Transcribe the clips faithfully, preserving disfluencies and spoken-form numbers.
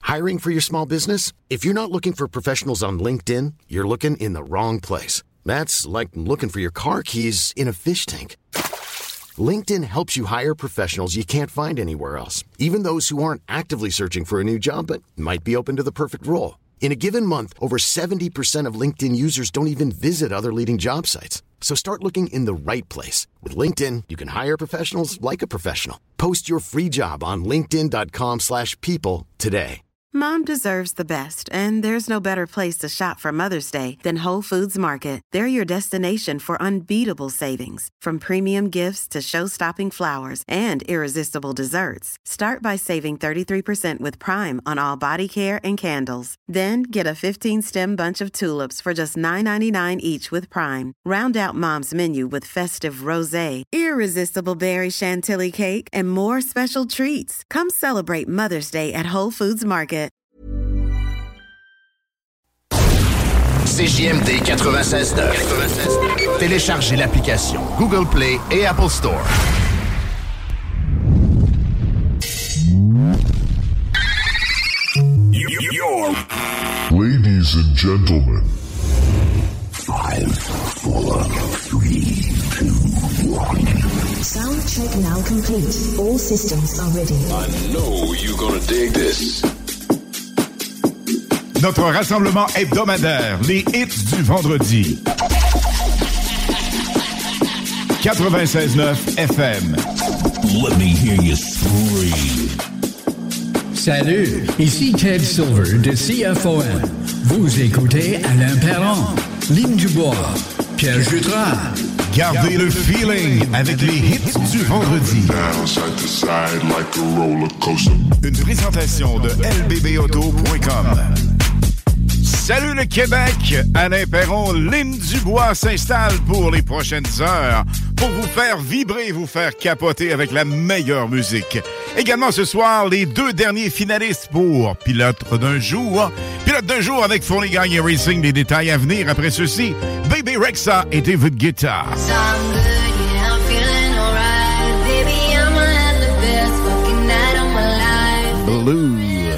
Hiring for your small business? If you're not looking for professionals on LinkedIn, you're looking in the wrong place. That's like looking for your car keys in a fish tank. LinkedIn helps you hire professionals you can't find anywhere else, even those who aren't actively searching for a new job but might be open to the perfect role. In a given month, over seventy percent of LinkedIn users don't even visit other leading job sites. So start looking in the right place. With LinkedIn, you can hire professionals like a professional. Post your free job on linkedin.com slash people today. Mom deserves the best, and there's no better place to shop for Mother's Day than Whole Foods Market. They're your destination for unbeatable savings, from premium gifts to show-stopping flowers and irresistible desserts. Start by saving thirty-three percent with Prime on all body care and candles. Then get a fifteen-stem bunch of tulips for just nine ninety-nine each with Prime. Round out Mom's menu with festive rosé, irresistible berry chantilly cake, and more special treats. Come celebrate Mother's Day at Whole Foods Market. C J M D quatre-vingt-seize neuf. Téléchargez l'application Google Play et Apple Store. You're... Ladies and gentlemen. Five, four, three, two, one. Sound check now complete. All systems are ready. I know you're gonna dig this. Notre rassemblement hebdomadaire, les hits du vendredi. quatre-vingt-seize neuf F M. Let me hear you scream. Salut, ici Ted Silver de C F O M. Vous écoutez Alain Perron, Lynn Dubois, Pierre Jutras. Gardez le feeling avec les hits du vendredi. Une présentation de L B B auto point com. Salut le Québec! Alain Perron, Lynn Dubois s'installe pour les prochaines heures pour vous faire vibrer, vous faire capoter avec la meilleure musique. Également ce soir, les deux derniers finalistes pour Pilote d'un jour. Pilote d'un jour avec Fournier Gagné Racing, des détails à venir après ceci. Bébé Rexha et David Guetta. Blue.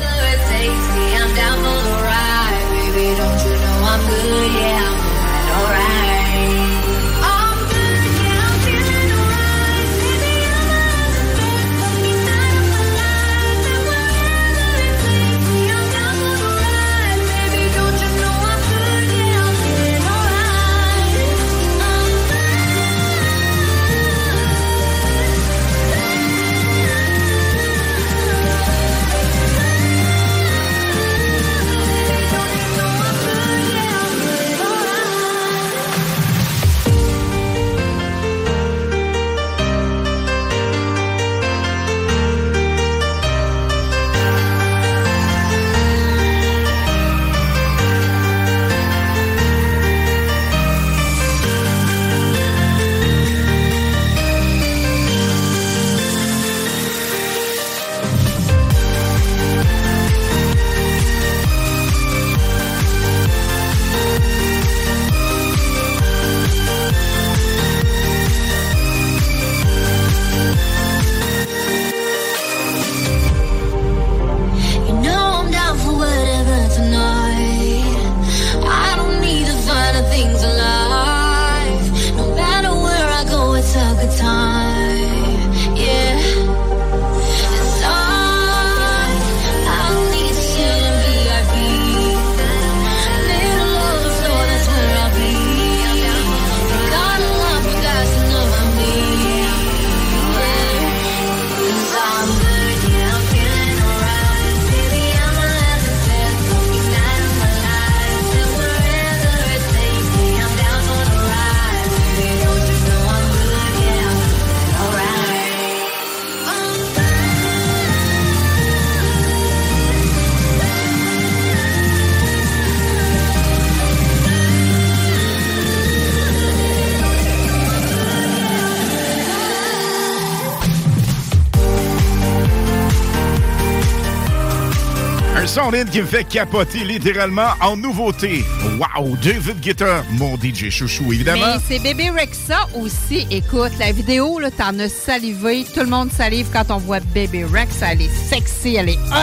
Lynn qui me fait capoter littéralement en nouveauté. Wow! David Guetta, mon D J chouchou, évidemment. Mais c'est Bébé Rexha aussi. Écoute, la vidéo, là, t'en as salivé. Tout le monde salive quand on voit Bébé Rexha. Elle est sexy, elle est hot.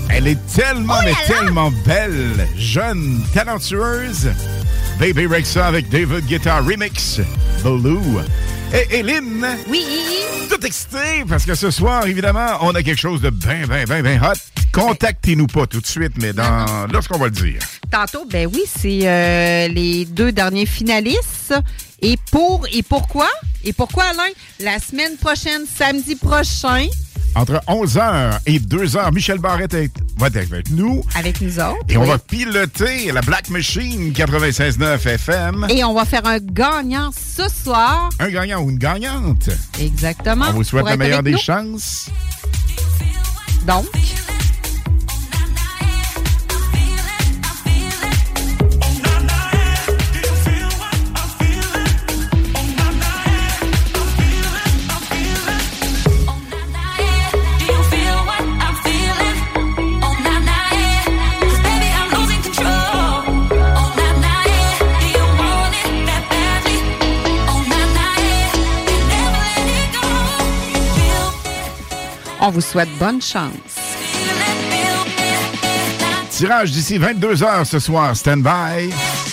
Elle est tellement, oh mais là là. tellement belle, jeune, talentueuse. Baby Rexha avec David Guetta Remix, Blue. Et Éline, oui, tout excité parce que ce soir, évidemment, on a quelque chose de bien, bien, bien, bien hot. Contactez-nous pas tout de suite, mais dans lorsqu'on va le dire. Tantôt, ben oui, c'est euh, les deux derniers finalistes. Et pour et pourquoi? Et pourquoi, Alain? La semaine prochaine, samedi prochain. Entre onze heures et deux heures, Michel Barrette est, va être avec nous. Avec nous autres. Et on oui. va piloter la Black Machine quatre-vingt-seize neuf F M. Et on va faire un gagnant ce soir. Un gagnant ou une gagnante. Exactement. On vous souhaite la meilleure des nous. chances. Donc... On vous souhaite bonne chance. Tirage d'ici vingt-deux heures ce soir. Stand by.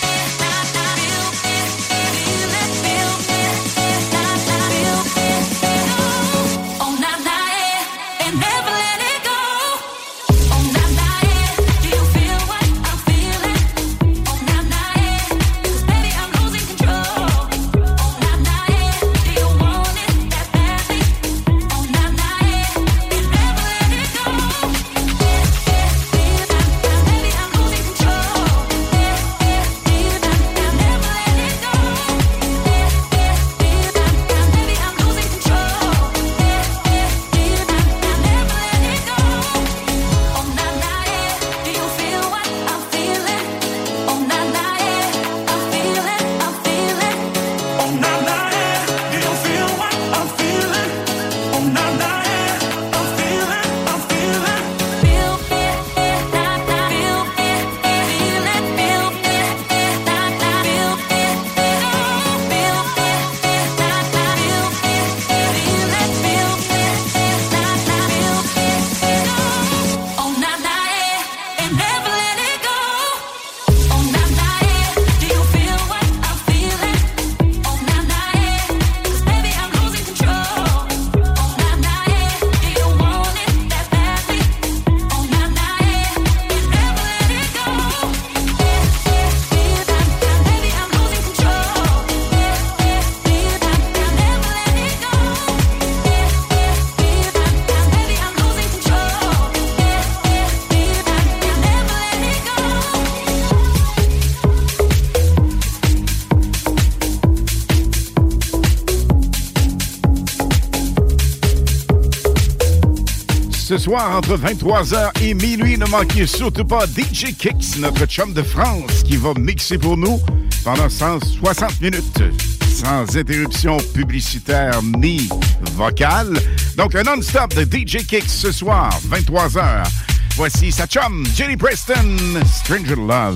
Ce soir, entre vingt-trois heures et minuit, ne manquez surtout pas D J Kicks, notre chum de France, qui va mixer pour nous pendant cent soixante minutes, sans interruption publicitaire ni vocale. Donc, un non-stop de D J Kicks ce soir, vingt-trois heures. Voici sa chum, Jenny Preston, Stranger Love.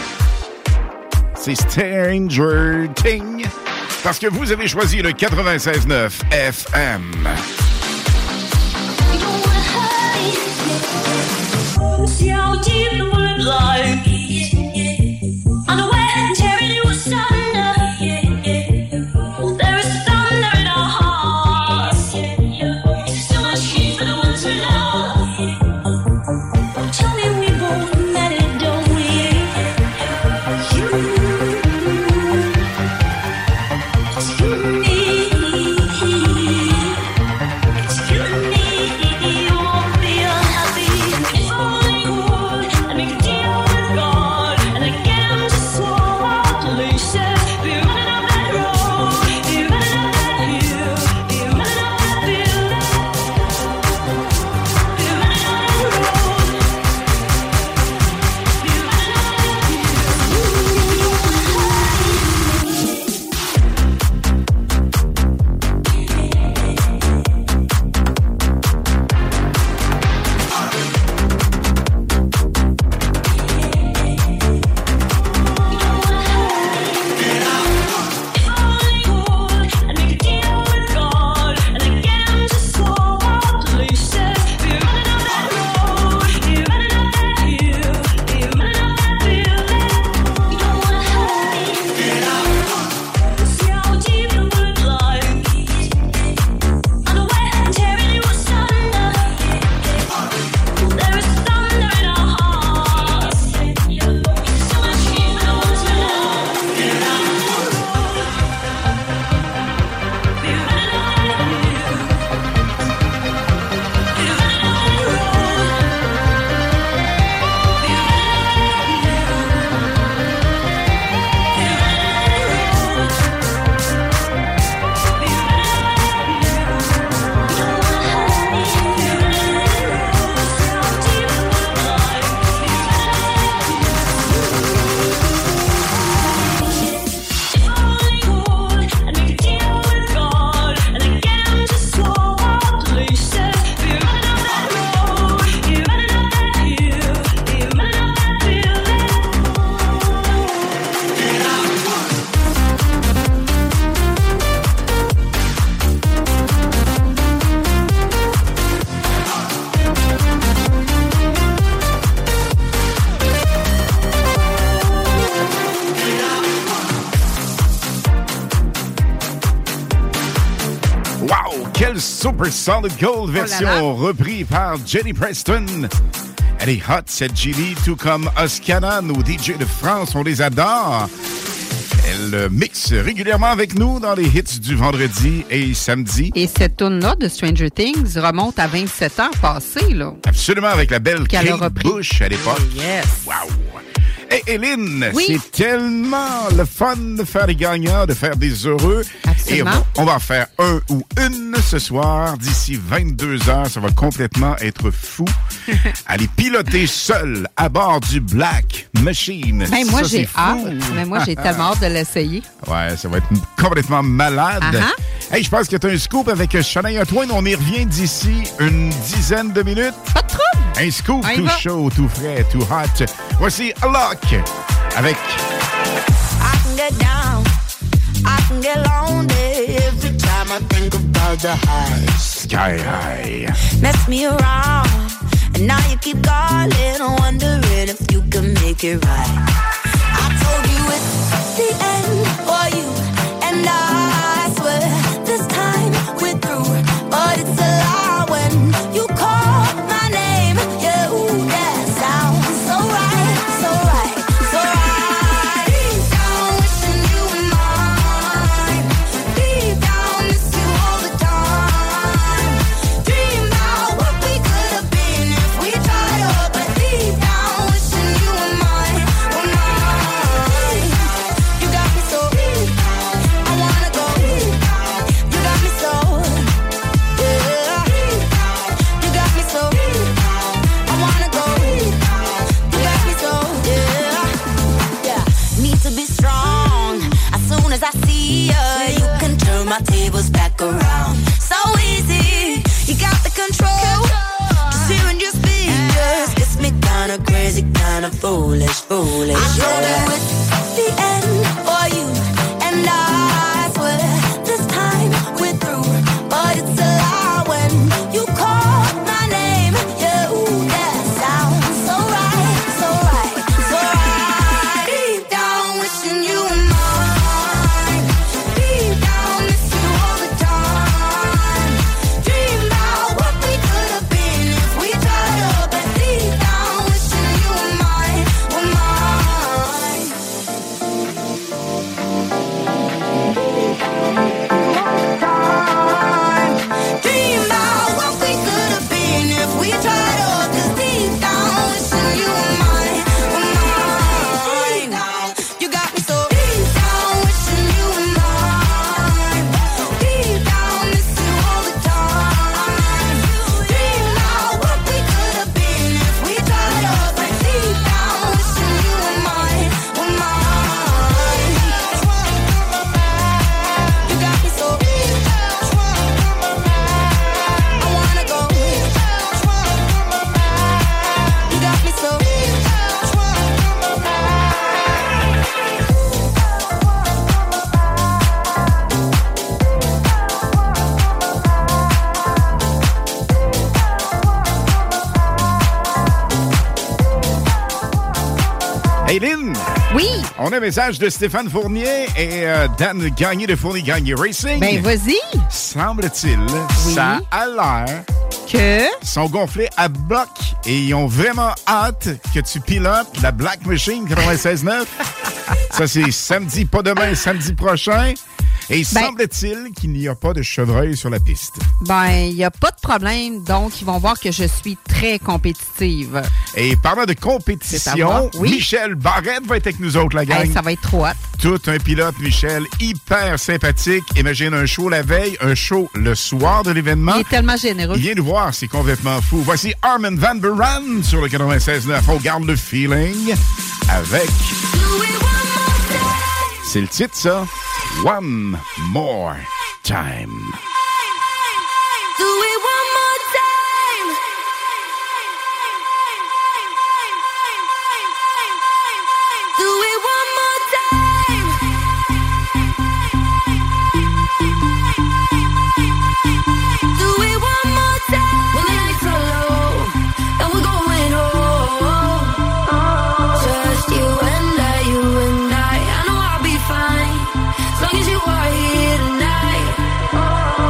C'est Stranger Thing, parce que vous avez choisi le quatre-vingt-seize neuf F M. See how deep the wood lies. Unaware and tearing you asunder. There is thunder in our hearts. So much heat for the ones we love. Tell me we both met it, don't we? You, it's killing me. It's killing me. You won't be unhappy if only you would. Let me Super Solid Gold, version là là. reprise par Jenny Preston. Elle est hot, cette Gilly, tout comme Oscana, nos D J de France, on les adore. Elle mixe régulièrement avec nous dans les hits du vendredi et samedi. Et cette tune-là de Stranger Things remonte à vingt-sept ans passés, là. Absolument, avec la belle Qu'elle a Kate repris. Bush à l'époque. Yes. Wow! Hey, Hélène, Oui. c'est tellement le fun de faire des gagnants, de faire des heureux. Absolument. Et on, on va en faire un ou une ce soir. D'ici vingt-deux heures, ça va complètement être fou. Aller piloter seul à bord du Black Machine. Ben, moi, Ça, j'ai c'est fou. hâte. Mais moi, j'ai tellement hâte de l'essayer. Ouais, ça va être complètement malade. Uh-huh. Hey, je pense que tu as un scoop avec Shania Twain. On y revient d'ici une dizaine de minutes. Pas de trouble. Un scoop On y tout va. chaud, tout frais, tout hot. Voici Alok avec I can get down, I can get lonely every time I think about the highs. Sky High. Mess me around, and now you keep calling, wondering if you can make it right. I told you it's the end for you, and I swear this time we're through. But it's a lie when you call my name. Yeah, ooh, that sounds so right, so right, so right. Deep down, wishing you were mine. Deep down, miss you all the time. Dream about what we could have been if we tried hard. But deep down, wishing you were mine, were mine. You got me so deep, I wanna go deep. You got me so, yeah. You got me so deep, I wanna go deep. You got me so, yeah. Yeah, need to be strong. As soon as I see you, you can turn my tables back around. So easy, you got the control. Just hearing your speakers gets me kinda crazy, kinda foolish, foolish. I told you it's the end for you, and I swear this time we're through. But it's a lie when you call my name. Yeah, ooh, that sounds so right, so right, so right. Deep down, wishing you were mine. Deep down, miss you all the time. Dream about what we could have been if we tried hard. But deep down, wishing you were mine, were mine. Dream about what we could have been if we tried hard. 'Cause deep down, wishing you were mine, were mine. You got me so deep down, wishing you were mine. Deep down, miss you all the time. Dream about what we could have been if we tried hard. But deep down, wishing you were mine, were mine. You got me so deep, I wanna go. You got me so Hey Lynn, Oui. on a un message de Stéphane Fournier et euh, Dan Gagné de Fournier Gagné Racing. Ben, vas-y. Semble-t-il, ça a l'air Que? sont gonflés à bloc et ils ont vraiment hâte que tu pilotes la Black Machine quatre-vingt-seize neuf. Ça, c'est samedi, pas demain, samedi prochain. Et Ben- semble-t-il qu'il n'y a pas de chevreuil sur la piste. Ben, il n'y a pas de problème. Donc, ils vont voir que je suis très compétitive. Et parlant de C'est à compétition, voir, oui. Michel Barrette va être avec nous autres, la gang. Hey, ça va être trop hot. Tout un pilote, Michel, hyper sympathique. Imagine un show la veille, un show le soir de l'événement. Il est tellement généreux. Il vient nous voir, c'est complètement fou. Voici Armin van Buuren sur le quatre-vingt-seize neuf. On garde le feeling avec... C'est le titre, ça. One More Time. Do it one more time. Do it one more time. Do it one more time. When the lights are low and we're going home, just you and I, you and I. I know I'll be fine as long as you are here tonight.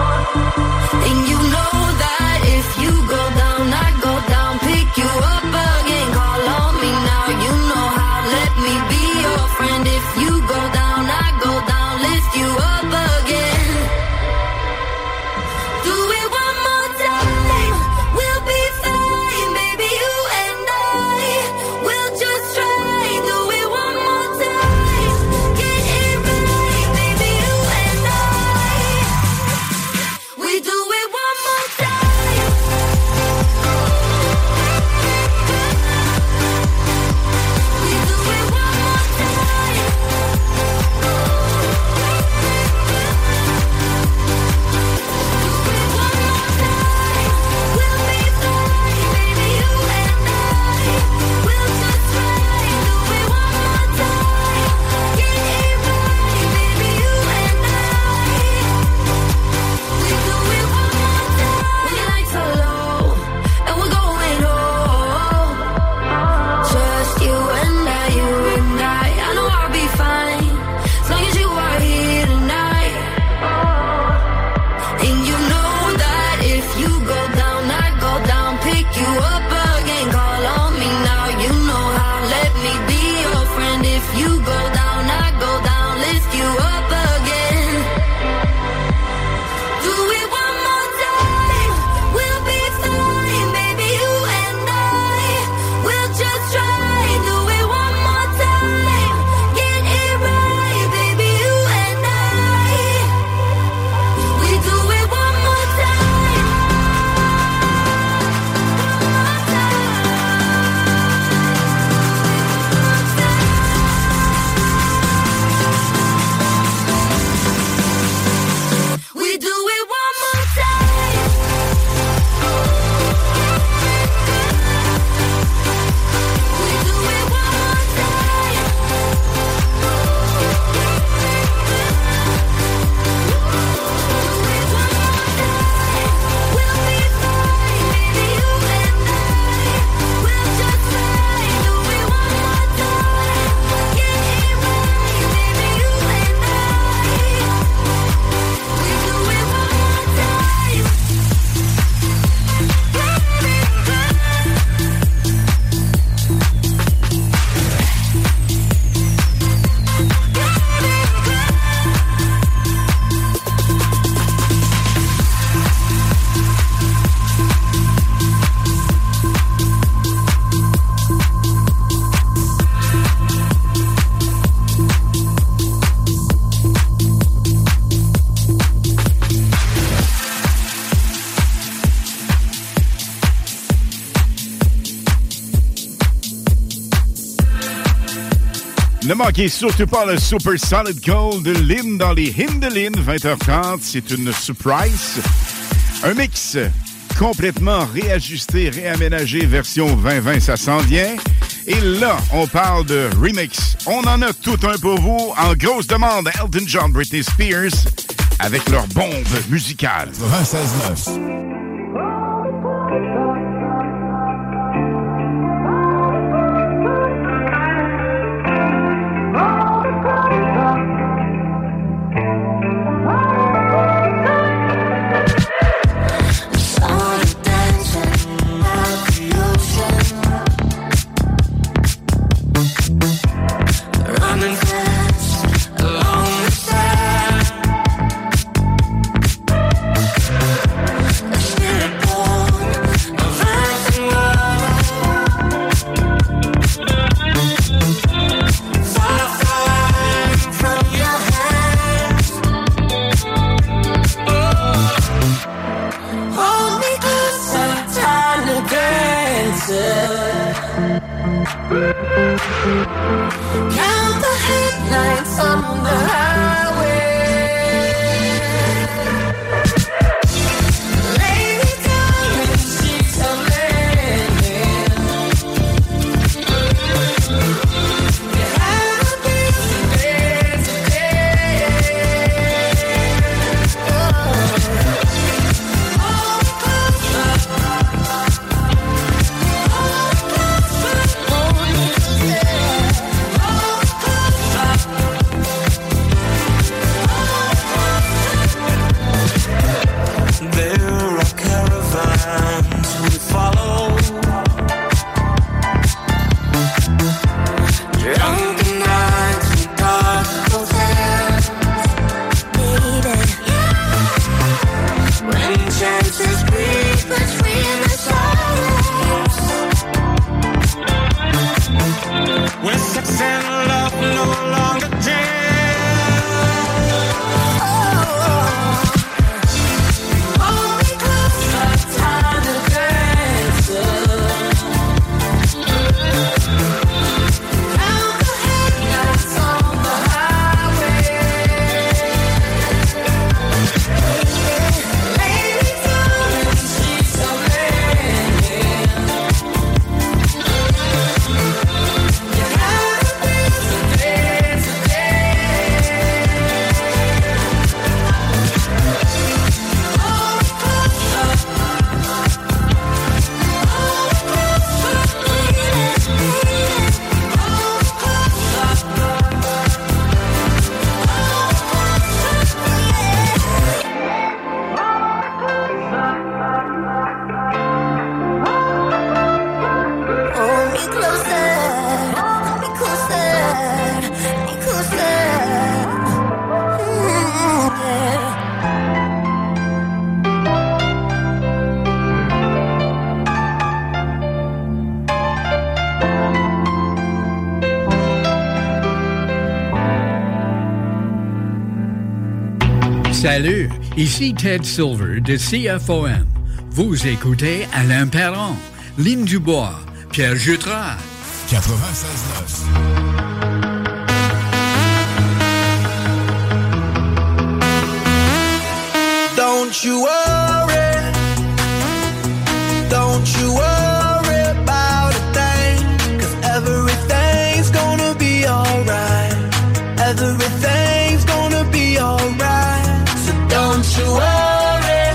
Ne manquez surtout pas le Super Solid Gold de Lynn dans les hymnes de Lynn, vingt heures trente. C'est une surprise. Un mix complètement réajusté, réaménagé, version vingt vingt, ça s'en vient. Et là, on parle de remix. On en a tout un pour vous. En grosse demande, Elton John, Britney Spears, avec leur bombe musicale. vingt-seize neuf. Count the headlights on the highway. Lay me down in the sheets of linen. You had a busy day today. Oh, hold me closer. Salut, ici Ted Silver de C F O M. Vous écoutez Alain Perron, Lynn Dubois, Pierre Jutras. quatre-vingt-seize neuf. Don't you worry, don't you worry about a thing, 'cause everything's gonna be alright, everything's gonna be alright, so don't you worry,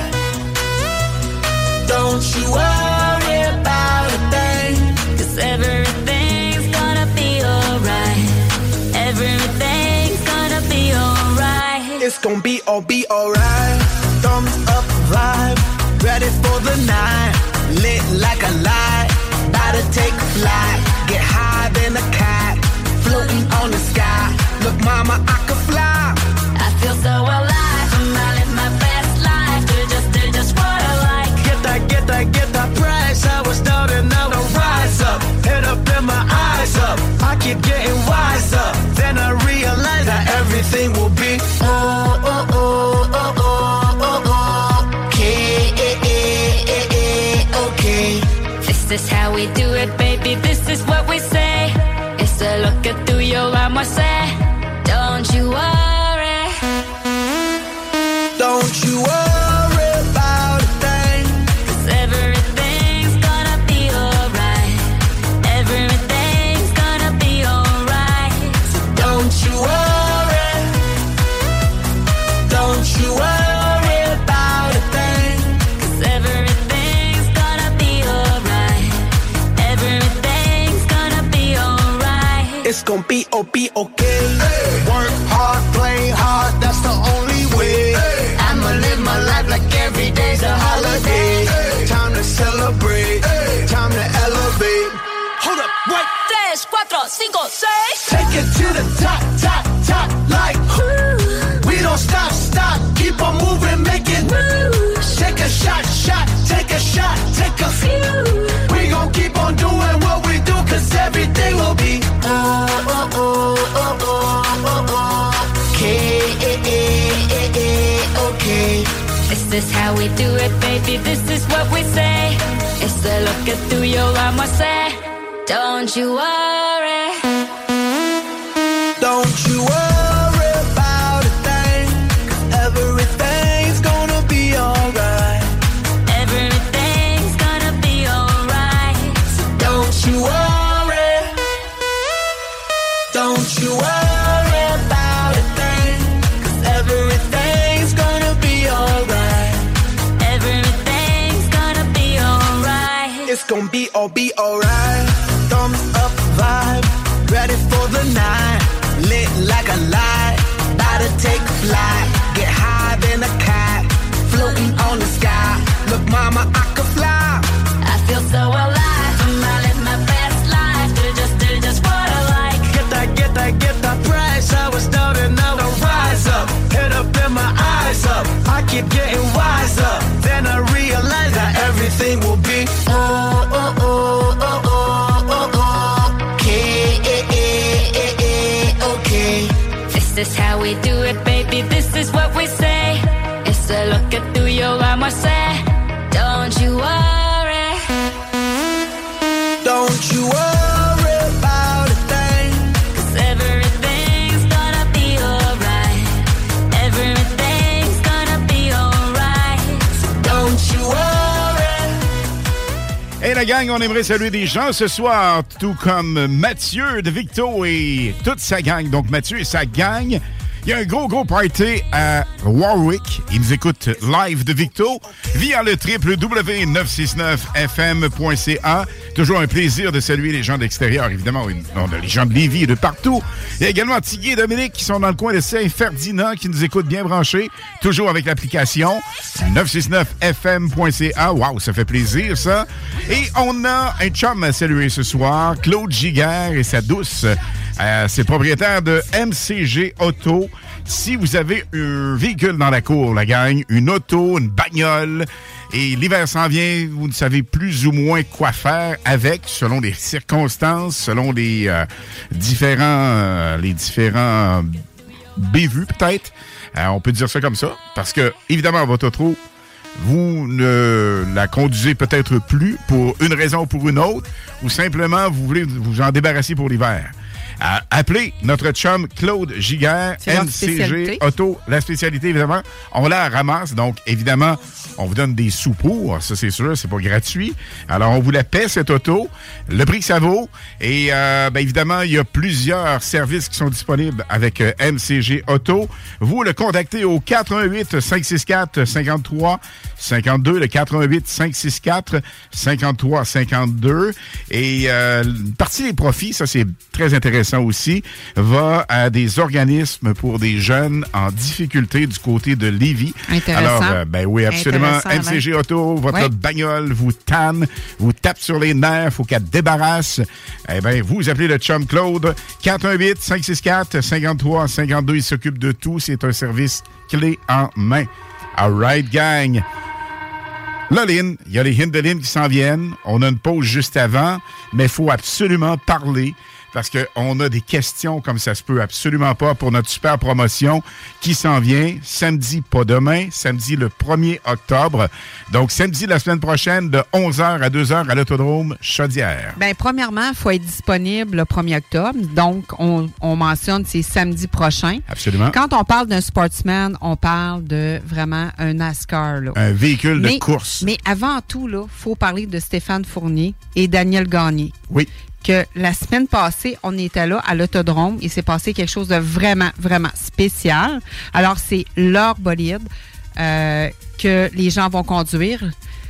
don't you worry about a thing, 'cause everything's gonna be alright, everything's gonna be alright, it's gonna be all be alright. Thumbs up vibe, ready for the night, lit like a light, about to take a flight, get high than a cat, floating on the sky, look mama I can fly, I feel so alive, I live my best life, do just, do just what I like, get that, get that, get that price, I was down and now I rise up, head up and my eyes up, I keep getting wiser, then I realize that everything will be oh, oh, oh, oh, oh. This is how we do it, baby, this is what we say. Et seul que tuyo, vamos a It's gonna be, oh, be okay. Hey. Work hard, play hard, that's the only way. Hey. I'ma live my life like every day's a holiday. Hey. Time to celebrate, hey. Time to elevate. Hold up, what? Tres, cuatro, cinco, seis. Take it to the top, top, top, like ooh. We don't stop, stop, keep on moving, make it moves. Take a shot, shot, take a shot, take a few. We gon' keep on doing what we do, cause everything will be oh, oh, oh, oh, oh, oh, oh. Okay, eh, eh, eh, okay. This is how we do it, baby, this is what we say. It's a lo que tú y yo vamos a hacer. Don't you worry. Don't you worry about a thing, cause everything's gonna be alright. Everything's gonna be alright. So don't you worry. Don't you worry about a thing, cause everything's gonna be alright. Everything's gonna be alright. It's gonna be all be alright. Thumbs up vibe, ready for the night. Lit like a light, about to take a flight. Get higher than a cat, floating on the sky. Look, mama, I could fly. I feel so alive, I live my best life. Do just, do just what I like. Get that, get that, get that price. I was down and now I rise up. Head up and my eyes up. I keep getting wiser. Then I realize that everything will be oh, oh, oh, oh, oh, oh, oh. Okay, eh, eh, eh, eh, okay. This is how we do it, baby, this is what we say. It's a lo que tú y yo vamos a hacer. Don't you worry. Don't you worry about a thing, cause everything's gonna be alright. Everything's gonna be alright. So don't you worry. Et la gang, on aimerait saluer des gens ce soir, tout comme Mathieu de Victo et toute sa gang. Donc Mathieu et sa gang, il y a un gros, gros party à Warwick. Ils nous écoutent live de Victo via le w w w point neuf cent soixante-neuf f m point c a. Toujours un plaisir de saluer les gens d'extérieur, évidemment. On a les gens de Lévis et de partout. Il y a également Tigui et Dominique qui sont dans le coin de Saint-Ferdinand, qui nous écoutent bien branchés, toujours avec l'application neuf cent soixante-neuf f m point c a. Wow, ça fait plaisir, ça. Et on a un chum à saluer ce soir, Claude Giguère et sa douce. Euh, c'est le propriétaire de M C G Auto. Si vous avez un véhicule dans la cour, la gang, une auto, une bagnole, et l'hiver s'en vient, vous ne savez plus ou moins quoi faire avec, selon les circonstances, selon les euh, différents, euh, les différents bévues peut-être. Euh, on peut dire ça comme ça, parce que évidemment votre auto, vous ne la conduisez peut-être plus pour une raison ou pour une autre, ou simplement vous voulez vous en débarrasser pour l'hiver. Euh, appelez notre chum Claude Giguère, M C G Auto. La spécialité, évidemment, on la ramasse. Donc, évidemment, on vous donne des sous pour. Ça, c'est sûr, c'est pas gratuit. Alors, on vous la paie, cette auto. Le prix que ça vaut. Et, euh, ben, évidemment, il y a plusieurs services qui sont disponibles avec euh, M C G Auto. Vous le contactez au quatre un huit, cinq six quatre, cinq trois cinq deux, le quatre un huit, cinq six quatre, cinq trois cinq deux. Et euh, une partie des profits, ça, c'est très intéressant aussi, va à des organismes pour des jeunes en difficulté du côté de Lévis. Intéressant. Alors, euh, ben oui, absolument. M C G Auto, votre ouais. bagnole vous tanne, vous tape sur les nerfs, faut qu'elle débarrasse. Eh bien, vous appelez le chum Claude, quatre un huit, cinq six quatre, cinq trois cinq deux. Il s'occupe de tout. C'est un service clé en main. All right, gang. Là, Lynn, il y a les hints de Lynn qui s'en viennent. On a une pause juste avant, mais il faut absolument parler parce qu'on a des questions comme ça se peut absolument pas pour notre super promotion qui s'en vient samedi, pas demain, samedi le premier octobre. Donc, samedi la semaine prochaine de onze heures à deux heures à l'Autodrome Chaudière. Bien, premièrement, il faut être disponible le premier octobre. Donc, on, on mentionne c'est samedi prochain. Absolument. Quand on parle d'un sportsman, on parle de vraiment un NASCAR. Là. Un véhicule mais, de course. Mais avant tout, il faut parler de Stéphane Fournier et Daniel Gagné. Oui. Que la semaine passée, on était là à l'Autodrome. Il s'est passé quelque chose de vraiment, vraiment spécial. Alors, c'est leur bolide euh, que les gens vont conduire.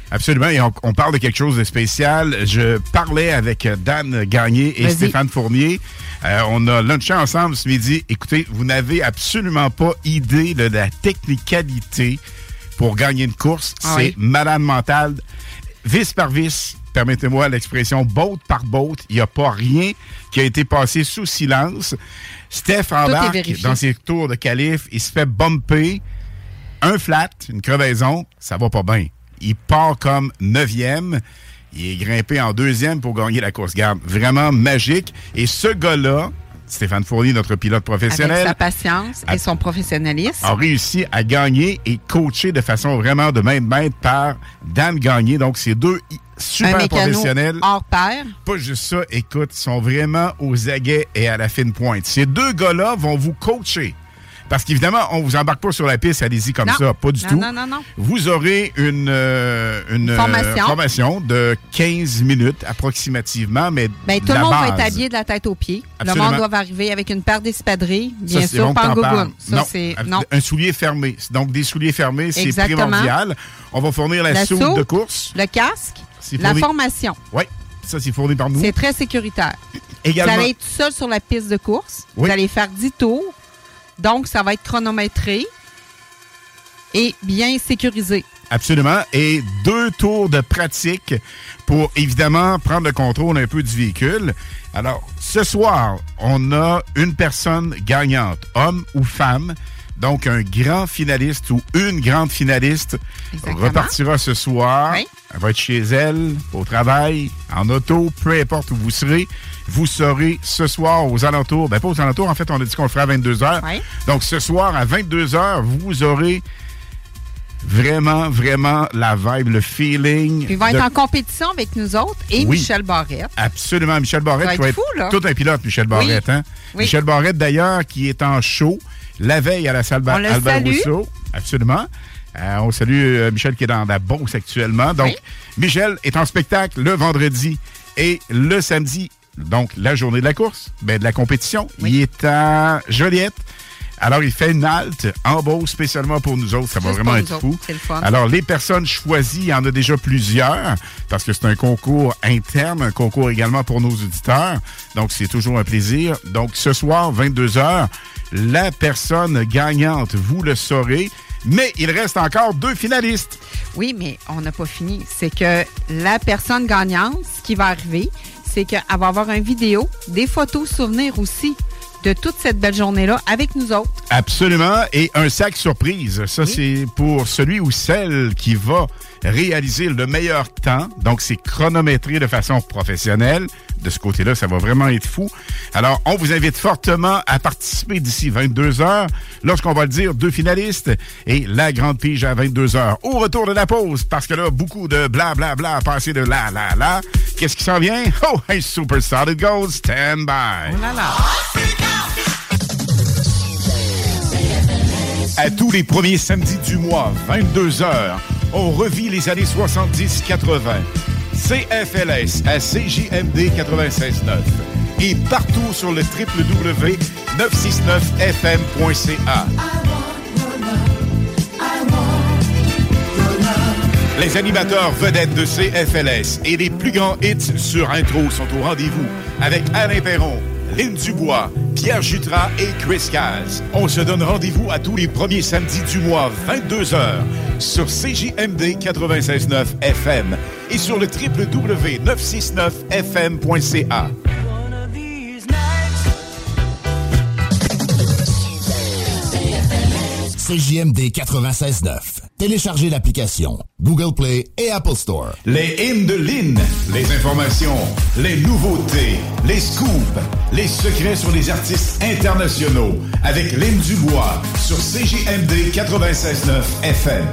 Absolument. Et on, on parle de quelque chose de spécial. Je parlais avec Dan Gagné et Vas-y. Stéphane Fournier. Euh, on a lunché ensemble ce midi. Écoutez, vous n'avez absolument pas idée de la technicalité pour gagner une course. Ah C'est oui. malade mental. Vis par vis, permettez-moi l'expression, boat par boat. Il n'y a pas rien qui a été passé sous silence. Steph embarque vérifié. dans ses tours de qualif. Il se fait bumper. Un flat, une crevaison, ça va pas bien. Il part comme neuvième. Il est grimpé en deuxième pour gagner la course. Garde, vraiment magique. Et ce gars-là, Stéphane Fournier, notre pilote professionnel, Avec sa patience a- et son professionnalisme. a réussi à gagner et coacher de façon vraiment de main de maître par Dan Gagné. Donc, c'est deux i- super un mécano professionnels. hors pair. Pas juste ça, écoute, ils sont vraiment aux aguets et à la fine pointe. Ces deux gars-là vont vous coacher. Parce qu'évidemment, on vous embarque pas sur la piste, allez-y comme Non. ça, pas du Non, tout. non, non, non. Vous aurez une, euh, une euh, Formation. formation de quinze minutes approximativement, mais Ben, tout la le monde va base. être habillé de la tête aux pieds. Absolument. Le monde doit arriver avec une paire d'espadrilles, bien Ça, c'est sûr, bon que pas en t'en parles. gougoune. Ça, Non, c'est... ab- Non. un soulier fermé. Donc, des souliers fermés, c'est Exactement. primordial. On va fournir la, La soude soude, de course. Le casque, C'est la fourni- formation. Oui, ça, c'est fourni par nous. C'est très sécuritaire. Également- Vous allez être seul sur la piste de course. Oui. Vous allez faire dix tours. Donc, ça va être chronométré et bien sécurisé. Absolument. Et deux tours de pratique pour, évidemment, prendre le contrôle un peu du véhicule. Alors, ce soir, on a une personne gagnante, homme ou femme. Donc, un grand finaliste ou une grande finaliste Exactement. repartira ce soir. Oui. Elle va être chez elle, au travail, en auto, peu importe où vous serez. Vous serez ce soir aux alentours, ben pas aux alentours, en fait, on a dit qu'on le ferait à vingt-deux heures. Oui. Donc, ce soir, à vingt-deux heures, vous aurez vraiment, vraiment la vibe, le feeling. Il va de- être en compétition avec nous autres et Oui. Michel Barrette. Absolument. Michel Barrette, Ça va qui va être fou, là. tout un pilote, Michel Barrette. Hein? Oui. Michel Barrette, d'ailleurs, qui est en show la veille à la salle Ba- On le Albert salue. Rousseau. Absolument. Euh, on salue euh, Michel qui est dans la Beauce actuellement. Donc, Oui. Michel est en spectacle le vendredi et le samedi. Donc, la journée de la course, ben, de la compétition. Oui. Il est à Joliette. Alors, il fait une halte en Beauce spécialement pour nous autres. Ça va Juste vraiment pour être nous fou. autres. C'est le fun. Alors, les personnes choisies, il y en a déjà plusieurs parce que c'est un concours interne, un concours également pour nos auditeurs. Donc, c'est toujours un plaisir. Donc, ce soir, vingt-deux heures, la personne gagnante, vous le saurez. Mais il reste encore deux finalistes. Oui, mais on n'a pas fini. C'est que la personne gagnante, ce qui va arriver, c'est qu'elle va avoir une vidéo, des photos souvenirs aussi de toute cette belle journée-là avec nous autres. Absolument. Et un sac surprise. Ça, Oui. c'est pour celui ou celle qui va réaliser le meilleur temps. Donc, c'est chronométré de façon professionnelle. De ce côté-là, ça va vraiment être fou. Alors, on vous invite fortement à participer d'ici vingt-deux heures, lorsqu'on va le dire, deux finalistes et la grande pige à vingt-deux heures. Au retour de la pause, parce que là, beaucoup de blablabla bla, bla, à passer de là, là, là. Qu'est-ce qui s'en vient? Oh, hey, Super Solid Gold, stand by. Oh là là. À tous les premiers samedis du mois, vingt-deux heures, on revit les années soixante-dix quatre-vingt. C F L S à C J M D quatre-vingt-seize neuf et partout sur le w w w point neuf cent soixante-neuf F M point C A. Les animateurs vedettes de C F L S et les plus grands hits sur intro sont au rendez-vous avec Alain Perron, Lynn Dubois, Pierre Jutras et Chris Caz. On se donne rendez-vous à tous les premiers samedis du mois, vingt-deux heures, sur C J M D quatre-vingt-seize neuf F M et sur le w w w point neuf cent soixante-neuf F M point C A. C J M D quatre-vingt-seize neuf. Téléchargez l'application Google Play et Apple Store. Les hymnes de Lynn, les informations, les nouveautés, les scoops, les secrets sur les artistes internationaux avec Lynn Dubois sur C J M D quatre-vingt-seize neuf F M.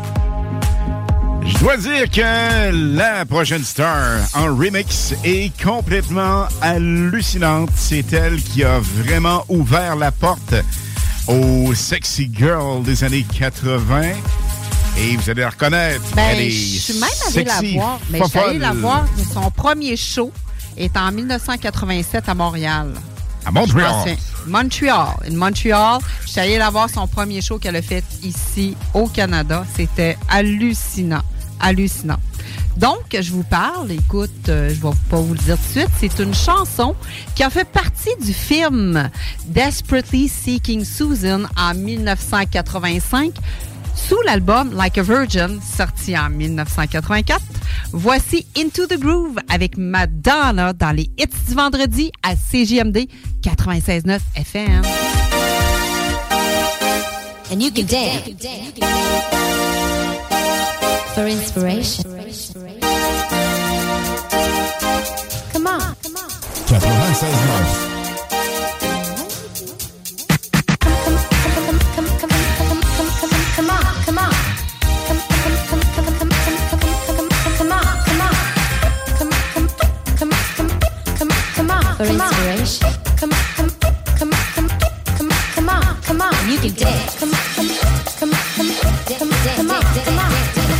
Je dois dire que la prochaine star en remix est complètement hallucinante. C'est elle qui a vraiment ouvert la porte aux sexy girls des années quatre-vingt. Et vous allez la reconnaître. Ben, elle est je suis même allée la sexy, voir. Mais je suis allée la fofolle. voir. Son premier show est en dix-neuf cent quatre-vingt-sept à Montréal. À Montréal. Je pense, Montréal. In Montréal. Je suis allée la voir son premier show qu'elle a fait ici au Canada. C'était hallucinant. hallucinant. Donc, je vous parle, écoute, euh, je ne vais pas vous le dire tout de suite, c'est une chanson qui a fait partie du film Desperately Seeking Susan en dix-neuf cent quatre-vingt-cinq sous l'album Like a Virgin, sorti en dix-neuf cent quatre-vingt-quatre. Voici Into the Groove avec Madonna dans les hits du vendredi à C J M D quatre-vingt-seize neuf F M. And you can dance for inspiration. Come on, come on. quatre-vingt-seize neuf. Come on, come on. Come, come, come, come, come, come, come, come, come on, come on. Come, come, come, come, come, come on. For inspiration. Come, come, come, come, come, come on, come on. You can dance. Come, come, come, come, come, come on, come on.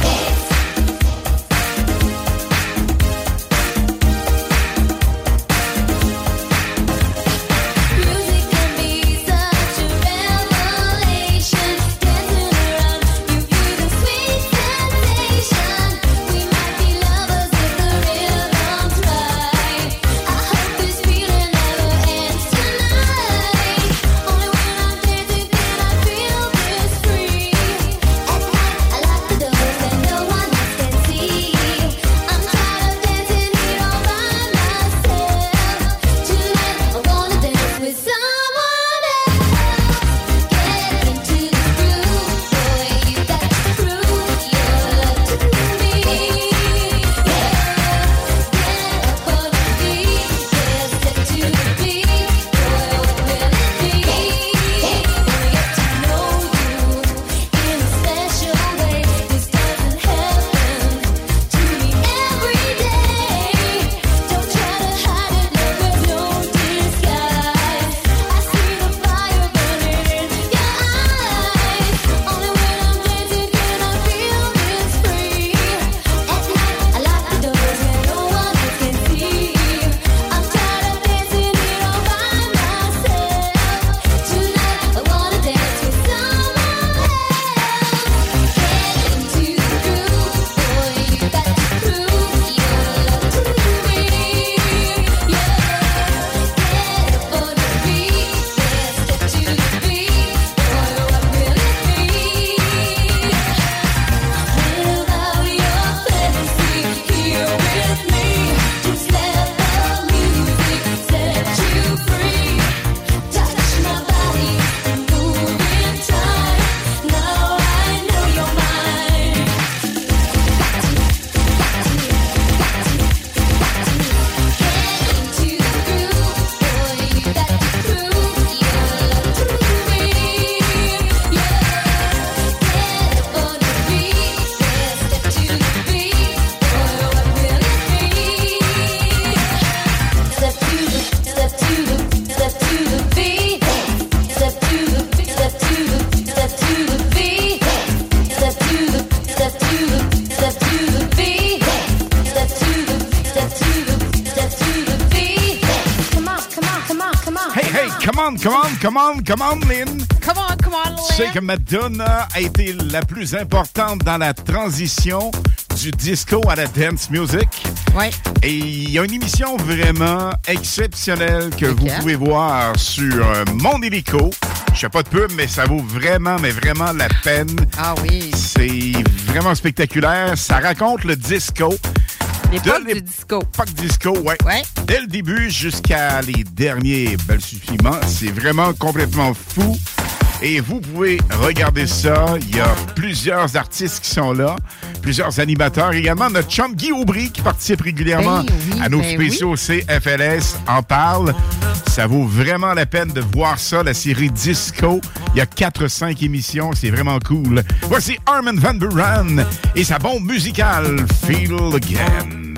Come on, come on, come on, come on, Lynn. Come on, come on, Lynn. Tu sais que Madonna a été la plus importante dans la transition du disco à la dance music. Ouais. Et il y a une émission vraiment exceptionnelle que okay. vous pouvez voir sur euh, Mon Hélico. Je fais pas de pub, mais ça vaut vraiment, mais vraiment la peine. Ah oui. C'est vraiment spectaculaire. Ça raconte le disco. L'époque du disco. L'époque disco, ouais. ouais. Dès le début jusqu'à les derniers balbutiements. C'est vraiment complètement fou. Et vous pouvez regarder ça. Il y a plusieurs artistes qui sont là, plusieurs animateurs. Également, notre chum Guy Aubry qui participe régulièrement ben oui, à nos ben spéciaux oui. C F L S en parle. Ça vaut vraiment la peine de voir ça, la série Disco. Il y a quatre cinq émissions, c'est vraiment cool. Voici Armin van Buuren et sa bombe musicale Feel Again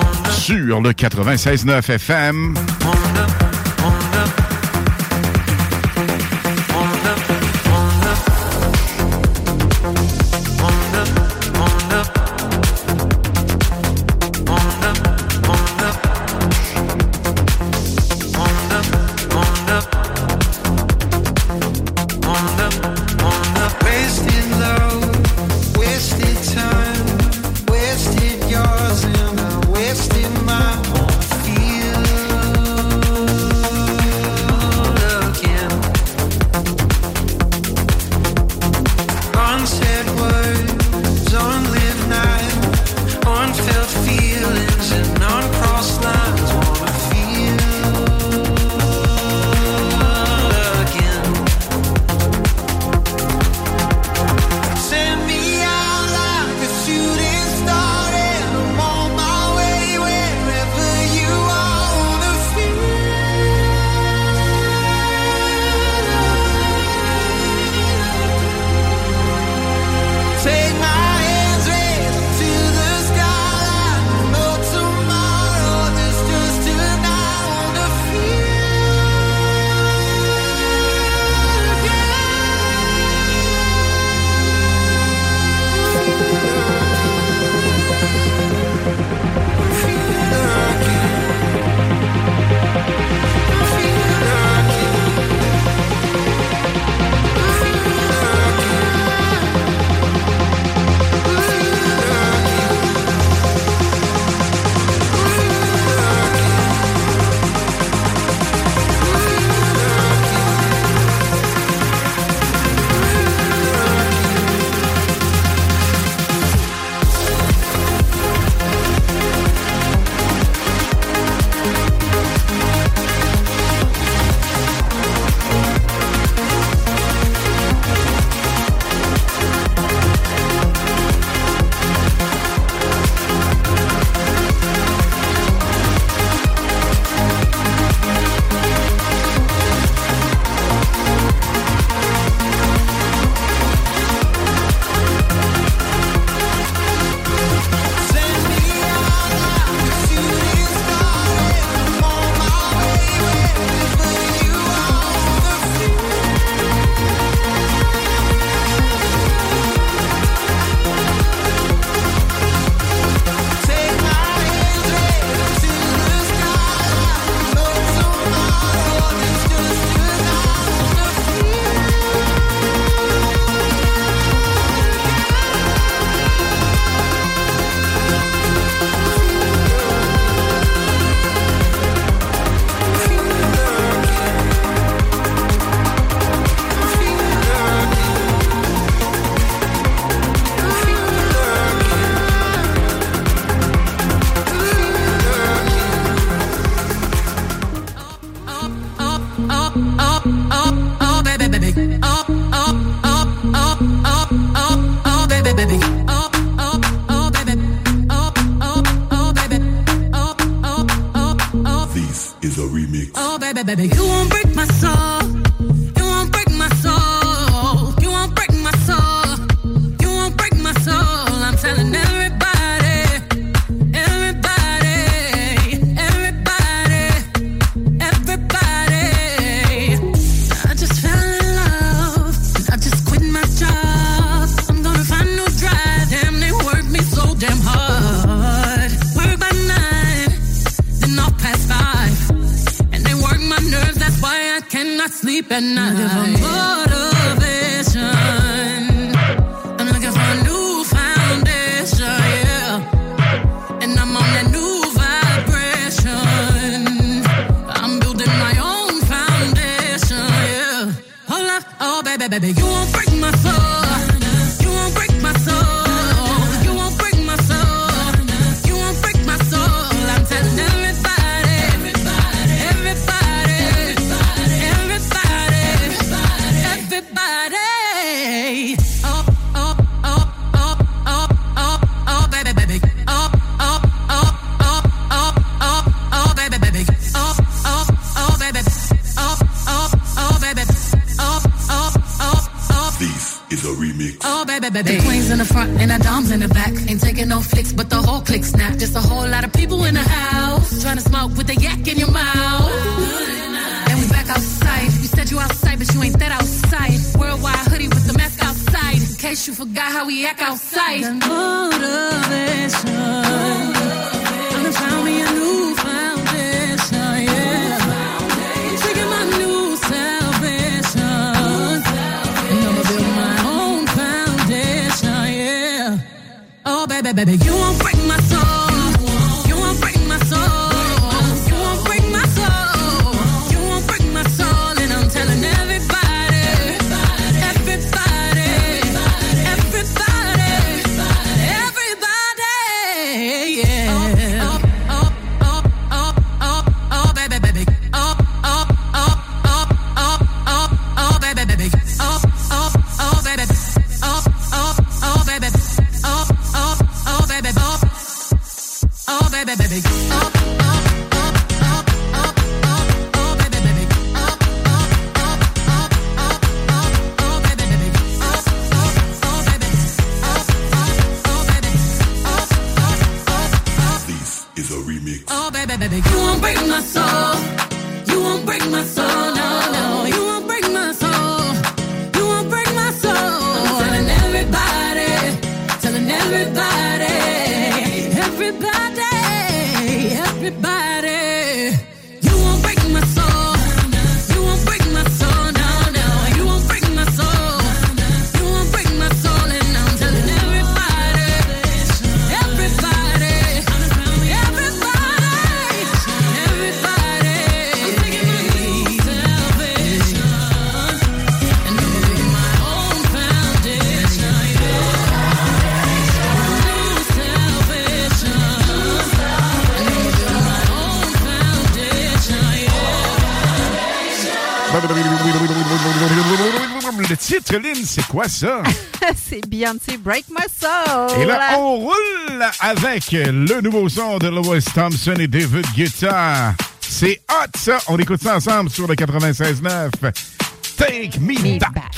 sur le quatre-vingt-seize neuf F M. Wasted love, wasted time. my soul. You won't break my soul. You won't break my soul. You won't break my soul. I'm telling everybody, everybody, everybody, everybody. I just fell in love. I just quit my job. I'm gonna find a new drive. Damn, they work me so damn hard. Work by nine, then off past five. And they work my nerves, that's why I cannot sleep at night. I'm looking for motivation. I'm looking for a new foundation, yeah. And I'm on that new vibration. I'm building my own foundation, yeah. Hold up, oh baby, baby, you won't break my soul. You won't break my soul. You won't break my soul. You won't break my soul. I'm telling everybody, everybody, everybody, everybody, everybody. Oh, oh, oh, oh, oh, oh, oh, baby, baby. Oh, oh, oh, oh, oh, oh, oh, baby, baby. Oh, oh, oh, baby. Oh, oh, oh, baby. Oh, oh, oh, oh. This is a remix. Oh, baby, baby. The queen's in the front and the dom's in the back. Ain't taking no flicks, but the whole click snap. Just a whole lot of people in the house. Trying to smoke with a yak in your mouth. And we back outside. You said you outside, but you ain't that outside. Worldwide hoodie with the mask outside. In case you forgot how we act outside. The motivation. I done found me a new foundation, yeah. Taking my new salvation. And I'ma build my own foundation, yeah. Oh, baby, baby, you won't break my soul. You won't break my soul. You won't break my soul. You won't break my soul. And I'm telling everybody, everybody, everybody, everybody, yeah. Oh, oh, oh, oh, oh, oh, baby, baby. Oh, oh, oh, oh, oh, oh, oh, baby, baby. Oh, oh, oh, baby. Oh, oh, oh, baby. Oh, oh, oh, baby. Oh, oh, baby, baby. Oh, oh, oh, oh, oh, oh, oh, baby, baby. Oh, oh, oh, oh, oh, oh, oh, baby, baby. Oh, oh, oh, baby. Oh, oh, oh, baby. Oh, oh, oh, oh. This is a remix. Oh, baby, baby, you won't break my soul. You won't break my soul, no, no. You won't break my soul. You won't break my soul. I'm telling everybody, telling everybody, everybody, everybody. You won't break my soul. You won't break my soul, no, no. You won't break my soul. You won't break my soul, and I'm telling everybody, everybody, everybody, everybody. I'm taking my new salvation, and I'm building my own foundation, yeah. New salvation, and I'm building my own foundation, Le titre, Lynn, c'est quoi ça? C'est Beyoncé, Break My Soul. Et là, on roule avec le nouveau son de Louis Thompson et David Guetta. C'est hot, ça. On écoute ça ensemble sur le quatre-vingt-seize neuf. Take Me, Me Back. back.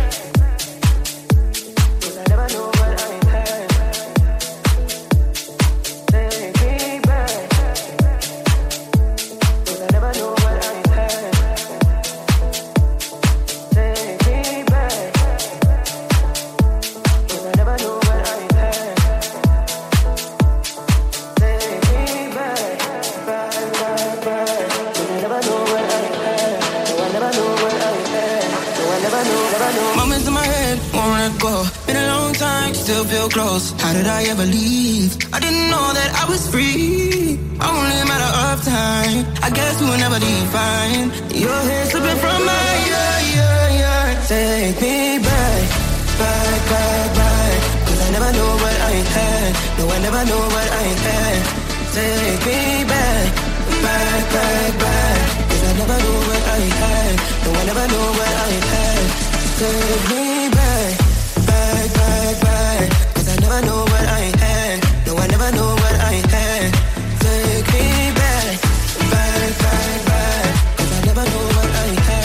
Moments in my head, won't let go. Been a long time, still feel close. How did I ever leave? I didn't know that I was free. Only a matter of time. I guess we will never define. Your hair slipping from my yeah, yeah, yeah. Take me back, back, back, back. Cause I never know what I had. No, I never know what I had. Take me back, back, back, back. Cause I never know what I had. No, I never know what I had. Take me back, back, back, back. Cause I never know what I had. No, I never know what I had. Take me back, back, back, back. Cause I never know what I had.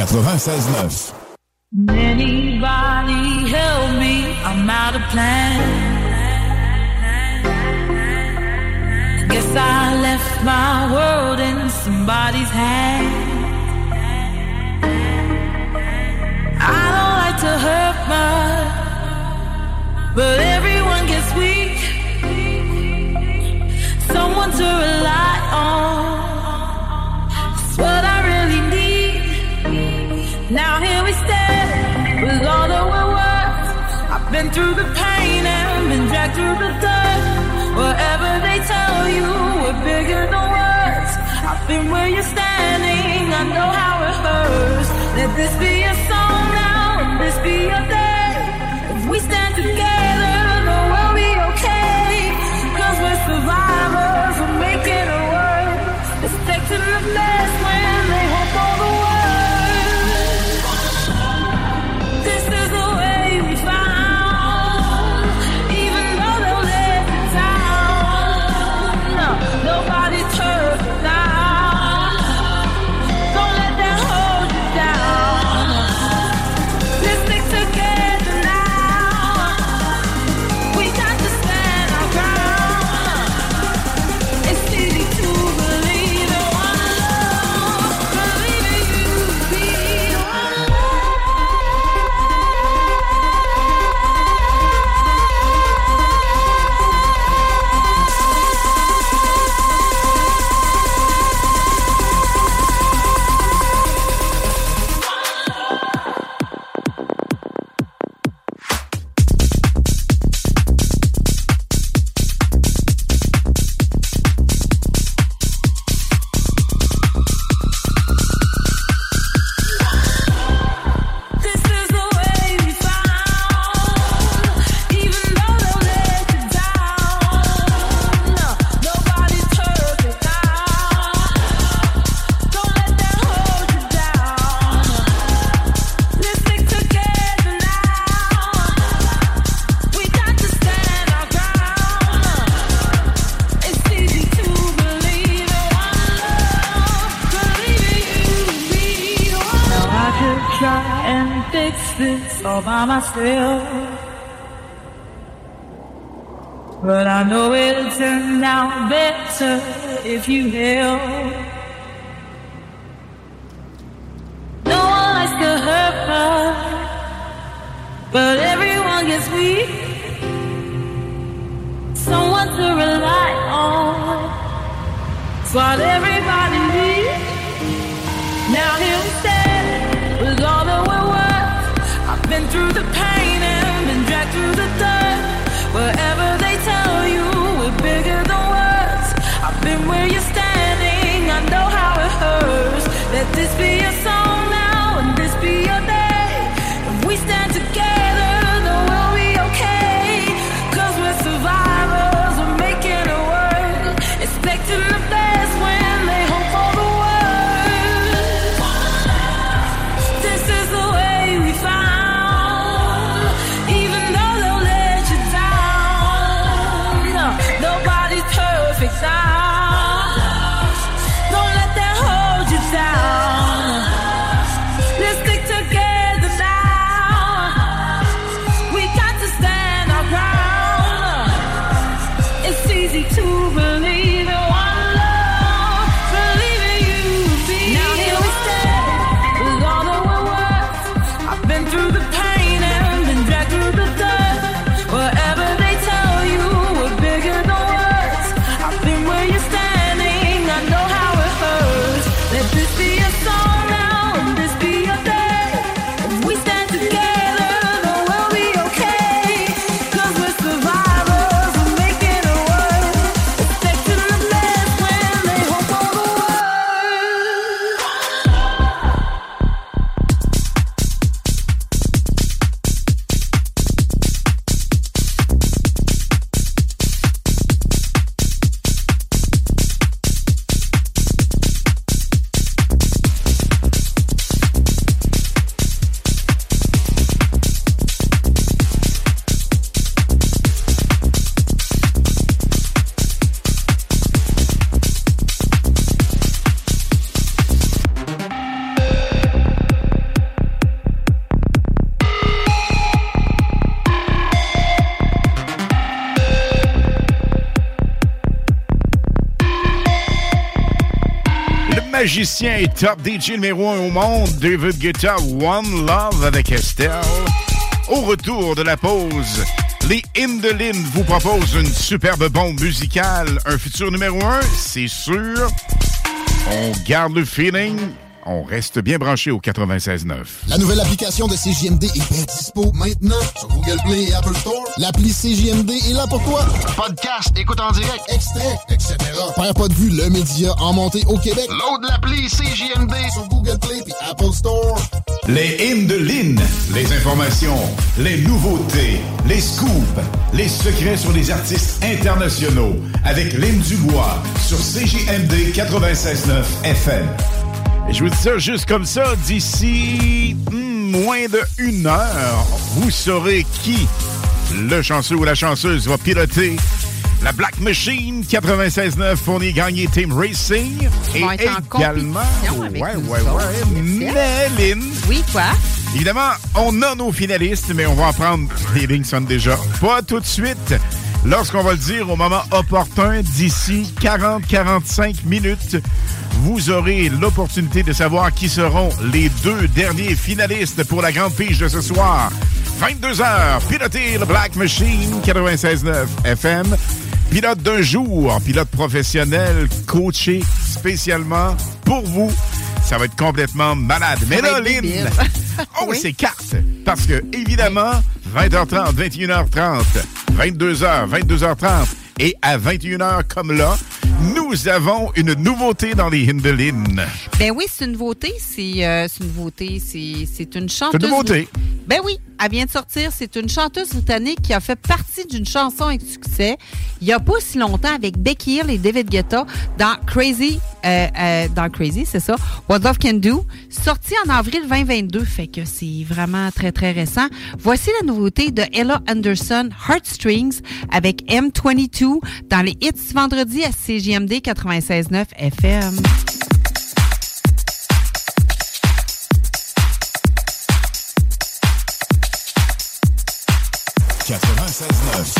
quatre-vingt-seize neuf. Anybody help me? I'm out of plan. Guess I left my world in somebody's hand. I don't like to hurt much, but everyone gets weak. Someone to rely on. That's what I really need. Now here we stand with all that we're worth. I've been through the pain and been dragged through the dirt. Whatever they tell you, we're bigger than words. I've been where you're standing, I know how it hurts. Let this be a song now, and this be a day. If we stand together, then we'll be okay. Cause we're survivors, we're making it work. Expecting the best when they hope for the worst. This is the way we found. Even though they'll let you down, no, nobody's perfect now. Don't let that hold you down. Let's stick together now. We got to stand our ground. It's easy to believe in one love. Believe in you, be one love. This is the way we found. Even though they'll let you down, no, nobody's perfect now. Don't let that hold you down. Let's stick together now. We got to stand our ground. It's easy to believe in one love. Believe in you, be one. Now I could try and fix this all by myself, but I know it'll turn out better if you help. No one likes to hurt much, but everyone gets weak. Someone to rely on. It's what everybody needs. Now here we stand with all that we're worth. I've been through the pain and been dragged through the dirt. Wherever they tell you, we're bigger than words. I've been where you're standing, I know how it hurts. Let this be a song now, and this be your day. If we stand together, then we'll be okay. Cause we're survivors, we're making it work. Expecting the best when they hope for the worst. This is the way we found. Even though they'll let you down, no, nobody's perfect now. Don't let that hold you down. Let's stick together now. magicien et top D J numéro un au monde, David Guetta, One Love avec Estelle. Au retour de la pause, les Indolines vous proposent une superbe bombe musicale. Un futur numéro un, c'est sûr. On garde le feeling. On reste bien branché au quatre-vingt-seize neuf. La nouvelle application de C J M D est bien dispo maintenant sur Google Play et Apple Store. L'appli C J M D est là pour toi. Podcast, écoute en direct, extrait, et cetera. Perds pas de vue, le média en montée au Québec. Load l'appli C J M D sur Google Play et Apple Store. Les hymnes de Lynn, les informations, les nouveautés, les scoops, les secrets sur les artistes internationaux avec Lynn Dubois sur C J M D quatre-vingt-seize neuf F M. Et je vous dis ça juste comme ça, d'ici hmm, moins de une heure, vous saurez qui, le chanceux ou la chanceuse, va piloter la Black Machine quatre-vingt-seize neuf pour y gagner Team Racing. Ils vont et être en également, compétition avec ouais, nous ouais, autres. ouais, mais Lynn, oui, quoi? Évidemment, on a nos finalistes, mais on va en prendre, les lignes sonnent déjà, pas tout de suite. Lorsqu'on va le dire au moment opportun, d'ici quarante à quarante-cinq minutes, vous aurez l'opportunité de savoir qui seront les deux derniers finalistes pour la grande pige de ce soir. vingt-deux heures, pilotez le Black Machine quatre-vingt-seize neuf F M. Pilote d'un jour, pilote professionnel, coaché spécialement pour vous. Ça va être complètement malade. Mais là, Lynn, oh, oui. C'est carte. Parce que, évidemment, vingt heures trente, vingt et une heures trente, vingt-deux heures, vingt-deux heures trente, et à vingt et une heures comme là, nous avons une nouveauté dans les hymnes de Lynn. Ben oui, c'est une nouveauté. C'est, euh, c'est une nouveauté. C'est, c'est une chanteuse. C'est une nouveauté. Ben oui, elle vient de sortir. C'est une chanteuse britannique qui a fait partie d'une chanson avec succès il n'y a pas si longtemps avec Becky Hill et David Guetta dans Crazy, euh, euh, dans Crazy, c'est ça, What Love Can Do, sorti en avril vingt vingt-deux, fait que c'est vraiment très, très récent. Voici la nouveauté de Ella Anderson, Heartstrings, avec M vingt-deux dans les hits du vendredi à C J M D quatre-vingt-seize neuf F M. quatre-vingt-seize neuf.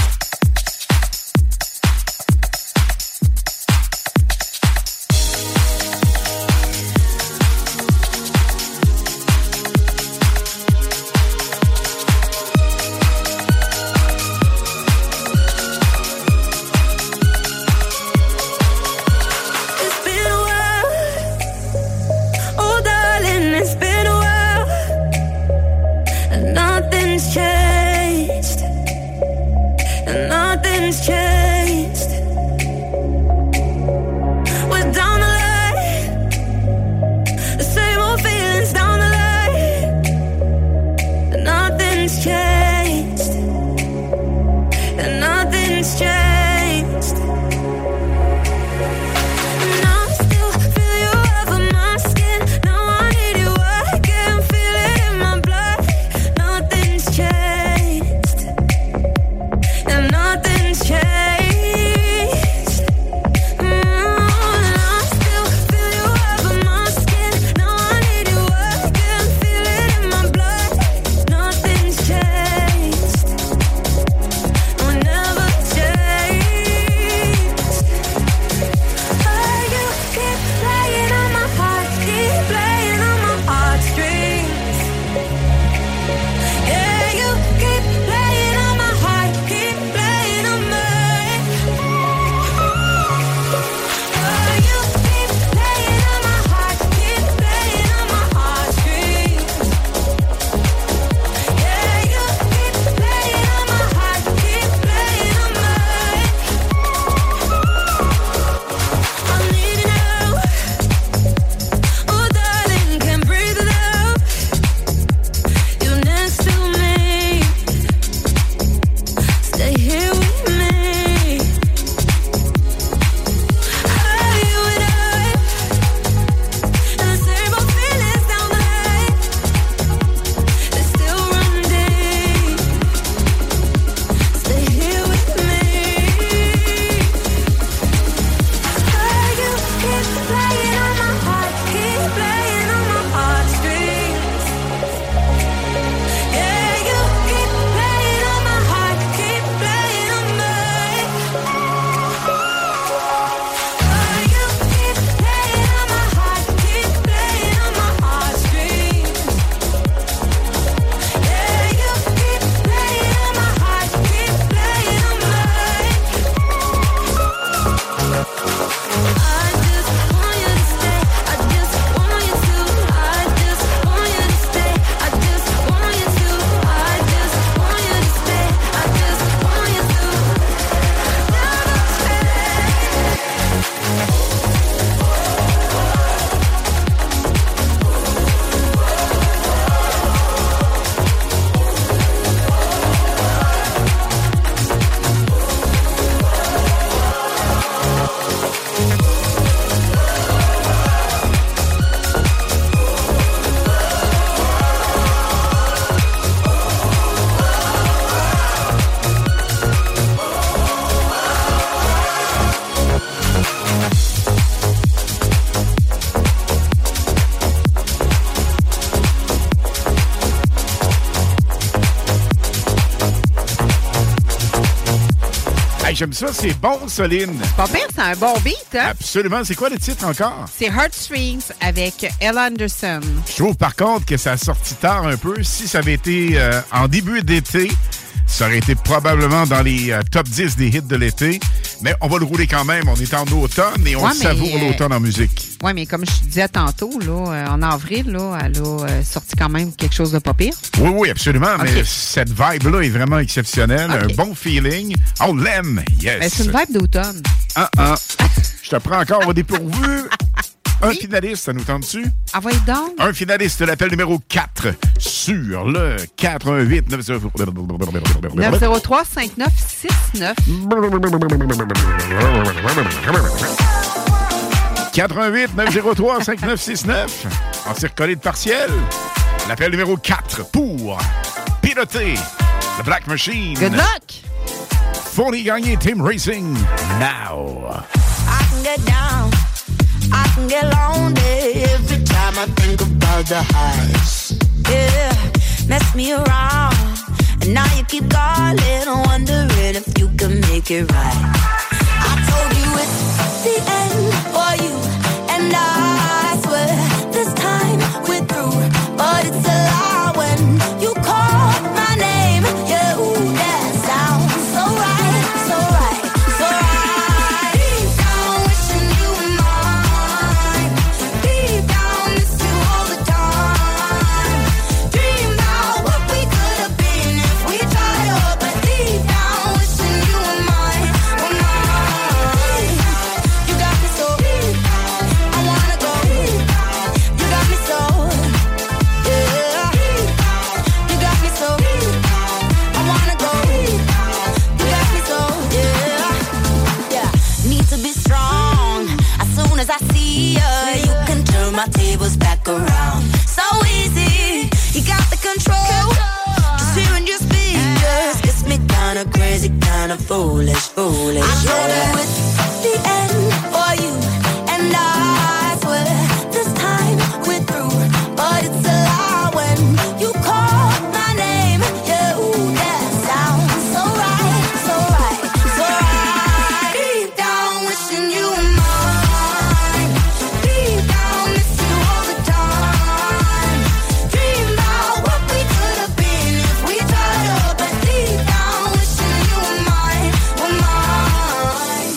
Changed. Hey, j'aime ça, c'est bon, Soline. Pas pire, c'est un bon beat, hein? Absolument. C'est quoi le titre encore? C'est Heartstrings avec Ella Anderson. Je trouve par contre que ça a sorti tard un peu. Si ça avait été euh, en début d'été, ça aurait été probablement dans les euh, top dix des hits de l'été. Mais on va le rouler quand même. On est en automne et on ouais, savoure mais, l'automne en musique. Oui, mais comme je disais tantôt, là, euh, en avril, là, elle a euh, sorti quand même quelque chose de pas pire. Oui, oui, absolument. Okay. Mais cette vibe-là est vraiment exceptionnelle. Okay. Un bon feeling. On l'aime. Yes. Ben, c'est une vibe d'automne. Ah, ah. Je te prends encore au dépourvu. Un oui. finaliste, ça nous tente dessus? Ah, oui, donc. Un finaliste de l'appel numéro quatre sur le quatre un huit neuf zéro trois cinq neuf six neuf. quatre un huit neuf zéro trois cinq neuf six neuf. En circolé de partiel. L'appel numéro quatre pour piloter le Black Machine. Good luck! Fourni gagné Team Racing now. I can get down, I can get lonely every time I think about the highs. Yeah, mess me around, and now you keep calling, wondering if you can make it right. I told you it's the end for you, and I swear this time we're through, but it's a lie when you call my name. Yeah, ooh, that sounds so right, so right, so right. Deep down, wishing you were mine. Deep down, miss you all the time. Dream about what we could have been if we tried up. But deep down, wishing you were mine, were mine. You got me so deep, I wanna go. You got me so, yeah. You got me so deep, I wanna go. You got me so, yeah. Yeah, need to be strong. As soon as I see you, you can turn my tables back around. So easy, you got the control. Just hearing your speech just gets me kinda crazy, kinda foolish, foolish. I know that it's the end for you, and I swear this time we're through. But it's a lie when you call my name. Yeah, ooh, that sounds so right, so right, so right. Deep down, wishing you were mine. Deep down, miss you all the time. Dream about what we could have been if we tried up. But deep down, wishing you were mine, were mine.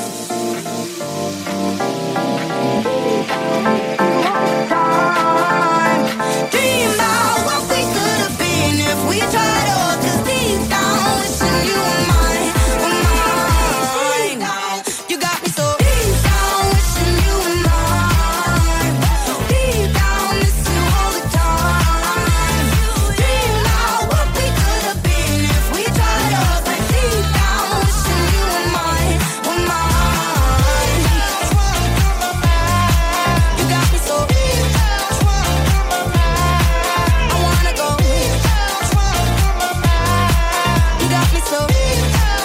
Dream about what we could have been if we tried up. 'Cause deep down, wishing you were mine, were mine. You got me so deep down, wishing you were mine. Deep down, miss you all the time. Dream about what we could have been if we tried up. But deep down, wishing you were mine, were mine. You got me so deep, I wanna go. You got me so deep.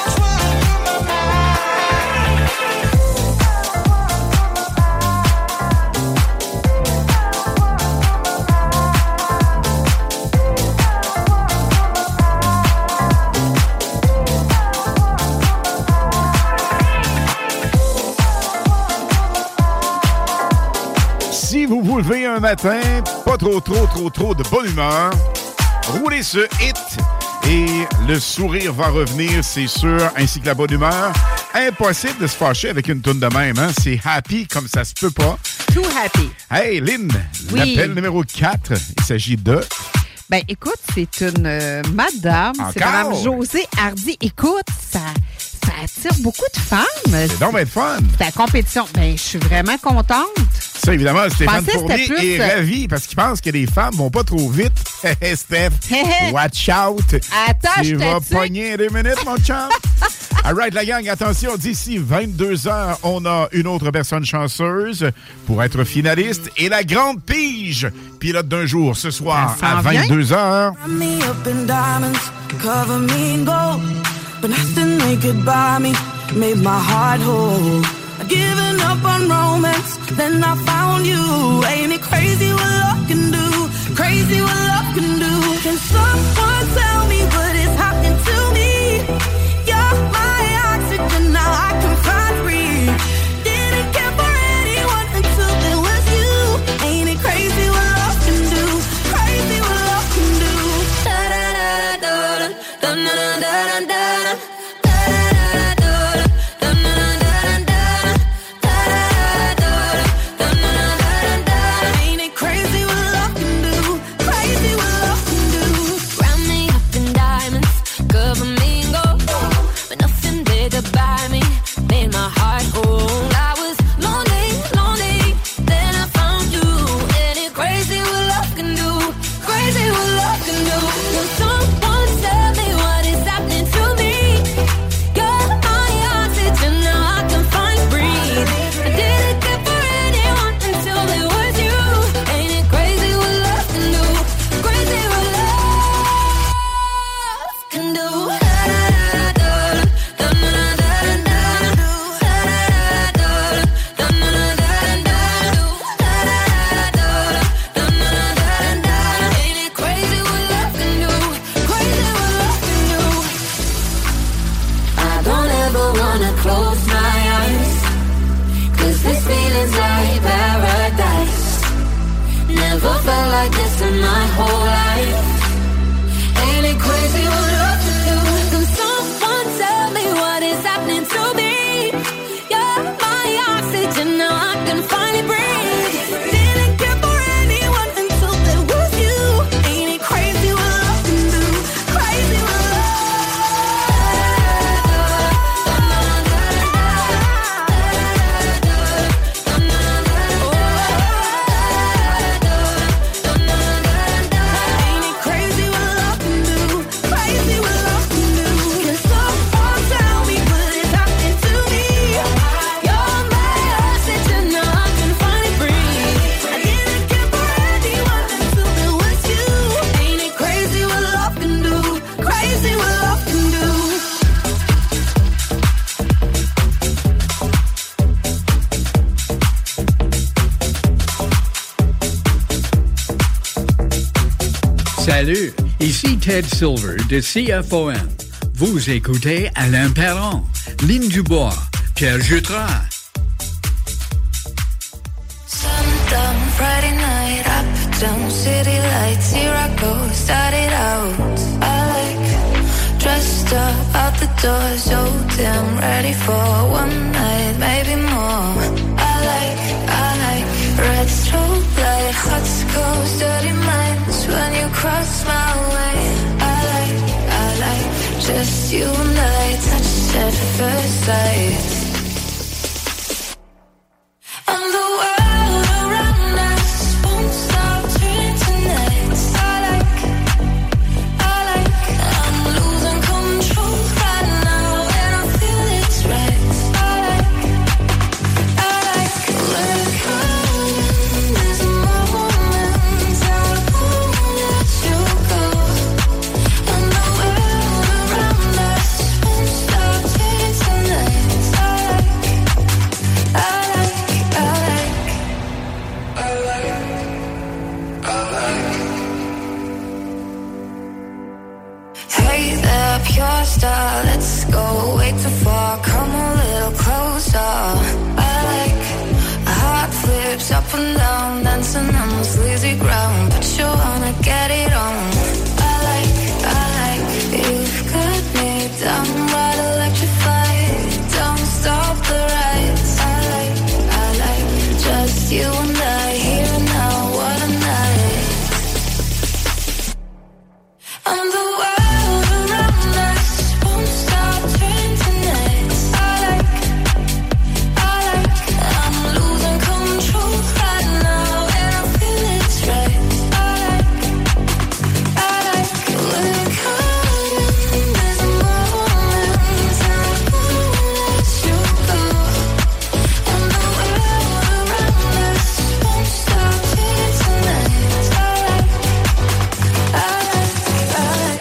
Si vous vous levez un matin, pas trop, trop, trop, trop de bonne humeur, roulez ce hit et le sourire va revenir, c'est sûr, ainsi que la bonne humeur. Impossible de se fâcher avec une toune de même, hein? C'est happy comme ça se peut pas. Too happy. Hey, Lynn, Oui. l'appel numéro quatre, il s'agit de... Ben, écoute, c'est une euh, madame, c'est Encore? madame Josée Hardy. Écoute, ça, ça attire beaucoup de femmes. C'est donc bien de fun. C'est la compétition. Ben, je suis vraiment contente. Ça, évidemment, Stéphane pensais que Fournier c'était plus, est euh, ravi parce qu'il pense que les femmes vont pas trop vite. Steph, watch out. Attache Tu ta vas tuque. pogner deux minutes, mon chum. All right, la gang, attention, d'ici vingt-deux heures, on a une autre personne chanceuse pour être finaliste. Et la grande pige, pilote d'un jour, ce soir Ça à s'en vient. vingt-deux heures. Wrap me up in diamonds, cover me in gold, but nothing they could buy me made my heart whole. I'd given up on romance, then I found you. Ain't it crazy what love can do? Crazy what love can do. Can someone tell me what is happening to me? You're my oxygen. Ain't it crazy what love can do? Crazy what love can do. Round me up in diamonds, cover me in gold, but nothing there to buy me made my heart whole. I was lonely, lonely, then I found you. Ain't it crazy what love can do? Crazy what love can do. Will someone tell me what is happening to me? You're my oxygen, now I can find breathe. I didn't care for anyone until it was you. Ain't it crazy what love can do? Crazy what love can do. Ain't it crazy what love can do? Crazy what love can do. I don't ever wanna close my eyes, 'cause this feeling's like paradise. Never felt like this in my whole life. Ain't it crazy what love can do? Can someone tell me what is happening to me? You're my oxygen, now I can finally breathe. Didn't care for anyone until there was you. Ain't it crazy what love can do? Crazy what Ain't it crazy what love can do? Crazy what love can do. Can someone tell me what is happening to me? You're my oxygen, now I can finally breathe. I didn't care for anyone until there was you. Ain't it crazy what love can do? Crazy what love can do. Salut, ici Ted Silver de C F O M. Vous écoutez Alain Perron, Lynn Dubois, Pierre Jutras. Sometime Friday night, uptown city lights, here I go, started out. I like dressed up out the door, so damn ready for one night, maybe more. I like, I like red strobe light, hot cold, dirty minds when you cross my way. I like, I like just you and I, touch at first sight. And the world around us won't stop turning tonight. I like, I like, I'm losing control right now, and I feel it's right. I like, I like, we're crying, there's moments I won't let you go. And the world around us won't stop turning tonight. I like, I like, I like, I like, I like. Hey there, pure star, let's go way too far, come a little closer. I like hot flips up and down, dancing on the sleazy ground, but you wanna get it on. I like, I like, you've got me downright electrified, don't stop the ride. I like, I like, just you and I, here and now, what a night. And the world around us won't stop turning tonight. I like, I like, I'm losing control right now, and I feel it's right. I like, I like, we're crying, there's moments I won't let you go. And the world around us won't stop turning tonight. I like, I like, I like.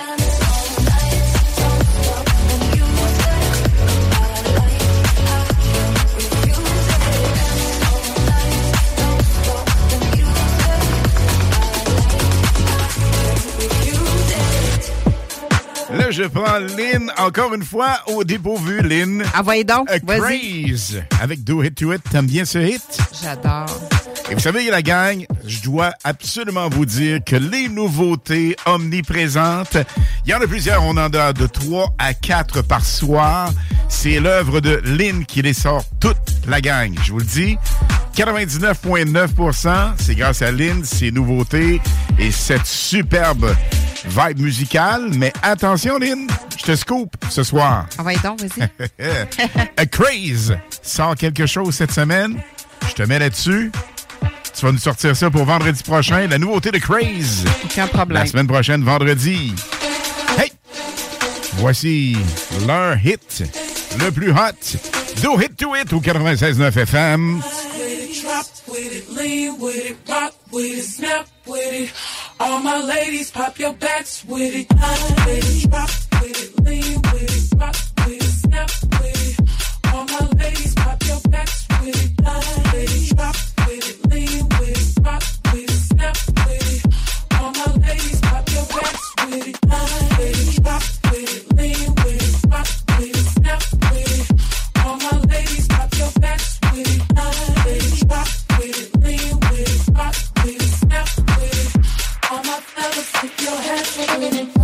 Là, je prends Lynn encore une fois au dépourvu, Lynn. Ah, voyez donc, A vas-y. Craze avec Do It To It. T'aimes bien ce hit? J'adore. Et vous savez, la gang, je dois absolument vous dire que les nouveautés omniprésentes, il y en a plusieurs, on en a de trois à quatre par soir. C'est l'œuvre de Lynn qui les sort toute la gang, je vous le dis. quatre-vingt-dix-neuf virgule neuf pour cent, c'est grâce à Lynn, ses nouveautés et cette superbe vibe musicale. Mais attention, Lynn, je te scoop ce soir. Ah ouais, donc, vas-y. A Craze sort quelque chose cette semaine. Je te mets là-dessus. Tu vas nous sortir ça pour vendredi prochain. La nouveauté de Craze. Aucun problème. La semaine prochaine, vendredi. Hey! Voici leur hit, le plus hot. Do Hit to It au quatre-vingt-seize neuf F M. Drop with it, lean with it, rock with it, snap with it. All my ladies, pop your backs with it. Drop with it, lean with it, rock with it, snap with it. All my ladies, pop your backs with it. Drop with it, lean with it, rock with it, snap with it. All my ladies, pop your backs with it. Drop with it, lean with it, rock with it, snap with it. All my ladies, pop your backs with it. Drop with it, lean with it, rock with it, snap with it. All my fellas, put your hands with it.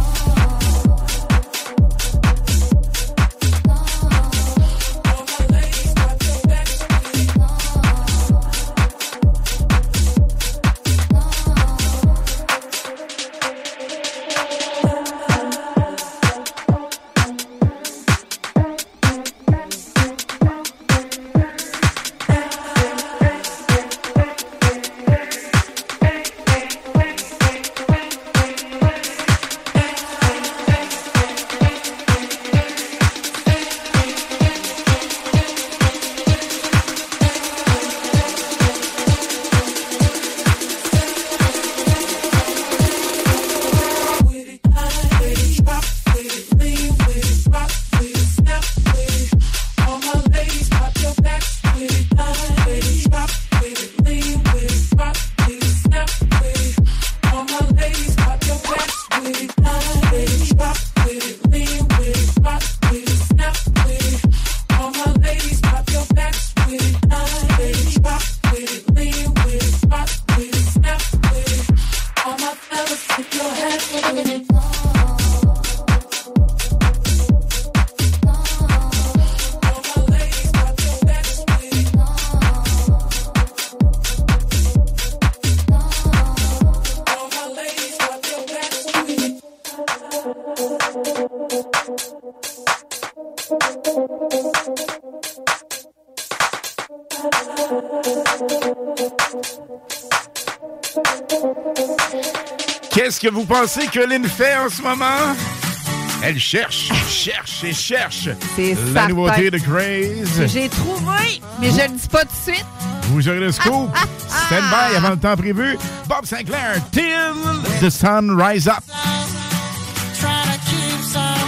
Qu'est-ce que vous pensez que Lynn fait en ce moment? Elle cherche, cherche et cherche C'est la certain. nouveauté de Craze. J'ai trouvé, mais je ne le dis pas tout de suite. Vous aurez le scoop. Stand by avant le temps prévu. Bob Sinclair, Till the Sun Rise Up. Trying to keep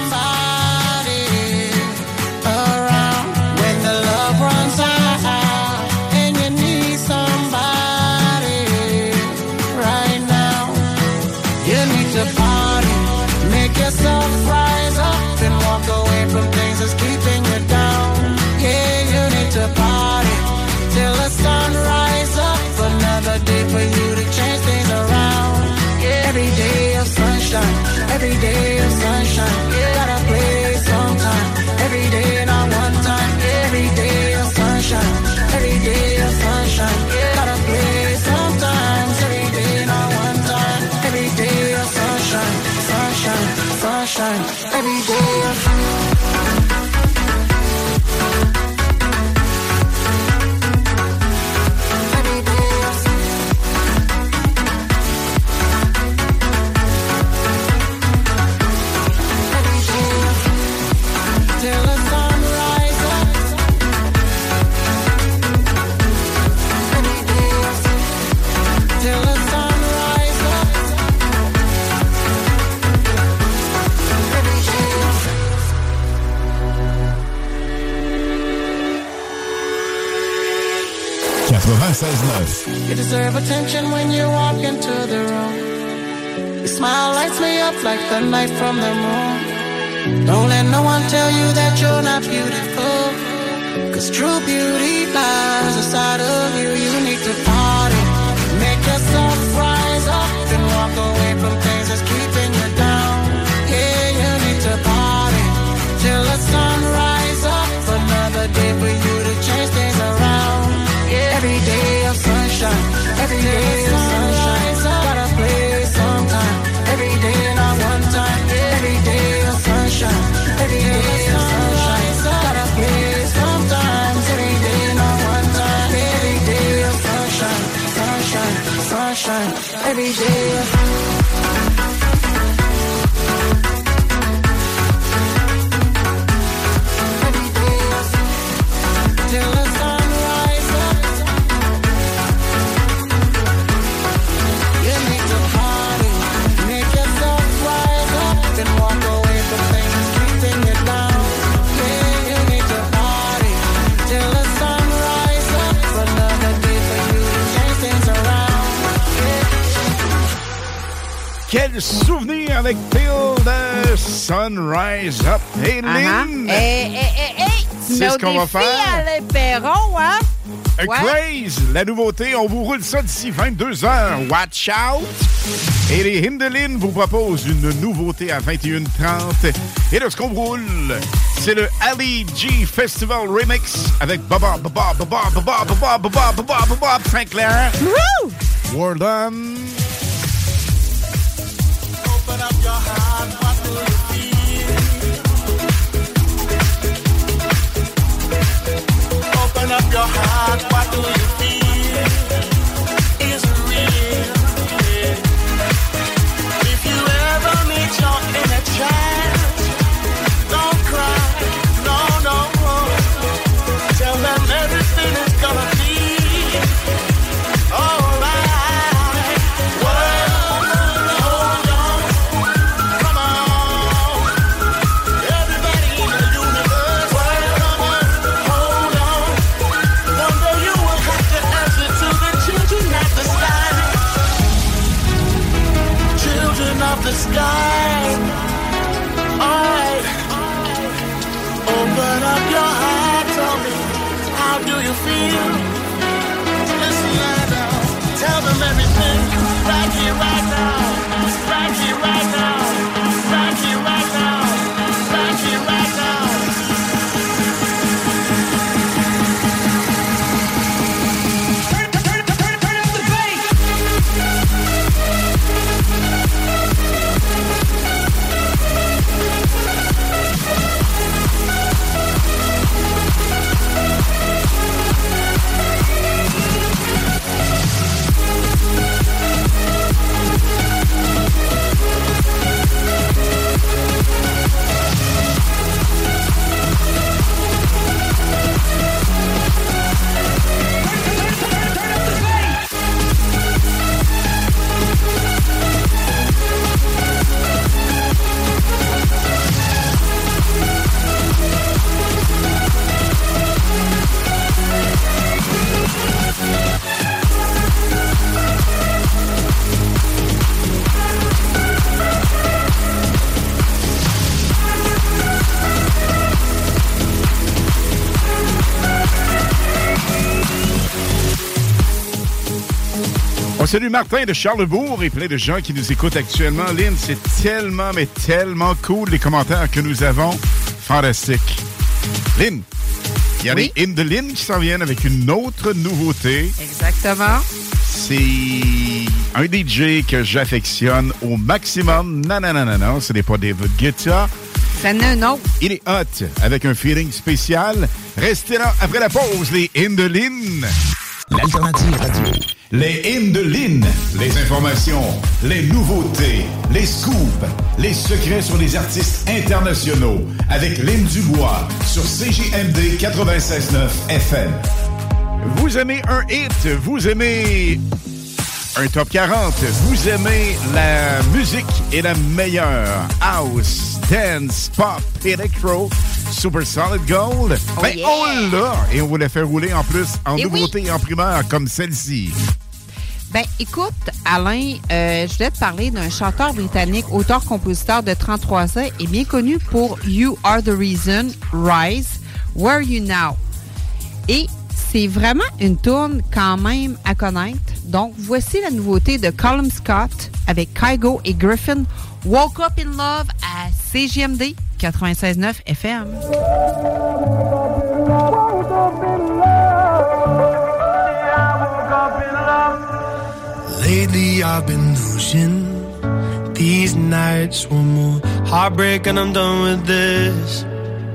somebody around when the love runs out and you need somebody right now. You need to party, make yourself rise up and walk away from things that's keeping you down. Yeah, you need to party till the sun rise up. Another day for you to change things around. Yeah. Every day of sunshine, every day of sunshine. Yeah. Gotta play sometime, every day not one time. Every day of sunshine, every day of sunshine. Yeah. Gotta play sometimes, every day not one time. Every day of sunshine, sunshine, sunshine. Every day of sunshine. quatre-vingt-seize neuf. You deserve attention when you walk into the room. Your smile lights me up like the light from the moon. Don't let no one tell you that you're not beautiful. Cause true beauty lies inside of you. You need to party, and walk away from things that's keeping you down. Yeah, you need to party till the sun rise up. Another day for you to change things around. Yeah, every day of sunshine, every day of sunshine. Gotta play sometime, every day not one time. Yeah, every day of sunshine, every day of sunshine. Gotta play sometimes, every day not one time. Yeah, every day of sunshine, sunshine, sunshine, every day of till the sun rises up. You need to party, make yourself rise up and walk away from things keeping you down. Yeah, you need to party till the sun rises up. Another day for you to change things around. Yeah. Quel souvenir avec Till the Sunrise Up. Hey, Lynn! Hey, hey, hey, hey! Tu mets C'est au ce qu'on va défi faire. Alain Perron, hein? A Ouais. Craze, la nouveauté, on vous roule ça d'ici vingt-deux heures. Watch out! Et les Hindelines vous proposent une nouveauté à vingt et une heures trente. Et là, ce qu'on vous roule, c'est le Ali G Festival Remix avec Baba, Baba, Baba, Baba, Baba, Baba, Baba, Baba, Sinclair. Woo! Word on. Open up your heart, what do you feel? Open up your heart, what do you feel? Is it real? Yeah. If you ever meet your inner child, don't cry, no, no. Tell them everything is gonna be alright. Well, hold on, come on. Everybody in the universe, well, hold on. One day you will have to answer to the children of the sky. Children of the sky. Alright. Open up your heart, tell me, how do you feel? Listen now, tell them everything, right here, right now, right here, right now, right here, right now, right here, right now. Turn, turn, turn, turn, turn up the bass. On salue Martin de Charlesbourg et plein de gens qui nous écoutent actuellement. Lynn, c'est tellement, mais tellement cool les commentaires que nous avons. Fantastique. Lynn, il y a Oui. les Hindelines qui s'en viennent avec une autre nouveauté. Exactement. C'est un D J que j'affectionne au maximum. Non, non, non, non, non, ce n'est pas David Guetta. Ça n'est un autre. Il est hot, avec un feeling spécial. Restez là après la pause, les Hindelines. L'alternative radio. Les Hindelines. Les informations, les nouveautés, les scoops, les secrets sur les artistes internationaux. Avec Lynn Dubois sur C J M D quatre-vingt-seize neuf F M. Vous aimez un hit, vous aimez un top quarante, vous aimez la musique et la meilleure house, dance, pop, electro, Super Solid Gold. Oh ben, yeah. on l'a et on vous la fait rouler en plus en Et nouveauté oui. en primeur comme celle-ci. Ben, écoute, Alain, euh, je voulais te parler d'un chanteur britannique, auteur-compositeur de trente-trois ans et bien connu pour You Are the Reason, Rise, Where You Now. Et c'est vraiment une tourne quand même à connaître Donc, voici la nouveauté de Colin Scott avec Kygo et Griffin, Woke Up in Love à C J M D quatre-vingt-seize neuf F M. Lately I've been losing these nights, one more heartbreak and I'm done with this.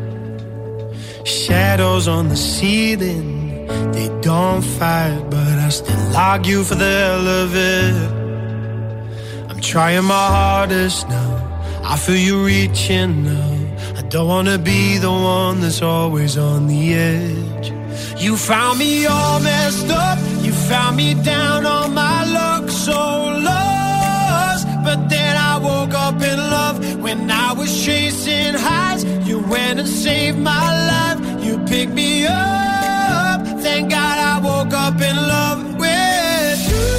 Shadows on the ceiling, they don't fight, but I still argue for the hell of it. I'm trying my hardest now, I feel you reaching now. I don't wanna be the one that's always on the edge. You found me all messed up, you found me down on my luck, so lost. But then I woke up in love when I was chasing highs. You went and saved my life, you picked me up. Thank God I woke up in love with you.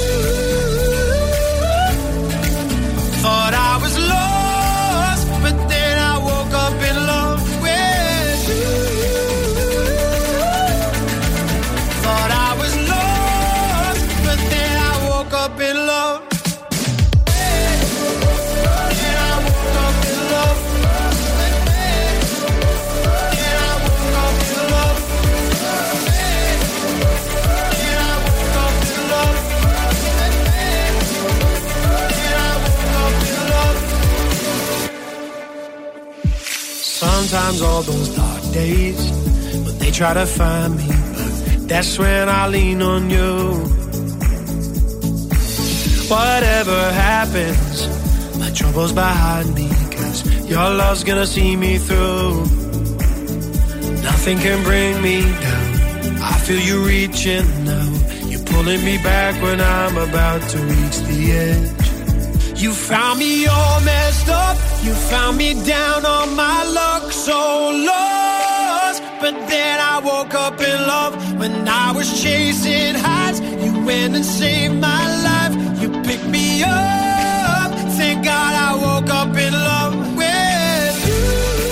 Thought I was lost, but then I woke up in love with you. Thought I was lost, but then I woke up in love. Then I woke up in love. Then I woke up in love. Then I woke up in love. Then I woke up in love. Sometimes all those dark days, but they try to find me, but that's when I lean on you. Whatever happens, my trouble's behind me, 'cause your love's gonna see me through. Nothing can bring me down, I feel you reaching now. You're pulling me back when I'm about to reach the edge. You found me all messed up, you found me down on my luck, so lost. But then I woke up in love when I was chasing highs. You went and saved my life, you picked me up. Thank God I woke up in love with you.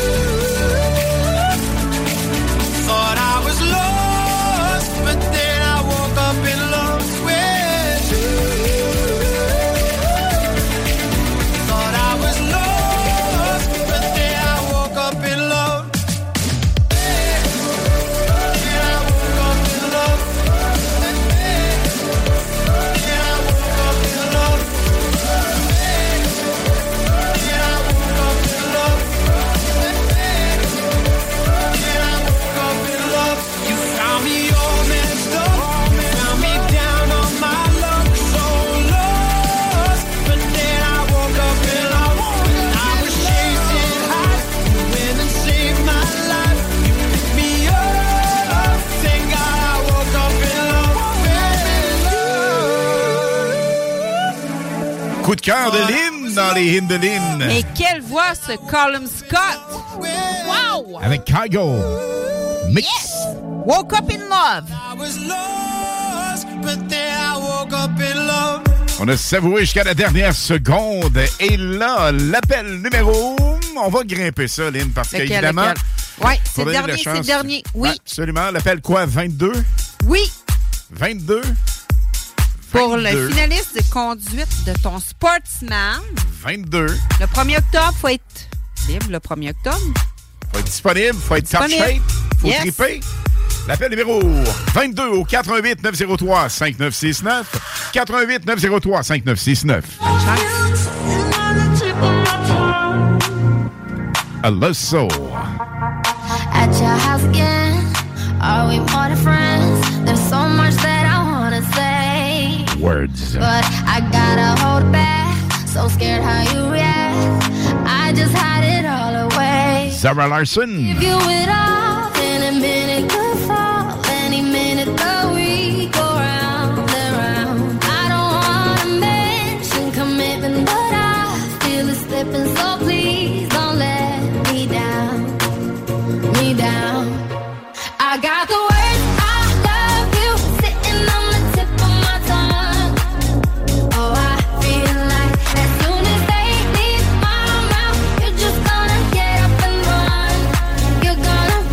Thought I was lost, but then I woke up in love with you. Thought I was lost, but then I woke up in love. Then I woke up in love. Then I woke up in love. Then I woke up in love. Then I woke up in love. You found me all messed up, you found me down on my luck, so lost. But then I woke up in love when I was chasing highs. You went and saved my life, you picked me up. Thank God I woke up in love with you. Coup de cœur de Lynn dans les hymnes de Lynn. Et quelle voix ce Colin Scott! Wow! Avec Kygo. Mix. Yes! Woke Up in Love. I was lost, but then I woke up in love. On a savouré jusqu'à la dernière seconde. Et là, l'appel numéro... On va grimper ça, Lynn, parce Lequel, qu'évidemment... lequel? Oui, c'est faut le donner de la dernier, c'est chance. le dernier. Oui. Absolument. L'appel quoi? vingt-deux? Oui. vingt-deux? Pour vingt-deux. le finaliste de conduite de ton Sportsman. vingt-deux. Le premier octobre, il faut être libre le premier octobre. Faut être disponible, faut être top Disponible. shape, faut Yes. triper. L'appel numéro vingt-deux au quatre un huit neuf zéro trois cinq neuf six neuf. quatre un huit neuf zéro trois cinq neuf six neuf. A Love Soul. At your house again, are we more than friends? There's so much that I wanna say, Words. but I gotta hold it back. So scared how you react, I just hide it all away. Zara Larson. Give you it all, any minute could fall, any minute the week go round and round. I don't wanna mention commitment, but I feel it slipping, so please don't let me down, me down. I got the words, I love you, sitting on the tip of my tongue. Oh, I feel like as soon as they leave my mouth, you're just gonna get up and run. You're gonna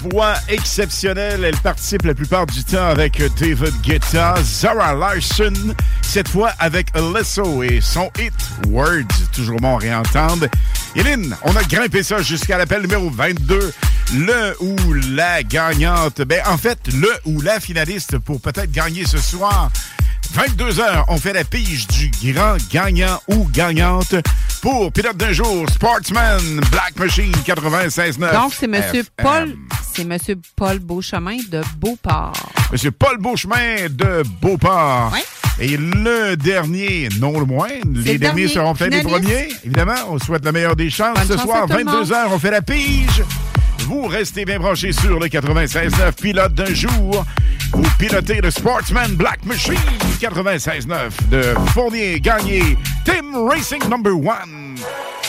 voix exceptionnelle. Elle participe la plupart du temps avec David Guetta, Zara Larsson, cette fois avec Alesso et son hit Words, toujours bon à réentendre. Hélène, on a grimpé ça jusqu'à l'appel numéro vingt-deux. Le ou la gagnante, ben en fait, le ou la finaliste pour peut-être gagner ce soir. vingt-deux heures, on fait la pige du grand gagnant ou gagnante pour Pilote d'un jour, Sportsman, Black Machine quatre-vingt-seize neuf. Donc, c'est Monsieur F M. Paul, c'est Monsieur Paul Beauchemin de Beauport. Monsieur Paul Beauchemin de Beauport. Oui. Et le dernier, non le moindre, les le derniers dernier seront peut-être les finaliste. premiers. Évidemment, on souhaite la meilleure des chances. Bonne Ce chance soir, à tout le vingt-deux heures, on fait la pige. Vous restez bien branchés sur le quatre-vingt-seize neuf, Pilote d'un jour. Vous pilotez le Sportsman Black Machine quatre-vingt-seize neuf de Fournier Gagné, Team Racing Number One.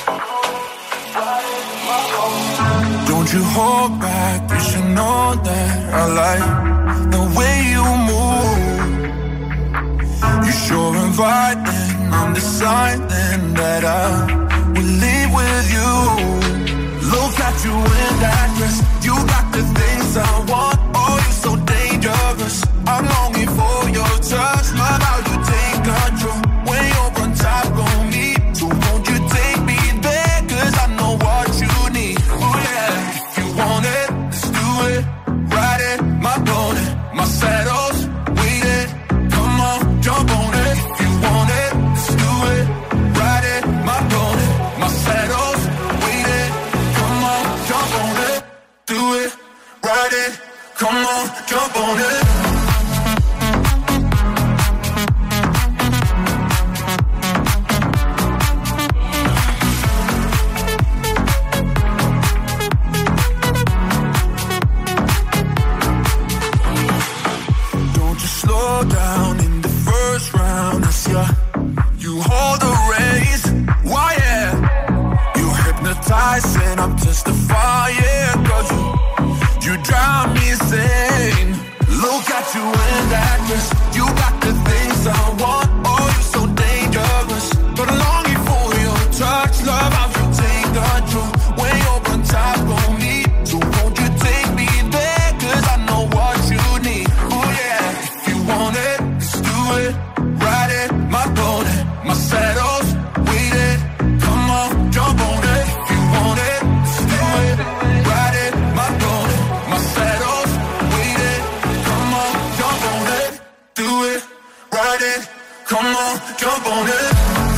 Don't you hold back, you should know that I like the way you move. You're sure inviting, I'm deciding that I will leave with you. Look at you in that dress, you got the things I want. Oh, you're so dangerous, I'm longing for your touch. Love how you take control when you're on top of me. So won't you take me there, cause I know what you need. Oh yeah, if you want it, let's do it. Ride it, my pony, my saddle's waiting. Come on, jump on it. If you want it, let's do it. Ride it, my pony, my saddle's waiting. Come on, jump on it. Do it, ride it. Come on, jump on it. Slow down in the first round, it's yeah. You hold the reins, why yeah? You hypnotize and I'm testifying, cause you, you drive me insane. Look at you in that dress, you got the things I want. Oh, you're so dangerous, but I'm longing for your touch. Love how you take control when you're on top of me. So won't you take me there, cause I know what you need. Oh yeah, if you want it, let's do it. Ride it, my pony, my saddle's waiting. Come on, jump on it. If you want it, let's do it. Ride it, my pony, my saddle's waiting. Come on, jump on it. Do it, ride it. Come on, jump on it.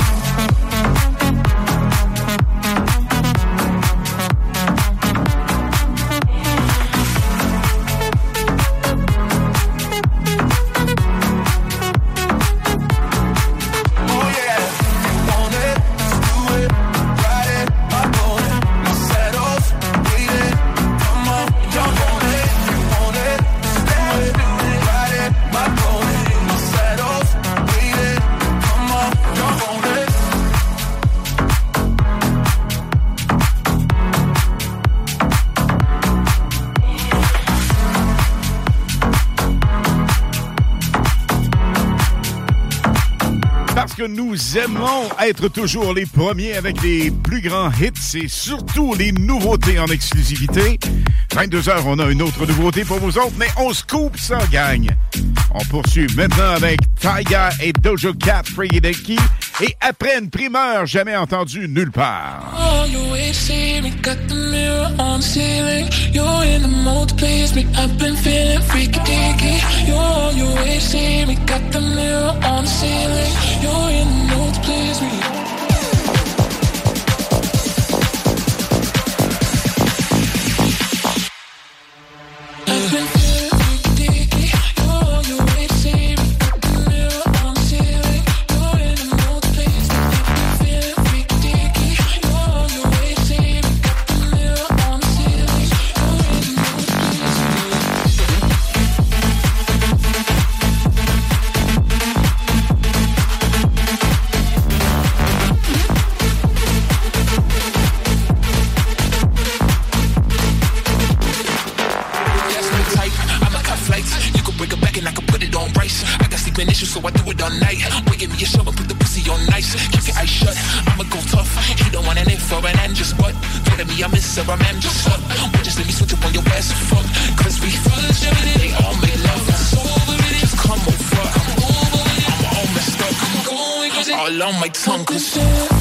Que nous aimons être toujours les premiers avec les plus grands hits et surtout les nouveautés en exclusivité. vingt-deux heures, on a une autre nouveauté pour vous autres, mais on scoop ça, gang. On poursuit maintenant avec Tyga et Doja Cat, Freaky Decky. Et après une primeur jamais entendue nulle part. Oh, you ain't seen me, got the mirror on the ceiling. You're in the mood to please me, I've been feeling freaky deaky. You're, you ain't seen me, got the mirror on the ceiling. You're in the mood to please me. I've been feeling freaky deaky. You're, you ain't seen me, got the mirror on the ceiling. You're in the mood to please me, I've been feeling freaky deaky. You're, you ain't seen me, got the mirror on the ceiling. You're in the mood to please me. sleeping issue, so I do it all night. Boy, give me a show and put the pussy on nice. Keep your eyes shut, I'ma go tough. He don't want an info and I'm just what? Better me, I'm miss her, I'm M just up. Boy, just let me switch up on your ass and fuck. Cause we fucked every day, all make love. It's over with it, just come over. I'm over with it, I'm all messed up. I'm going crazy, all on my tongue. Cause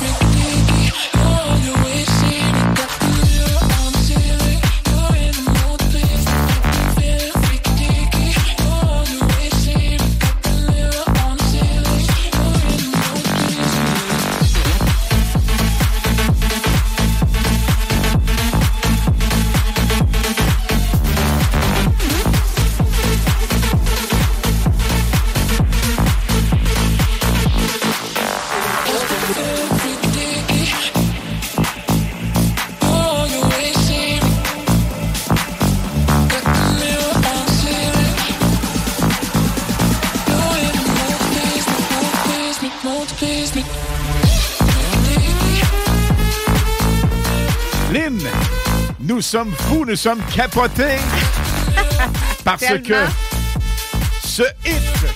Lynn, nous sommes fous, nous sommes capotés parce Tellement. que ce hit,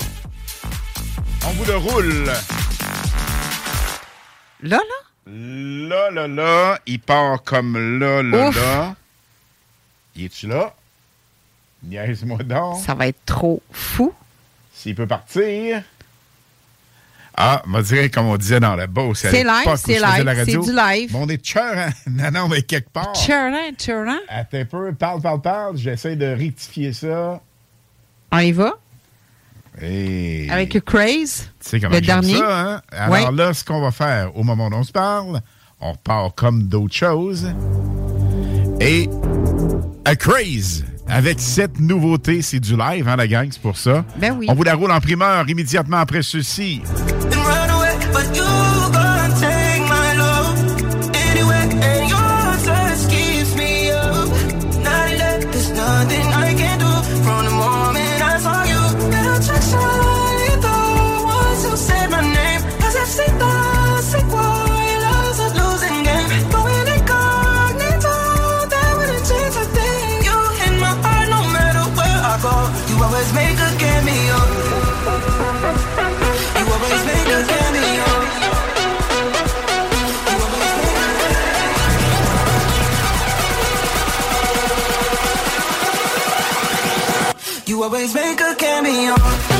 on vous le roule. Là, là? Là, là, là, il part comme là, là, Ouf. là. Y es-tu là? Niaise-moi donc. Ça va être trop fou. S'il peut partir. Ah, on va dire, comme on disait dans le beau, c'est C'est live, c'est live, c'est du live. Bon, on est cheur, hein? Non, non, mais quelque part. Tchurant, tchurant. Attends un peu, parle, parle, parle. J'essaie de rectifier ça. On y va? Et... Avec le Craze, tu sais comment le j'aime dernier. ça, hein? Alors Ouais. là, ce qu'on va faire, au moment où on se parle, on repart comme d'autres choses. Et A Craze, avec cette nouveauté, c'est du live, hein, la gang, c'est pour ça. Ben oui. On vous la roule en primeur immédiatement après ceci. Run away, but you gonna take my love anyway, and your touch keeps me up. Not that there's nothing I can do from the moment I saw you. Pero chachito, once you said my name, necesito, sé cuál love's a losing game. Going incognito, that wouldn't change a thing. You in my heart no matter where I go. You always make a cameo. You always make a cameo. You always make a cameo.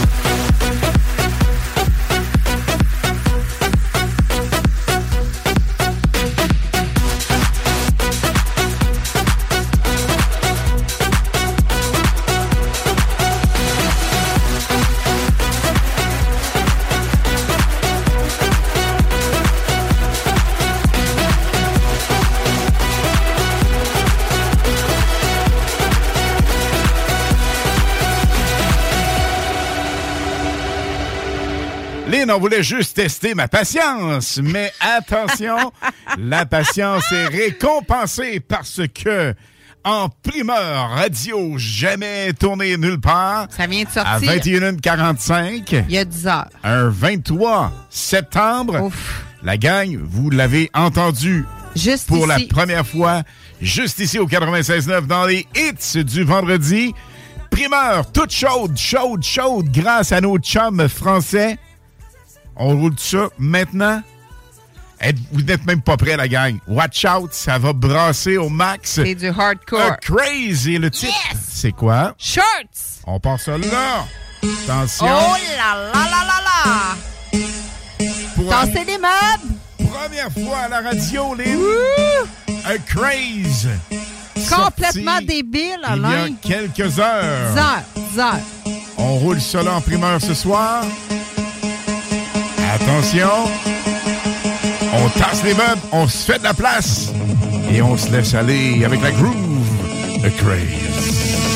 Lynn, on voulait juste tester ma patience, mais attention, la patience est récompensée parce que en primeur radio jamais tourné nulle part. Ça vient de sortir. À vingt et une heures quarante-cinq. Il y a dix heures. Un vingt-trois septembre. Ouf. La gang, vous l'avez entendu Juste pour ici. la première fois, juste ici au quatre-vingt-seize neuf dans les hits du vendredi. Primeur, toute chaude, chaude, chaude, grâce à nos chums français. On roule tout ça maintenant. Êtes- Vous n'êtes même pas prêts, la gang. Watch out, ça va brasser au max. C'est du hardcore. A Craze et le titre. Yes! C'est quoi? Shorts! On part ça là. Attention. Oh là là là là là! Pour la Tassez des meubles! première fois à la radio, les A Craze. Complètement Sorti débile, il y a Alain. quelques heures. dix heures, dix heures. On roule ça là en primeur ce soir. Attention. On tasse les meubles, on se fait de la place et on se laisse aller avec la groove. A Craze.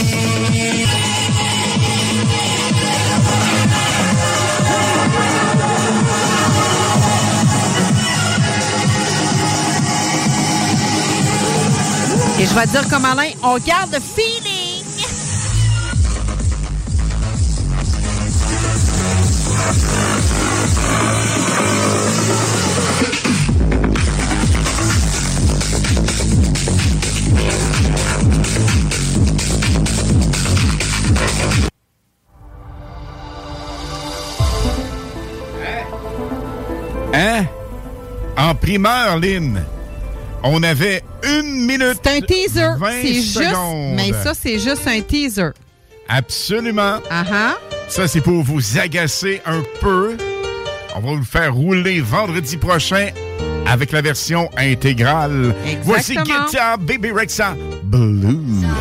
Et je vais te dire comme Alain, on garde le feeling. Hein? En primeur, Lynn, on avait une minute. C'est un teaser. C'est juste. Secondes. Mais ça, c'est juste un teaser. Absolument. Uh-huh. Ça, c'est pour vous agacer un peu. On va vous le faire rouler vendredi prochain avec la version intégrale. Exactement. Voici Guitar Baby Rexha Blue.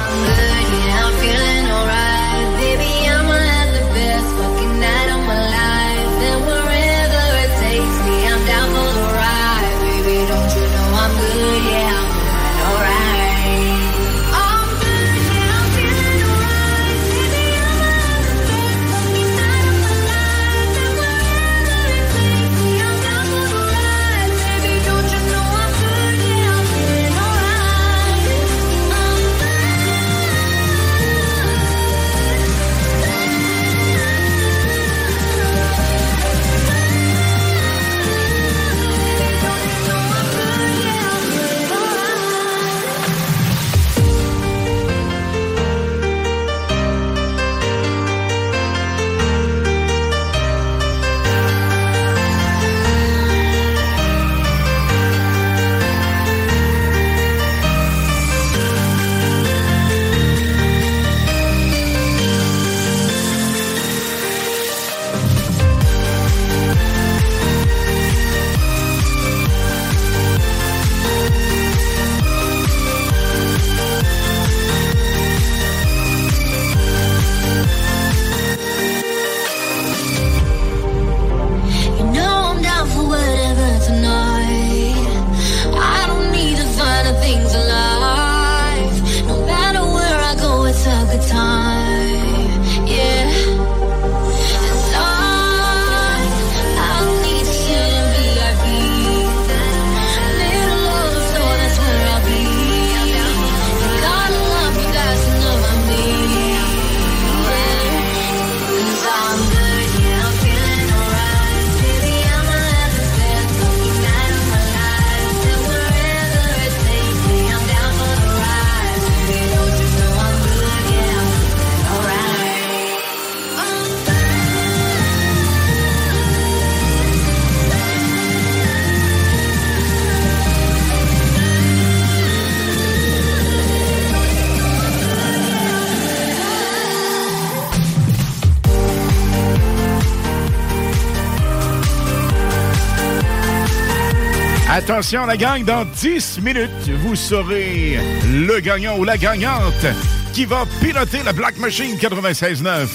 Attention la gang, dans dix minutes, vous saurez le gagnant ou la gagnante qui va piloter la Black Machine quatre-vingt-seize neuf.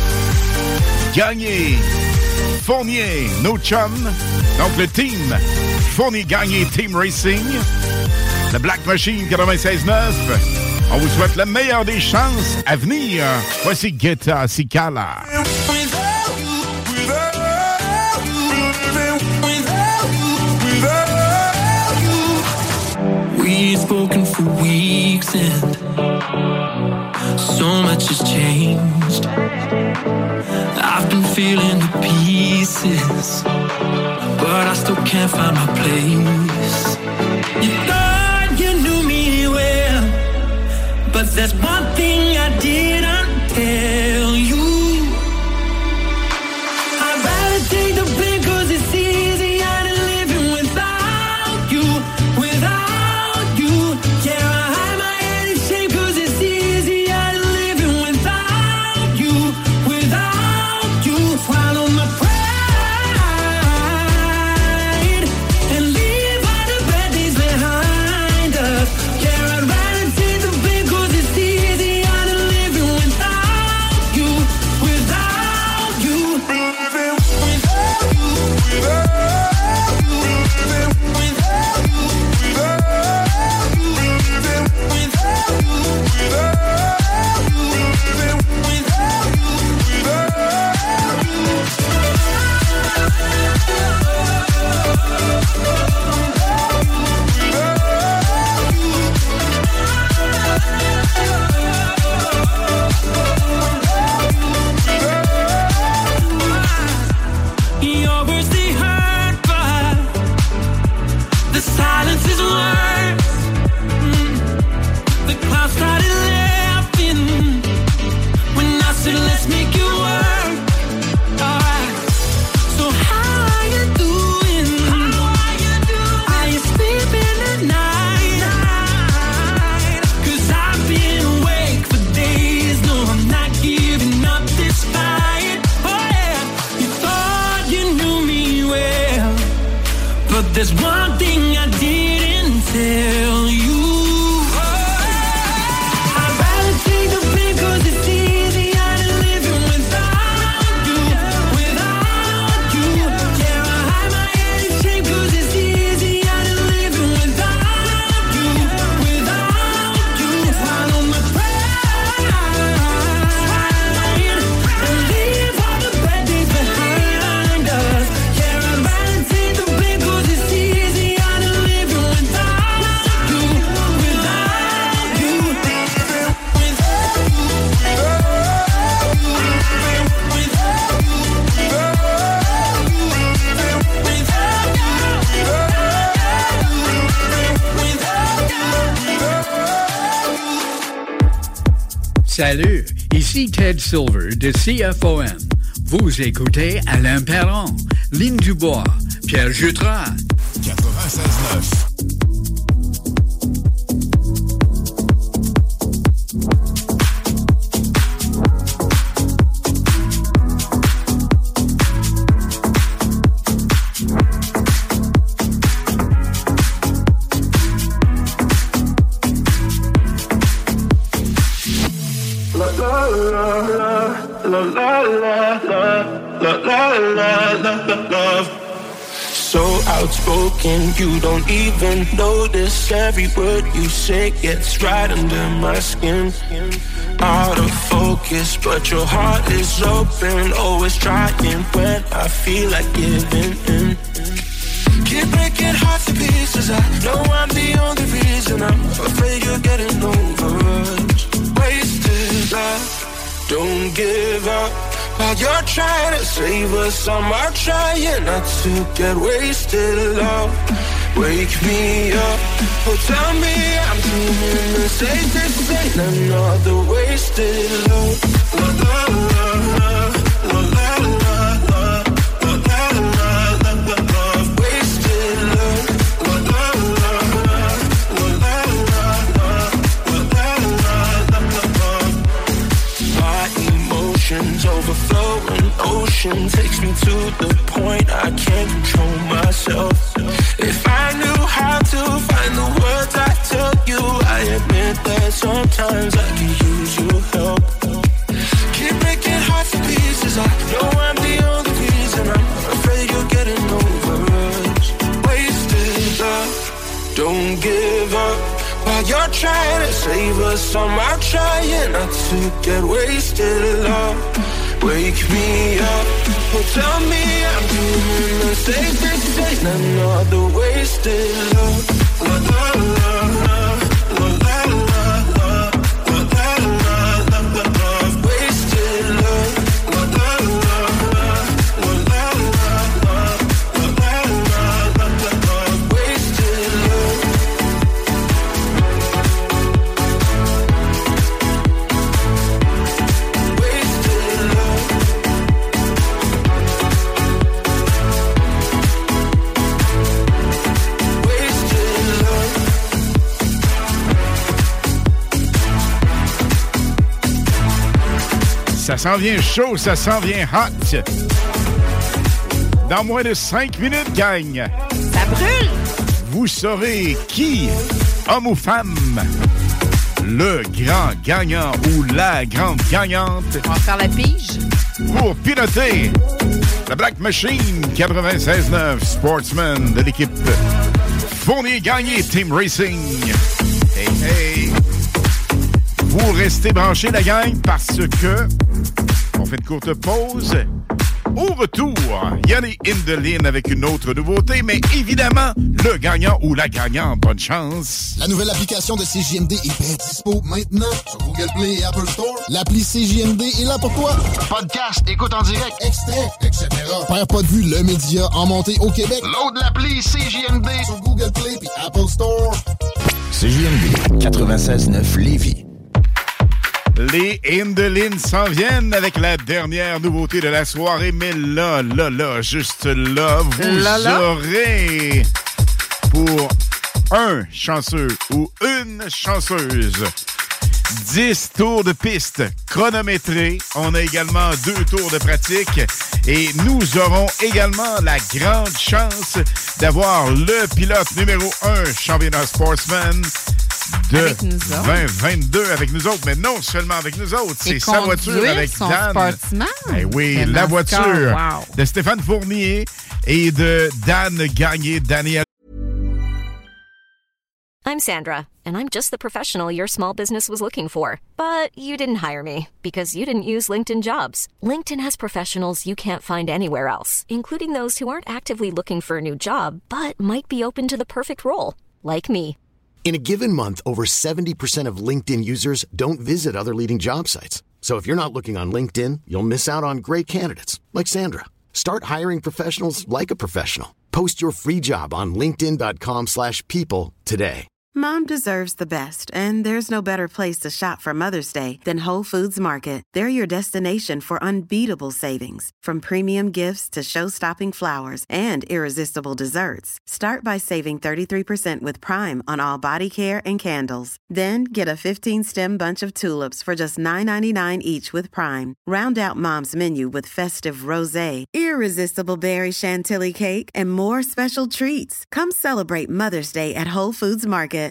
Gagné Fournier, no chum, donc le team Fournier Gagné Team Racing, la Black Machine quatre-vingt-seize neuf. On vous souhaite la meilleure des chances à venir. Voici Guetta Sikala. We've spoken for weeks and so much has changed. I've been feeling the pieces, but I still can't find my place. You thought you knew me well, but there's one thing I didn't tell you. I'd rather take the blame 'cause it's easier than living without you, without Swallow my pride and leave But there's one thing I didn't tell you. I'd rather take the pain 'cause it's easier than living without you, without you. Yeah, I hide my head in shame 'cause it's easier than living without you, without you. Swallow my pride and leave all the bad days behind us. Yeah, I'd rather take the pain 'cause it's easier than living without you, without you, Salut, ici Ted Silver de C F O M. Vous écoutez Alain Perron, Lynn Dubois, Pierre Jutras. quatre-vingt-seize neuf. La la la la la la la la la love. So outspoken, you don't even notice every word you say gets right under my skin. Out of focus, but your heart is open, always trying when I feel like giving in. Keep breaking hearts to pieces. I know I'm the only reason. I'm afraid you're getting over us. Wasted love. Don't give up while you're trying to save us. I'm out trying not to get wasted. Love, wake me up. Oh, tell me I'm doing the same. This ain't another wasted love. La la la la la la la la la la la love. Wasted love. La la la la la la la la la love. My emotions overflowing ocean takes me to the point I can't control myself. If I knew how to find the words I tell you, I admit that sometimes I could use your help. Keep breaking hearts to pieces. I know I'm the only reason. I'm afraid you're getting over us. Wasted love. Don't give up while you're trying to save us. I'm out trying not to get wasted. Love, wake me up. Oh, tell me I'm doing the same. This ain't another wasted love. La la la la la la la la la la la love. Wasted love. La la la la la la la la la la love. Wasted love. Ça s'en vient chaud, ça s'en vient hot. Dans moins de cinq minutes, gang. Ça brûle! Vous saurez qui, homme ou femme, le grand gagnant ou la grande gagnante. On va faire la pige. Pour piloter la Black Machine quatre-vingt-seize neuf Sportsman de l'équipe Fournier Gagné Team Racing. Hey, hey! Vous restez branchés, la gang, parce que on fait une courte pause. Au retour, Yannick Indelin avec une autre nouveauté, mais évidemment, le gagnant ou la gagnante. Bonne chance. La nouvelle application de C J M D est bien dispo maintenant sur Google Play et Apple Store. L'appli C J M D est là pour toi. Podcast, écoute en direct, extrait, et cetera. Perds pas de vue, le média en montée au Québec. Load l'appli C J M D sur Google Play et Apple Store. C J M D quatre-vingt-seize neuf Lévis. Les Indelin s'en viennent avec la dernière nouveauté de la soirée, mais là, là, là, juste là, vous là, là. aurez pour un chanceux ou une chanceuse dix tours de piste chronométrés. On a également deux tours de pratique Et nous aurons également la grande chance d'avoir le pilote numéro un championnat Sportsman de vingt vingt-deux avec nous autres. Mais non seulement avec nous autres, c'est sa voiture avec son Dan. Sportsman. Ben oui, C'est la NASCAR, voiture wow. de Stéphane Fournier et de Dan Gagné, Daniel. I'm Sandra, and I'm just the professional your small business was looking for. But you didn't hire me because you didn't use LinkedIn Jobs. LinkedIn has professionals you can't find anywhere else, including those who aren't actively looking for a new job, but might be open to the perfect role, like me. In a given month, over seventy percent of LinkedIn users don't visit other leading job sites. So if you're not looking on LinkedIn, you'll miss out on great candidates like Sandra. Start hiring professionals like a professional. Post your free job on linkedin.com slash people today. Mom deserves the best, and there's no better place to shop for Mother's Day than Whole Foods Market. They're your destination for unbeatable savings, from premium gifts to show-stopping flowers and irresistible desserts. Start by saving thirty-three percent with Prime on all body care and candles. Then get a fifteen-stem bunch of tulips for just nine ninety-nine each with Prime. Round out Mom's menu with festive rosé, irresistible berry chantilly cake, and more special treats. Come celebrate Mother's Day at Whole Foods Market.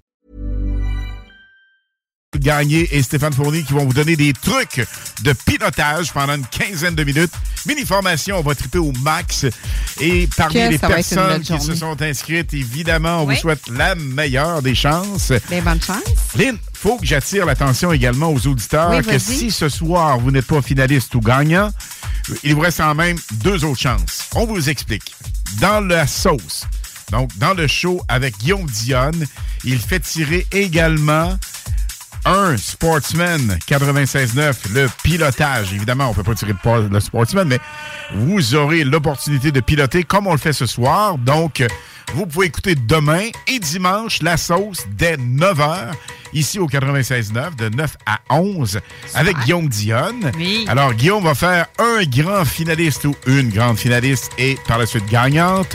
Gagné et Stéphane Fournier qui vont vous donner des trucs de pilotage pendant une quinzaine de minutes. Mini-formation, on va triper au max. Et parmi Que les ça va être une personnes belle qui journée. se sont inscrites, évidemment, on Oui. vous souhaite la meilleure des chances. Bien, bonne chance. Lynn, faut que j'attire l'attention également aux auditeurs Oui, que vas-y. si ce soir, vous n'êtes pas finaliste ou gagnant, il vous reste quand même deux autres chances. On vous explique. Dans la sauce, donc dans le show avec Guillaume Dionne, il fait tirer également un Sportsman quatre-vingt-seize neuf, le pilotage. Évidemment, on ne peut pas tirer le, le Sportsman, mais vous aurez l'opportunité de piloter comme on le fait ce soir. Donc, vous pouvez écouter demain et dimanche la sauce dès neuf heures, ici au quatre-vingt-seize neuf, de neuf à onze, avec Guillaume Dionne. Oui. Alors, Guillaume va faire un grand finaliste ou une grande finaliste et par la suite gagnante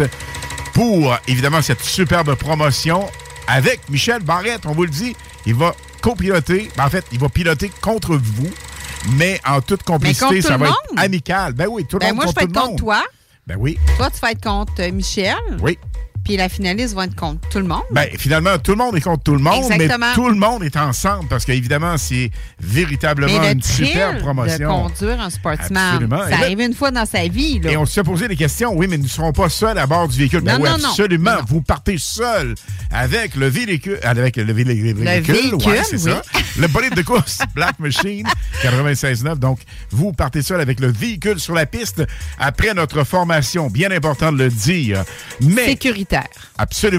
pour, évidemment, cette superbe promotion avec Michel Barrette. On vous le dit, il va copiloter. Ben, en fait, il va piloter contre vous, mais en toute complicité, contre ça tout va le être monde? amical. Ben oui, tout le Ben, monde moi, je contre vais tout être le contre monde. toi. Ben oui. Toi, tu vas être contre euh, Michel. Oui. Puis la finaliste va être contre tout le monde. Ben, finalement, tout le monde est contre tout le monde, Exactement. mais tout le monde est ensemble parce qu'évidemment, c'est véritablement Mais le une thrill super promotion. de conduire un Sportsman, Absolument. ça Et là- arrive une fois dans sa vie. Là. Et on se fait poser des questions. Oui, mais nous ne serons pas seuls à bord du véhicule. Ben Non, oui, non, non. absolument. Non, non. Vous partez seul avec le véhicule. Avec le, vé- le véhicule. véhicule, ouais, c'est oui. ça. Le bolide de course Black Machine quatre-vingt-seize neuf. Donc, vous partez seul avec le véhicule sur la piste après notre formation. Bien important de le dire. Mais, sécuritaire. absolument.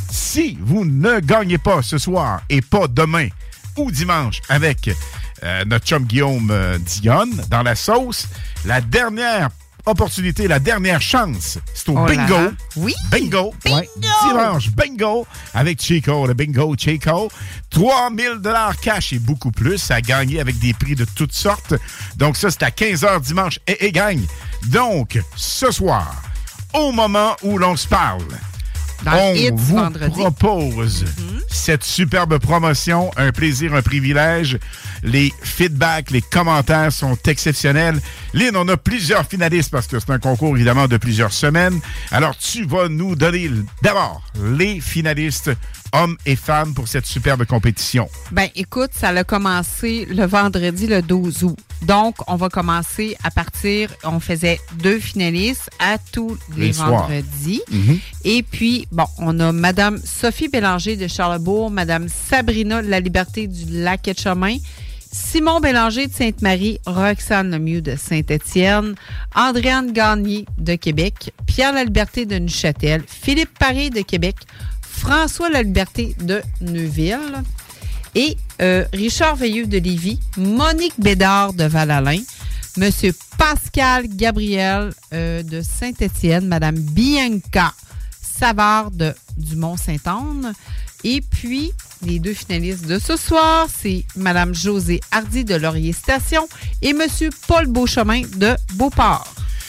Si vous ne gagnez pas ce soir et pas demain ou dimanche avec euh, notre chum Guillaume euh, Dionne dans la sauce, la dernière opportunité, la dernière chance, c'est au Oh là bingo. là. Oui. Bingo. Ouais. Dimanche, bingo avec Chico, le bingo Chico. trois mille dollars cash et beaucoup plus à gagner avec des prix de toutes sortes. Donc ça, c'est à quinze heures dimanche et, et gagne. Donc, ce soir, au moment où l'on se parle, Dans on le hit du vous vendredi. propose Mm-hmm. cette superbe promotion, un plaisir, un privilège. Les feedbacks, les commentaires sont exceptionnels. Lynn, on a plusieurs finalistes parce que c'est un concours évidemment de plusieurs semaines. Alors, tu vas nous donner d'abord les finalistes, hommes et femmes, pour cette superbe compétition. Ben, écoute, ça a commencé le vendredi, le douze août. Donc, on va commencer à partir, on faisait deux finalistes à tous les, Les soirs. vendredis. Mhm. Et puis, bon, on a Madame Sophie Bélanger de Charlebourg, Madame Sabrina de la Liberté du Lac-Etchemin, Simon Bélanger de Sainte-Marie, Roxane Lemieux de Saint-Étienne, Andréane Gagné de Québec, Pierre Laliberté de Neuchâtel, Philippe Paré de Québec, François Laliberté de Neuville et euh, Richard Veilleux de Lévis, Monique Bédard de Val-Alain, Monsieur Pascal Gabriel euh, de Saint-Étienne, Madame Bianca Savard de, du Mont-Saint-Anne. Et puis, les deux finalistes de ce soir, c'est Madame Josée Hardy de Laurier-Station et Monsieur Paul Beauchemin de Beauport.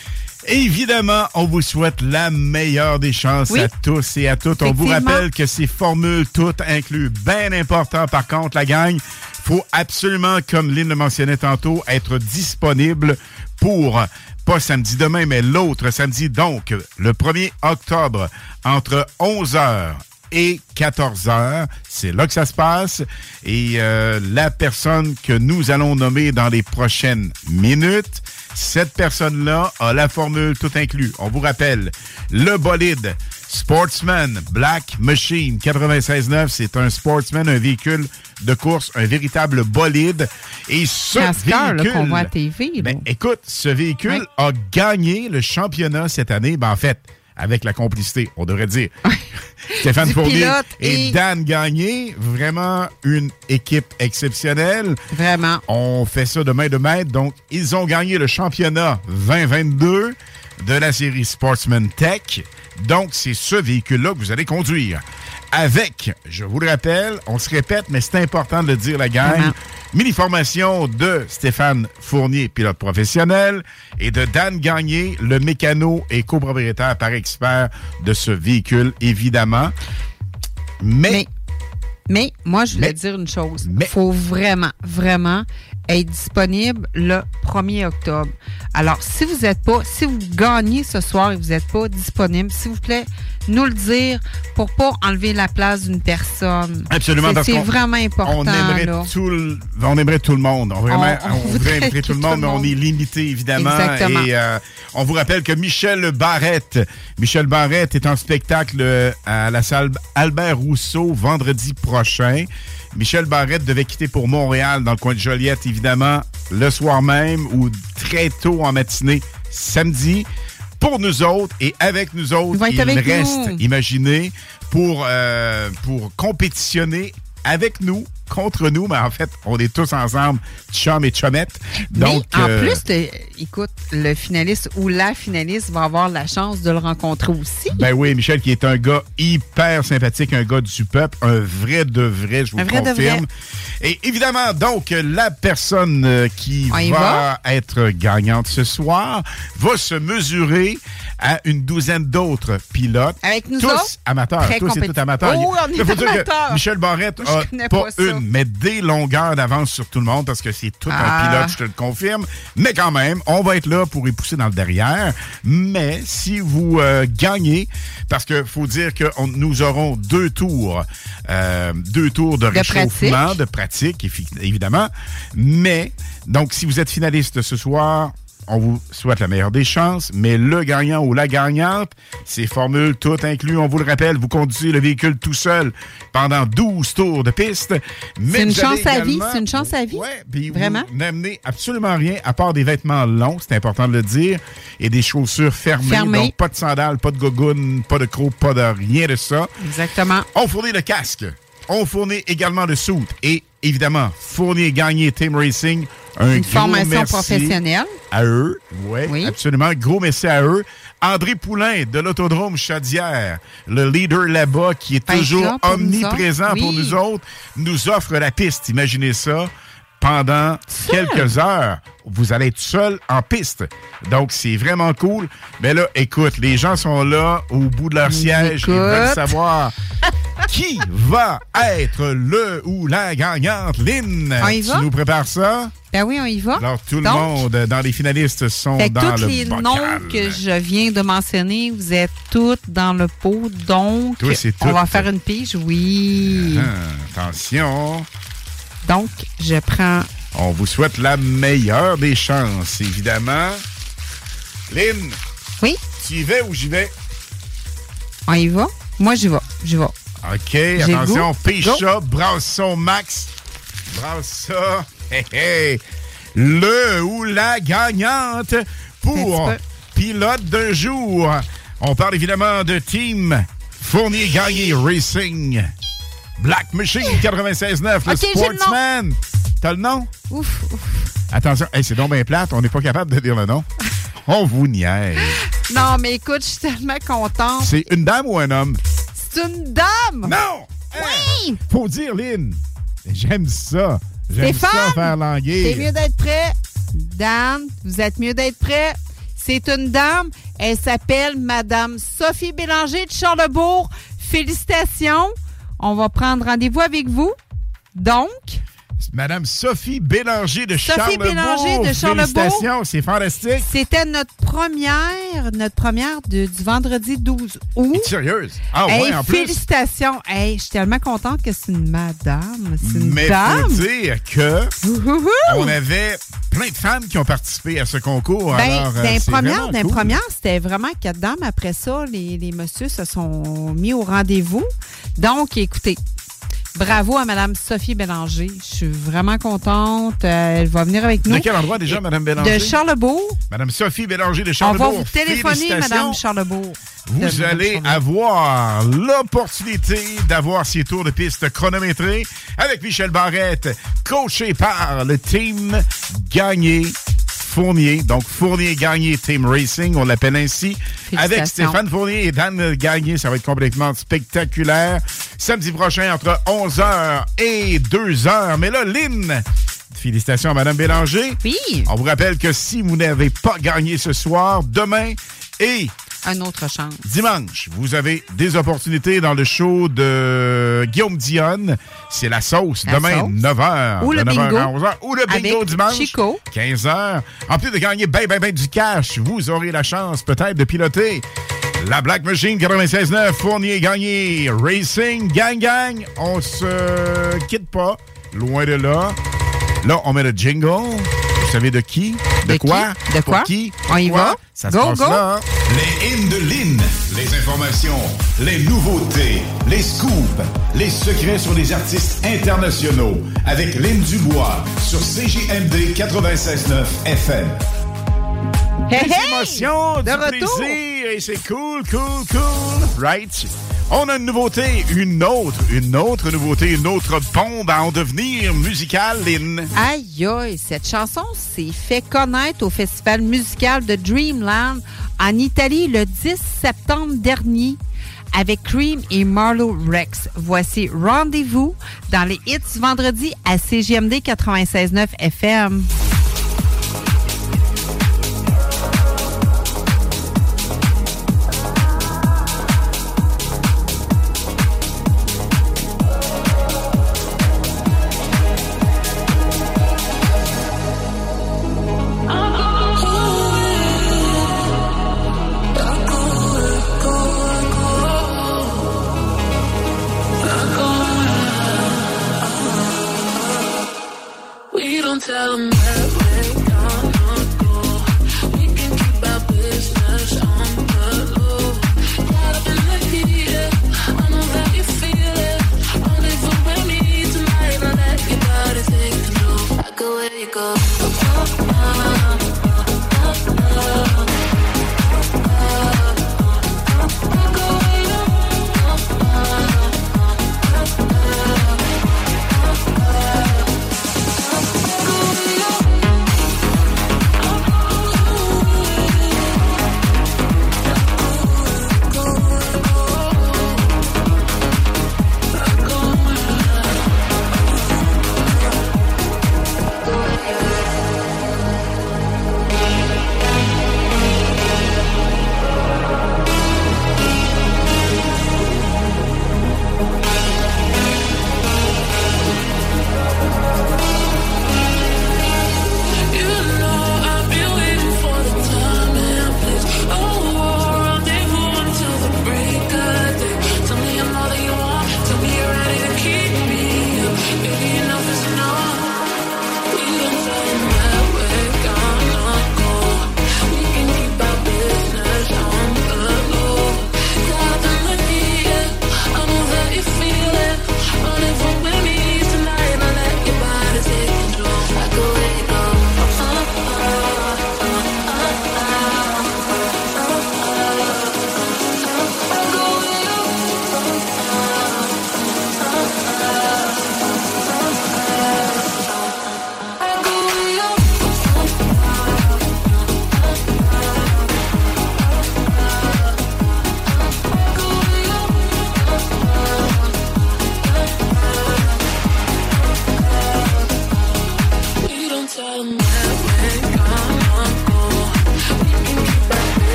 Évidemment, on vous souhaite la meilleure des chances Oui. à tous et à toutes. On vous Effectivement. rappelle que ces formules toutes incluent, bien important par contre, la gang, faut absolument, comme Lynn le mentionnait tantôt, être disponible pour, pas samedi demain, mais l'autre samedi, donc le premier octobre, entre onze heures et quatorze heures. C'est là que ça se passe. Et euh, la personne que nous allons nommer dans les prochaines minutes, cette personne-là a la formule tout inclus. On vous rappelle, le bolide Sportsman Black Machine quatre-vingt-seize neuf, c'est un Sportsman, un véhicule de course, un véritable bolide. Et ce NASCAR, véhicule... là, qu'on voit à T V. Là. Ben, écoute, ce véhicule ouais. a gagné le championnat cette année. Ben, en fait, avec la complicité, on devrait dire. Stéphane Fournier et, et Dan Gagné, vraiment une équipe exceptionnelle. Vraiment. On fait ça de main de maître. Donc, ils ont gagné le championnat vingt vingt-deux de la série Sportsman Tech. Donc, c'est ce véhicule-là que vous allez conduire. Avec, je vous le rappelle, on se répète, mais c'est important de le dire, la gang, vraiment. Mini-formation de Stéphane Fournier, pilote professionnel, et de Dan Gagné, le mécano et copropriétaire par expert de ce véhicule, évidemment. Mais... Mais, mais moi, je voulais mais, dire une chose. Il faut vraiment, vraiment être disponible le premier octobre. Alors, si vous n'êtes pas, si vous gagnez ce soir et vous n'êtes pas disponible, s'il vous plaît, nous le dire pour pas enlever la place d'une personne. Absolument. C'est, parce c'est qu'on, vraiment important. On aimerait, là. Tout le, on aimerait tout le monde. On, vraiment, on, on, on voudrait inviter tout le monde, mais on est limité, évidemment. Exactement. Et euh, on vous rappelle que Michel Barrette, Michel Barrette est en spectacle à la salle Albert Rousseau vendredi prochain. Michel Barrette devait quitter pour Montréal, dans le coin de Joliette, évidemment, le soir même ou très tôt en matinée, samedi. Pour nous autres et avec nous autres, il, il reste, nous. imaginez, pour, euh, pour compétitionner avec nous, contre nous, mais en fait, on est tous ensemble, chum et chumette. Donc, mais en euh, plus, de, écoute, le finaliste ou la finaliste va avoir la chance de le rencontrer aussi. Ben oui, Michel, qui est un gars hyper sympathique, un gars du peuple, un vrai de vrai, je vous un le vrai confirme. De vrai. Et évidemment, donc, la personne qui va, va être gagnante ce soir va se mesurer à une douzaine d'autres pilotes. Avec nous tous autres? amateurs. Très tous et toutes amateurs. Oh, on est Il faut dire amateurs. que Michel Barrette Moi, a pas, pas une, mais des longueurs d'avance sur tout le monde parce que c'est tout ah. un pilote, je te le confirme. Mais quand même, on va être là pour y pousser dans le derrière. Mais si vous euh, gagnez, parce que faut dire que on, nous aurons deux tours, euh, deux tours de, de réchauffement, pratique. de pratique, évidemment. Mais, donc, si vous êtes finaliste ce soir, on vous souhaite la meilleure des chances, mais le gagnant ou la gagnante, c'est formule tout inclus. On vous le rappelle, vous conduisez le véhicule tout seul pendant douze tours de piste. Mais c'est une vous chance avez à vie, également, c'est une chance à vie. Ouais, puis vraiment. Vous n'amenez absolument rien à part des vêtements longs, c'est important de le dire, et des chaussures fermées. Fermées. Donc, pas de sandales, pas de gogoune, pas de crocs, pas de rien de ça. Exactement. On fournit le casque. On fournit également le suit. Et évidemment, Fournier Gagné Team Racing, un une gros formation merci professionnelle. À eux, ouais, oui, absolument. Gros merci à eux. André Poulain de l'Autodrome Chaudière, le leader là-bas qui est ben, toujours là, pour omniprésent nous pour oui. nous autres, nous offre la piste. Imaginez ça. Pendant seul. quelques heures, vous allez être seul en piste. Donc, c'est vraiment cool. Mais là, écoute, les gens sont là au bout de leur siège. Écoute. Ils veulent savoir qui va être le ou la gagnante. Lynn, on y tu va? nous prépares ça? Ben oui, on y va. Alors, tout Donc, le monde dans les finalistes sont fait que dans tous le les bocal. noms que je viens de mentionner, vous êtes tous dans le pot. Donc, Toi, c'est on tout. va faire une pige, oui. Ah, attention. Donc, je prends... On vous souhaite la meilleure des chances, évidemment. Lynn. Oui? Tu y vas ou j'y vais? On y va? Moi, j'y vais. J'y vais. OK, J'ai attention. goût. Pêche ça, brasse ça au max. Brasse ça. Hey, hey. Le ou la gagnante pour pilote d'un jour. On parle évidemment de Team Fournier Gagné Racing. Black Machine quatre-vingt-seize neuf, le okay, Sportsman. T'as le nom? Ouf, ouf. Attention, hey, c'est donc bien plate, on n'est pas capable de dire le nom. On vous niaise. Non, mais écoute, je suis tellement contente. C'est une dame ou un homme? C'est une dame! Non! Oui! Hein? Faut dire, Lynn. J'aime ça. J'aime Stéphane, ça faire languir. c'est mieux d'être prêt. Dan, vous êtes mieux d'être prêt. C'est une dame. Elle s'appelle Madame Sophie Bélanger de Charlesbourg. Félicitations. On va prendre rendez-vous avec vous. Donc... Madame Sophie Bélanger de Sophie Charlebourg. Bélanger de Charlebourg. Félicitations, c'est fantastique. C'était notre première, notre première de, du vendredi douze août. Es-tu sérieuse? Ah hey, ouais, en plus. Félicitations. Hey, je suis tellement contente que c'est une madame. C'est une Mais dame. faut dire que Ouhouhou. on avait plein de femmes qui ont participé à ce concours. Ben, alors, d'un euh, c'est première, vraiment d'un cool. première, c'était vraiment quatre dames. Après ça, les, les messieurs se sont mis au rendez-vous. Donc, écoutez, bravo à Mme Sophie Bélanger. Je suis vraiment contente. Euh, elle va venir avec nous. De quel endroit déjà, Mme Bélanger? De Charlebourg. Madame Sophie Bélanger de On Charlebourg. va vous téléphoner, Félicitations. Mme Charlebourg. Vous De- allez avoir l'opportunité d'avoir ces tours de piste chronométrés avec Michel Barrette, coaché par le team Gagné Fournier. Donc, Fournier Gagné Team Racing, on l'appelle ainsi. Avec Stéphane Fournier et Dan Gagné. Ça va être complètement spectaculaire. Samedi prochain, entre onze heures et deux heures. Mais là, Lynn, félicitations à Mme Bélanger. Oui. On vous rappelle que si vous n'avez pas gagné ce soir, demain et un autre chance. dimanche, vous avez des opportunités dans le show de Guillaume Dionne. C'est la sauce. La demain, sauce. neuf heures. Ou de le neuf heures bingo. à onze heures. Ou le bingo Avec dimanche. Chico. quinze heures. En plus de gagner ben, ben, ben du cash, vous aurez la chance peut-être de piloter la Black Machine quatre-vingt-seize neuf. Fournier Gagné Racing. Gang, gang. On se quitte pas. Loin de là. Là, on met le jingle. Vous savez de qui? De, De quoi? qui? De Pour quoi? qui? On y Quoi? va? Ça Go, se passe go. là. Les hymnes de Lynn, les informations, les nouveautés, les scoops, les secrets sur les artistes internationaux avec Lynn Dubois sur C J M D quatre-vingt-seize neuf F M. Hey, Des hey! émotions, De du retour. plaisir, et c'est cool, cool, cool. Right? On a une nouveauté, une autre, une autre nouveauté, une autre bombe à en devenir musicale, Lynn. Aïe, aïe, cette chanson s'est fait connaître au festival musical de Dreamland en Italie le dix septembre dernier avec Cream et Marlo Rex. Voici Rendez-vous dans les hits vendredi à C J M D quatre-vingt-seize neuf F M. We don't tell them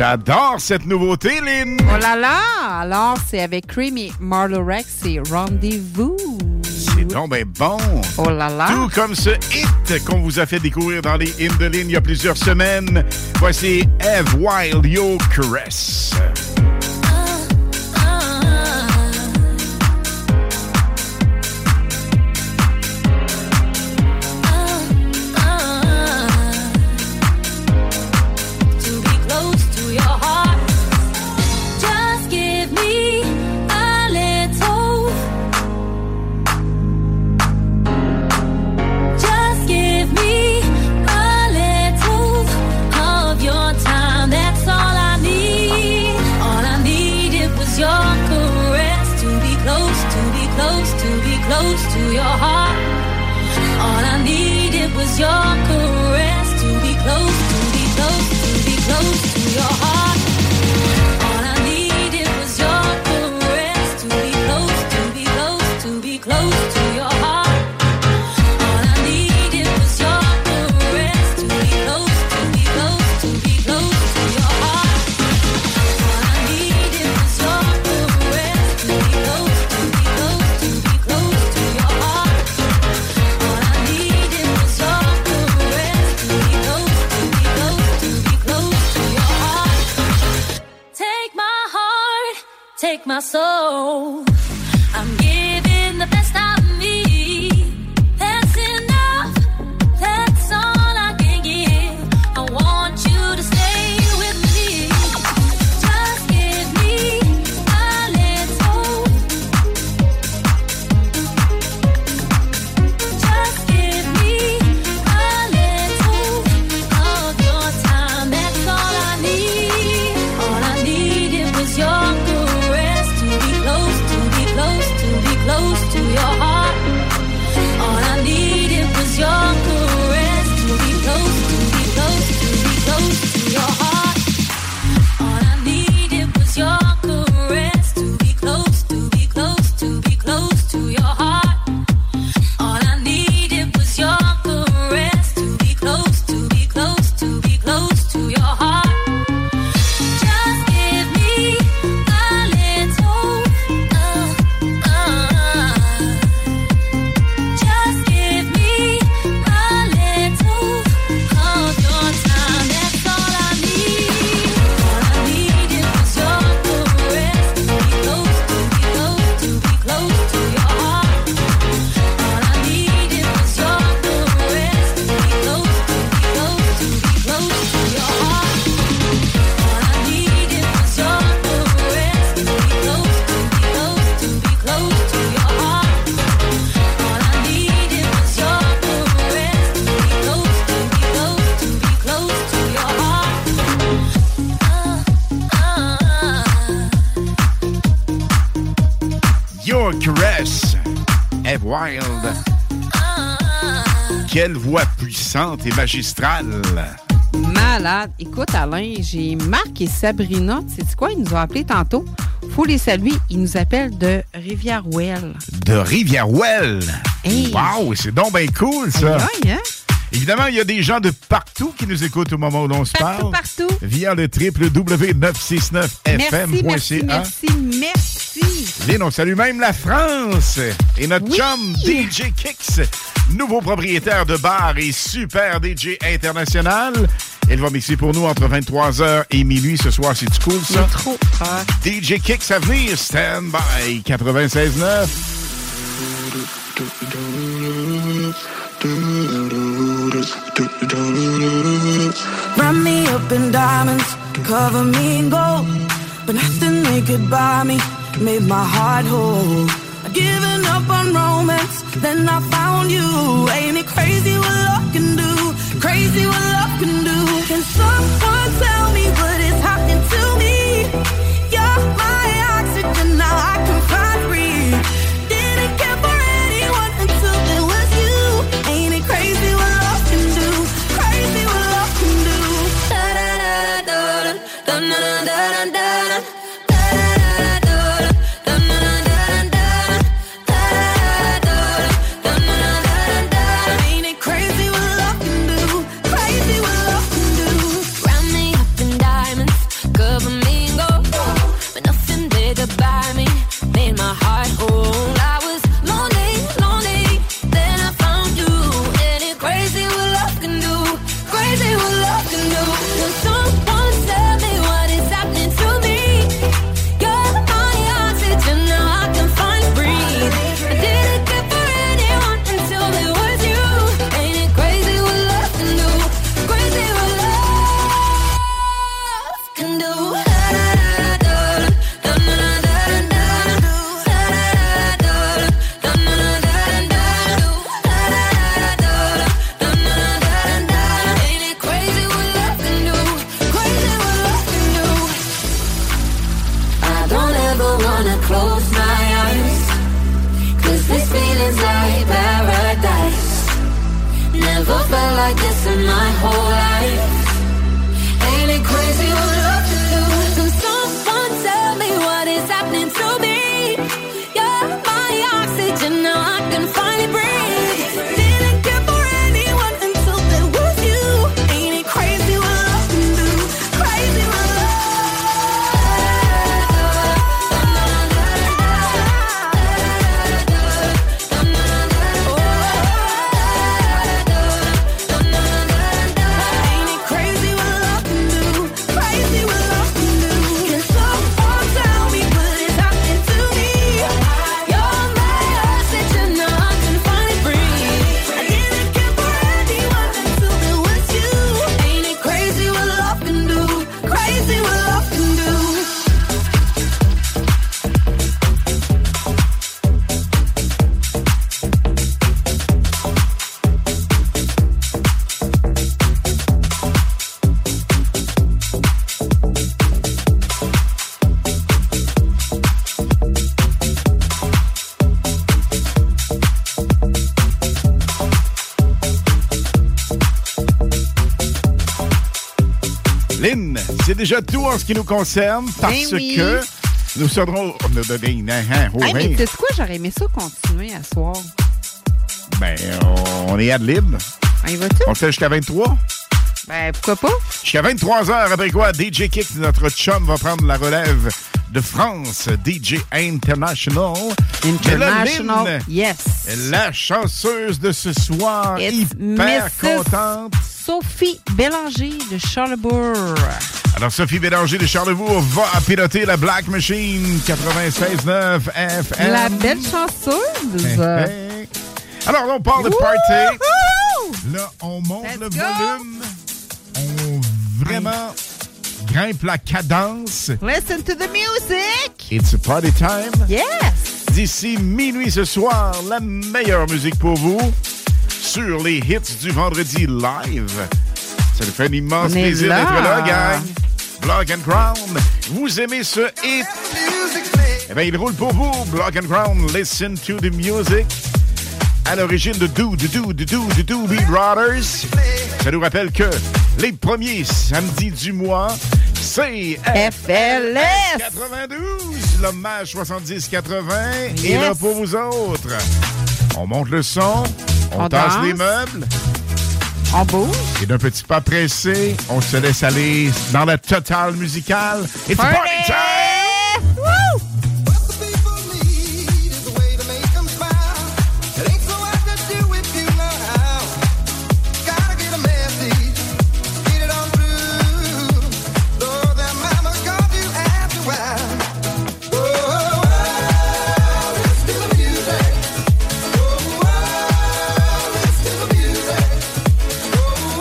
J'adore cette nouveauté, Lynn! Oh là là! Alors, c'est avec Creamy, Marlo Rex et Rendez-vous. C'est donc ben bon! Oh là là! Tout comme ce hit qu'on vous a fait découvrir dans les hymnes de Lynn il y a plusieurs semaines. Voici Eve Wild, Your Caress. Close to your heart. All I needed was your caress. To be close, to be close, to be close to your heart. All I needed was your caress. To be close, to be close, to be close to your heart. All I needed was your caress. To be close, to be close, to be close to your heart. All I needed was your caress. To be close, to be close, to be close. Take my soul. I'm giving the best out of me. That's enough. That's all I can give. I want you to stay with me. Just give me a little. Just give me a little of your time. That's all I need. All I needed was your close to your heart. All I needed was your caress. To be close, to be close, to be close to your heart. All I needed was your caress. To be close, to be close, to be close to your heart. All I needed was your caress. To be close, to be close, to be close to your heart. Caress, Eve Wild. Quelle voix puissante et magistrale. Malade. Écoute, Alain, j'ai Marc et Sabrina. Sais-tu quoi? Ils nous ont appelés tantôt. Faut les saluer. Ils nous appellent de Rivière-Ouelle. De Rivière-Ouelle? Hey. Wow, c'est donc bien cool, ça. Aïe, aïe, hein? Évidemment, il y a des gens de partout qui nous écoutent au moment où l'on se partout, parle. Partout, via le w w w point neuf six neuf f m point c a. Merci, merci, merci. Lynn, on salue même la France et notre oui. chum D J Kicks, nouveau propriétaire de bar et super D J international. Elle va mixer pour nous entre vingt-trois heures et minuit ce soir. C'est-tu cool, ça? C'est trop hot. D J Kicks à venir, stand by quatre-vingt-seize neuf. Wrap me up in diamonds, cover me in gold, but nothing they could buy me made my heart whole. I'd given up on romance, then I found you. Ain't it crazy what love can do? Crazy what love can do. Can someone tell me what is happening to me? You're my oxygen, now I can find free. Didn't care for anyone until there was you. Ain't it crazy what love can do? Crazy what love can do. Da da da da da da da da da da. Ain't it crazy what love can do? Crazy what love can do. Round me up in diamonds. feelings like paradise. Never felt like this in my whole life. Ain't it crazy what love can do? Can someone tell me what is happening to me? You're my oxygen, now I can finally breathe. Didn't care for anyone until there was you. Ain't it crazy what love can do? Crazy what Lynn, c'est déjà tout en ce qui nous concerne parce Ben oui. que nous serons... Hey, mais tu sais quoi? J'aurais aimé ça continuer à soir. Ben, on est ad lib. On y va-tu? On le fait jusqu'à vingt-trois? Ben, pourquoi pas? Jusqu'à vingt-trois heures, après quoi, D J Kicks, notre chum, va prendre la relève de France, D J International. International, Mais là, Lynn, yes. La chanceuse de ce soir, It's hyper Missus contente. Sophie Bélanger de Charlebourg. Alors, Sophie Bélanger de Charlebourg va piloter la Black Machine quatre-vingt-seize neuf F M. La belle chanceuse. Hey, hey. Alors, on parle de party. Là, on monte Let's le go. volume. On vraiment grimpe la cadence. Listen to the music. It's a party time. Yes. D'ici minuit ce soir, la meilleure musique pour vous sur les hits du vendredi live. Ça nous fait un immense On est plaisir là. d'être là, gang. Block and Crown, vous aimez ce hit? Eh bien, il roule pour vous. Block and Crown, listen to the music. À l'origine de Do, de Do, de Do, de Doobie Brothers. Ça nous rappelle que les premiers samedis du mois, c'est F L S quatre-vingt-douze, l'hommage soixante-dix quatre-vingts est Yes. là pour vous autres. On monte le son, on, On tasse danse. les meubles. On bouge. Et d'un petit pas pressé, on se laisse aller dans la totale musicale. It's Party! party time! Woo!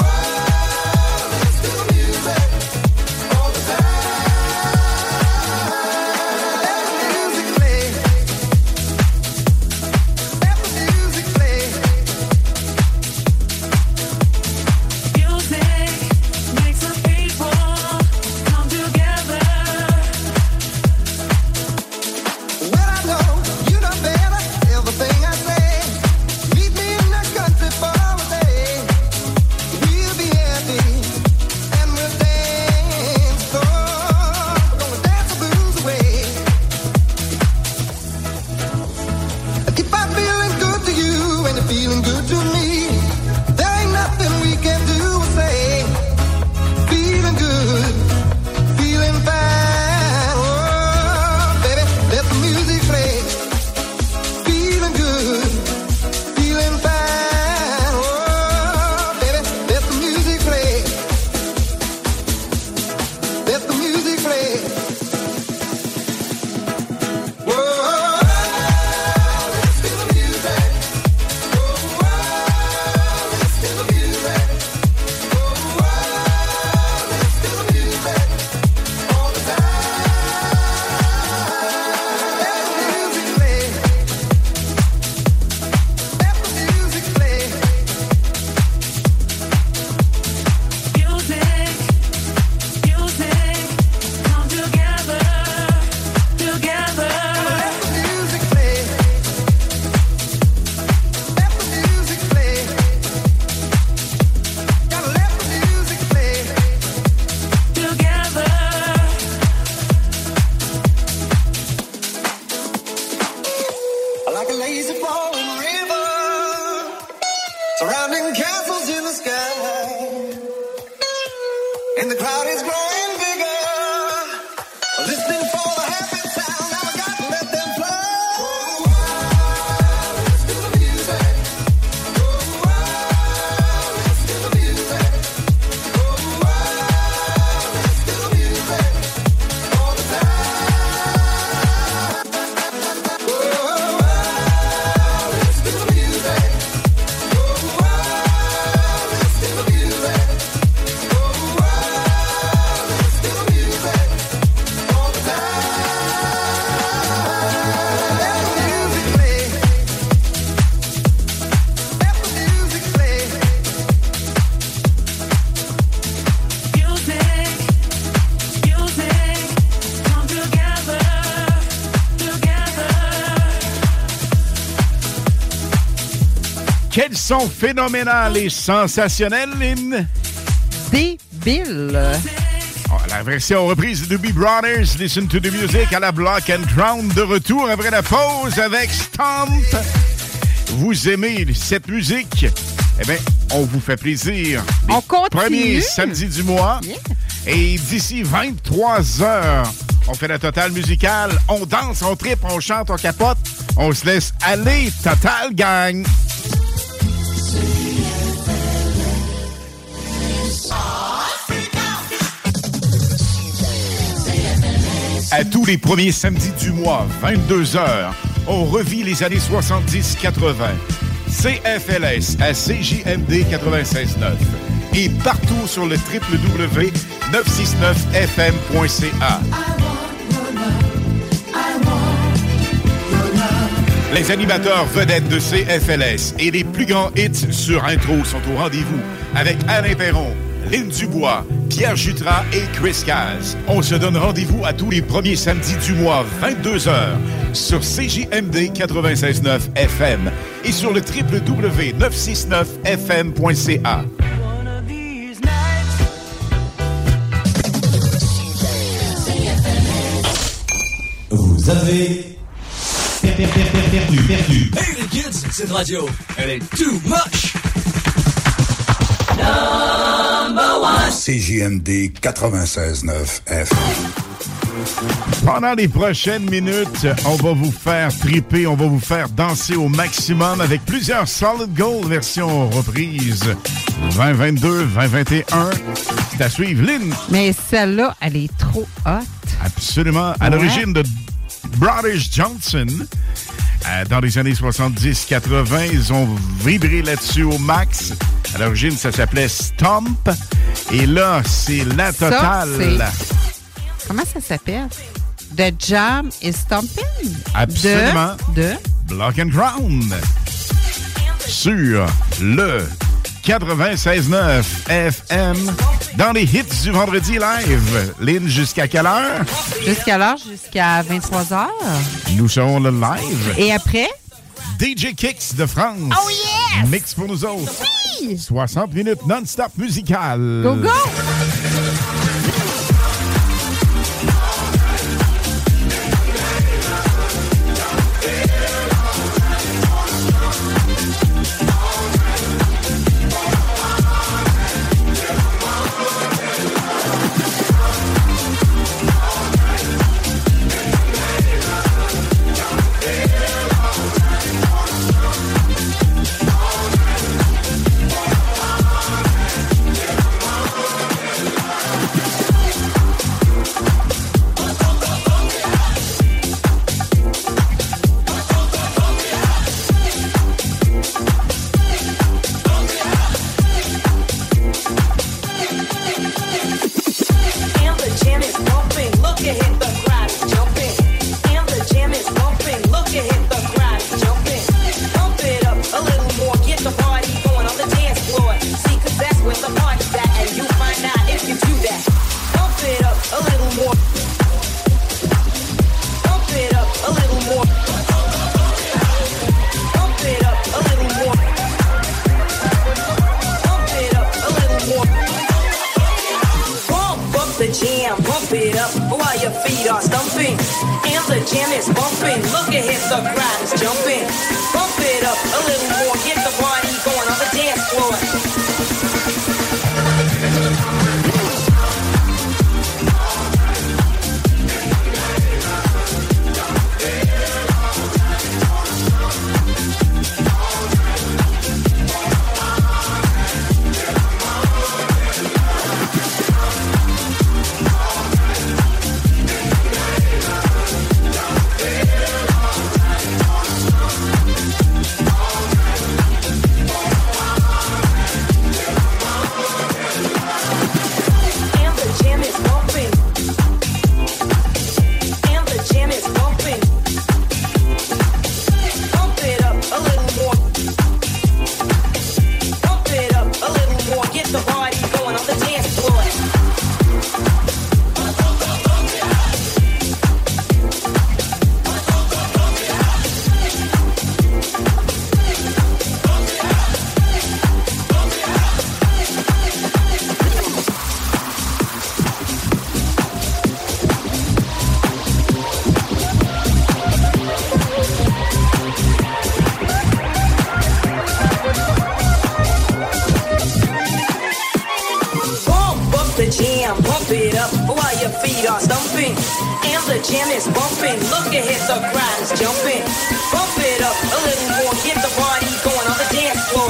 Oh, quel son phénoménal et sensationnel, Lynn? Débile. Oh, la version reprise de Doobie Brothers, Listen to the Music à la Block and Crown, de retour après la pause avec Stomp. Vous aimez cette musique? Eh bien, on vous fait plaisir. On continue. Premier samedi du mois. Yeah. Et d'ici vingt-trois heures, on fait la totale musicale. On danse, on tripe, on chante, on capote. On se laisse aller. Total gang. À tous les premiers samedis du mois, vingt-deux heures, on revit les années soixante-dix quatre-vingt. C F L S à C J M D quatre-vingt-seize neuf et partout sur le w w w point neuf cent soixante-neuf F M point C A. Les animateurs vedettes de C F L S et les plus grands hits sur intro sont au rendez-vous avec Alain Perron, Lynn Dubois, Pierre Jutras et Chris Caz. On se donne rendez-vous à tous les premiers samedis du mois, vingt-deux heures, sur C J M D quatre-vingt-seize neuf F M et sur le w w w point neuf cent soixante-neuf F M point C A. Vous avez perdu, perdu, perdu. Hey les kids, cette radio, elle est too much. Number one. C J M D quatre-vingt-seize neuf F M. Pendant les prochaines minutes, on va vous faire triper, on va vous faire danser au maximum avec plusieurs Solid Gold versions reprises. vingt vingt-deux, vingt vingt et un. C'est à suivre, Lynn. Mais celle-là, elle est trop hot. Absolument. À Ouais. l'origine de Brothers Johnson, euh, dans les années soixante-dix quatre-vingt, ils ont vibré là-dessus au max. À l'origine, ça s'appelait Stomp. Et là, c'est la totale. Ça, c'est... Comment ça s'appelle? The Jam is Stomping? Absolument. De? de? Block and Crown. Sur le quatre-vingt-seize neuf F M. Dans les hits du vendredi live. Lynn, jusqu'à quelle heure? Jusqu'à l'heure, jusqu'à vingt-trois heures. Nous serons le live. Et après? D J Kicks de France. Oh yes! Mix pour nous autres. Oui! soixante minutes non-stop musical. Go, go! starts thumping, and the jam is bumping. Look ahead, the crowd is jumping. Bump it up a little more, get the party going on the dance floor.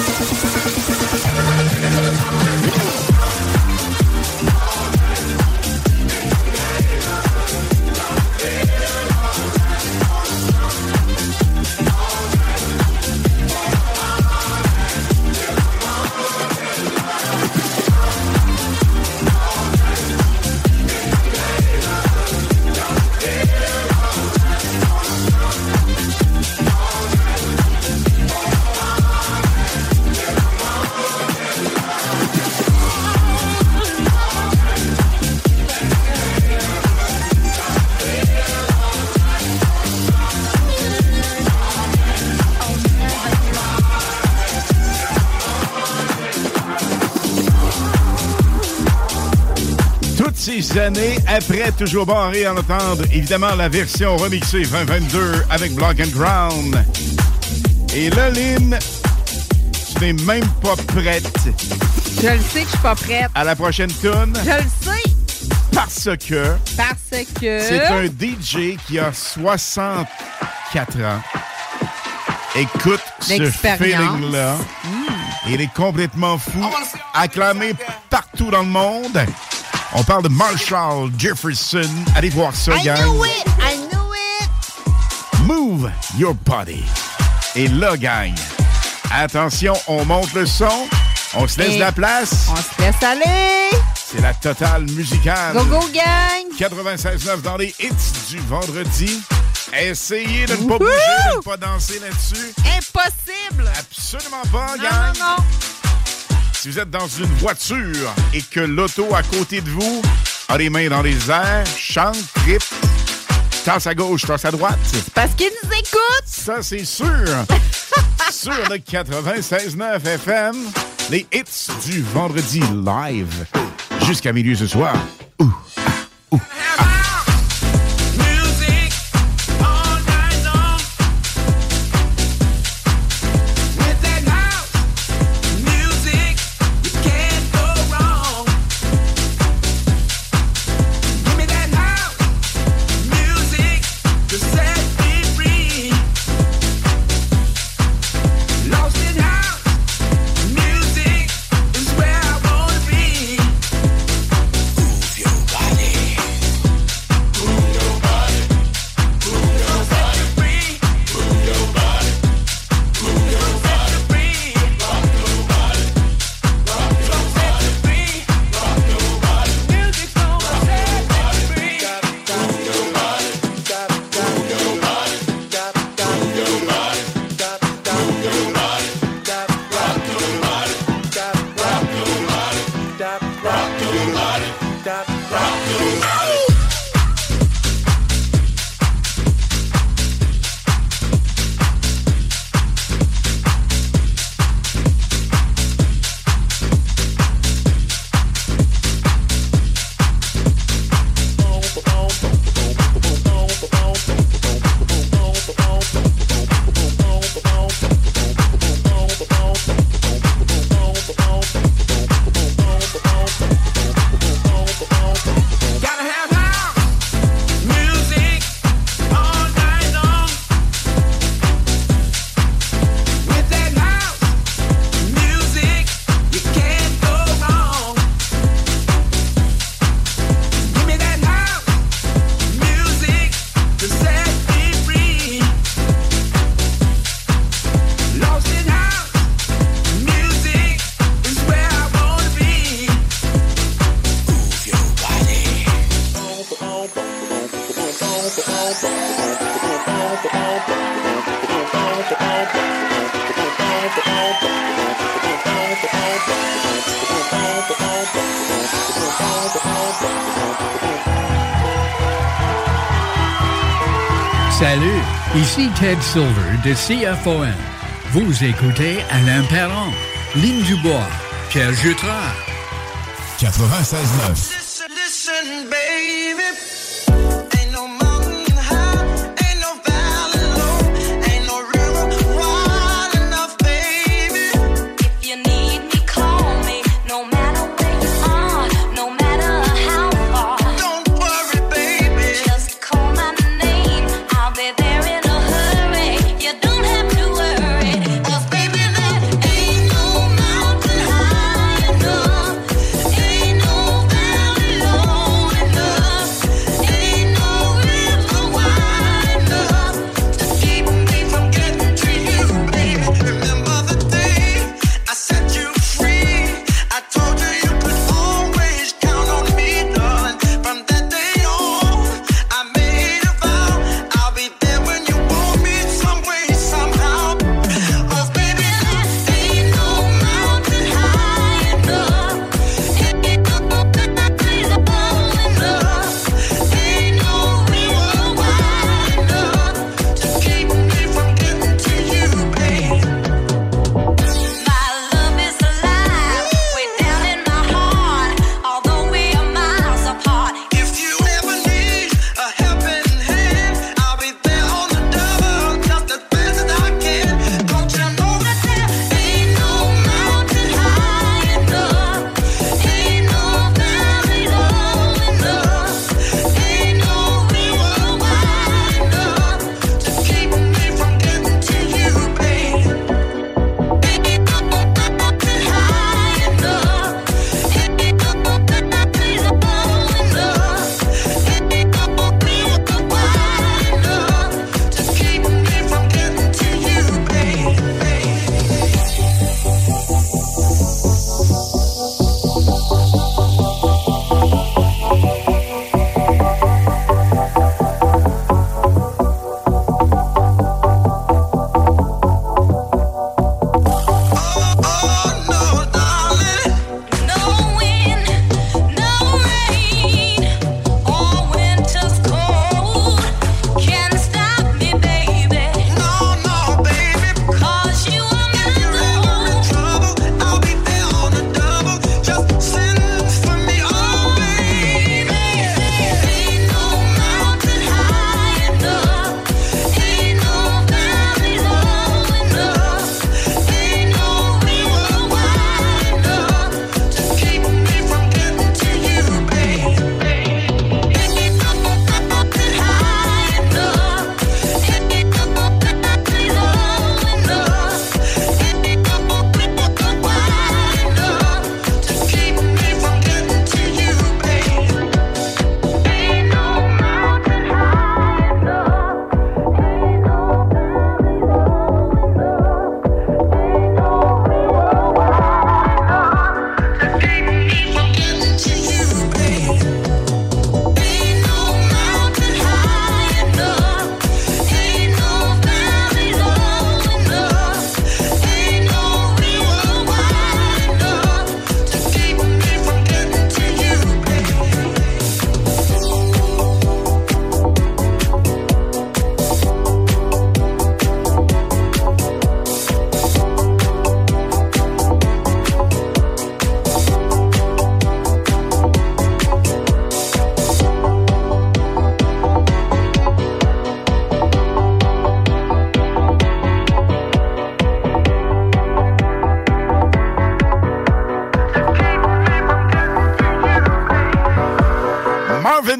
Ces années après, toujours bon à en entendre évidemment la version remixée vingt vingt-deux avec Block and Ground. Et là, Lynn, tu n'es même pas prête. Je le sais que je suis pas prête. À la prochaine tune. Je le sais. Parce que. Parce que. C'est un D J qui a soixante-quatre ans. Écoute ce feeling-là. Mm. Il est complètement fou. Acclamé partout dans le monde. On parle de Marshall Jefferson. Allez voir ça, I gang. I knew it! I knew it! Move your body. Et là, gang, attention, on monte le son. On se laisse Et la place. On se laisse aller. C'est la totale musicale. Go, go, gang! quatre-vingt-seize neuf dans les hits du vendredi. Essayez de ne pas bouger, de ne pas danser là-dessus. Impossible! Absolument pas, non, gang. Non, non, Si vous êtes dans une voiture et que l'auto à côté de vous a les mains dans les airs, chante, tripe, tasse à gauche, tasse à droite. C'est parce qu'ils nous écoutent. Ça, c'est sûr. Sur le quatre-vingt-seize neuf F M, les hits du vendredi live jusqu'à minuit ce soir. Ouh, ouh, ah. Salut, ici Ted Silver de C F O N. Vous écoutez Alain Perron, Lynn Dubois, Pierre Jutras. quatre-vingt-seize neuf. Listen, listen, baby. Don't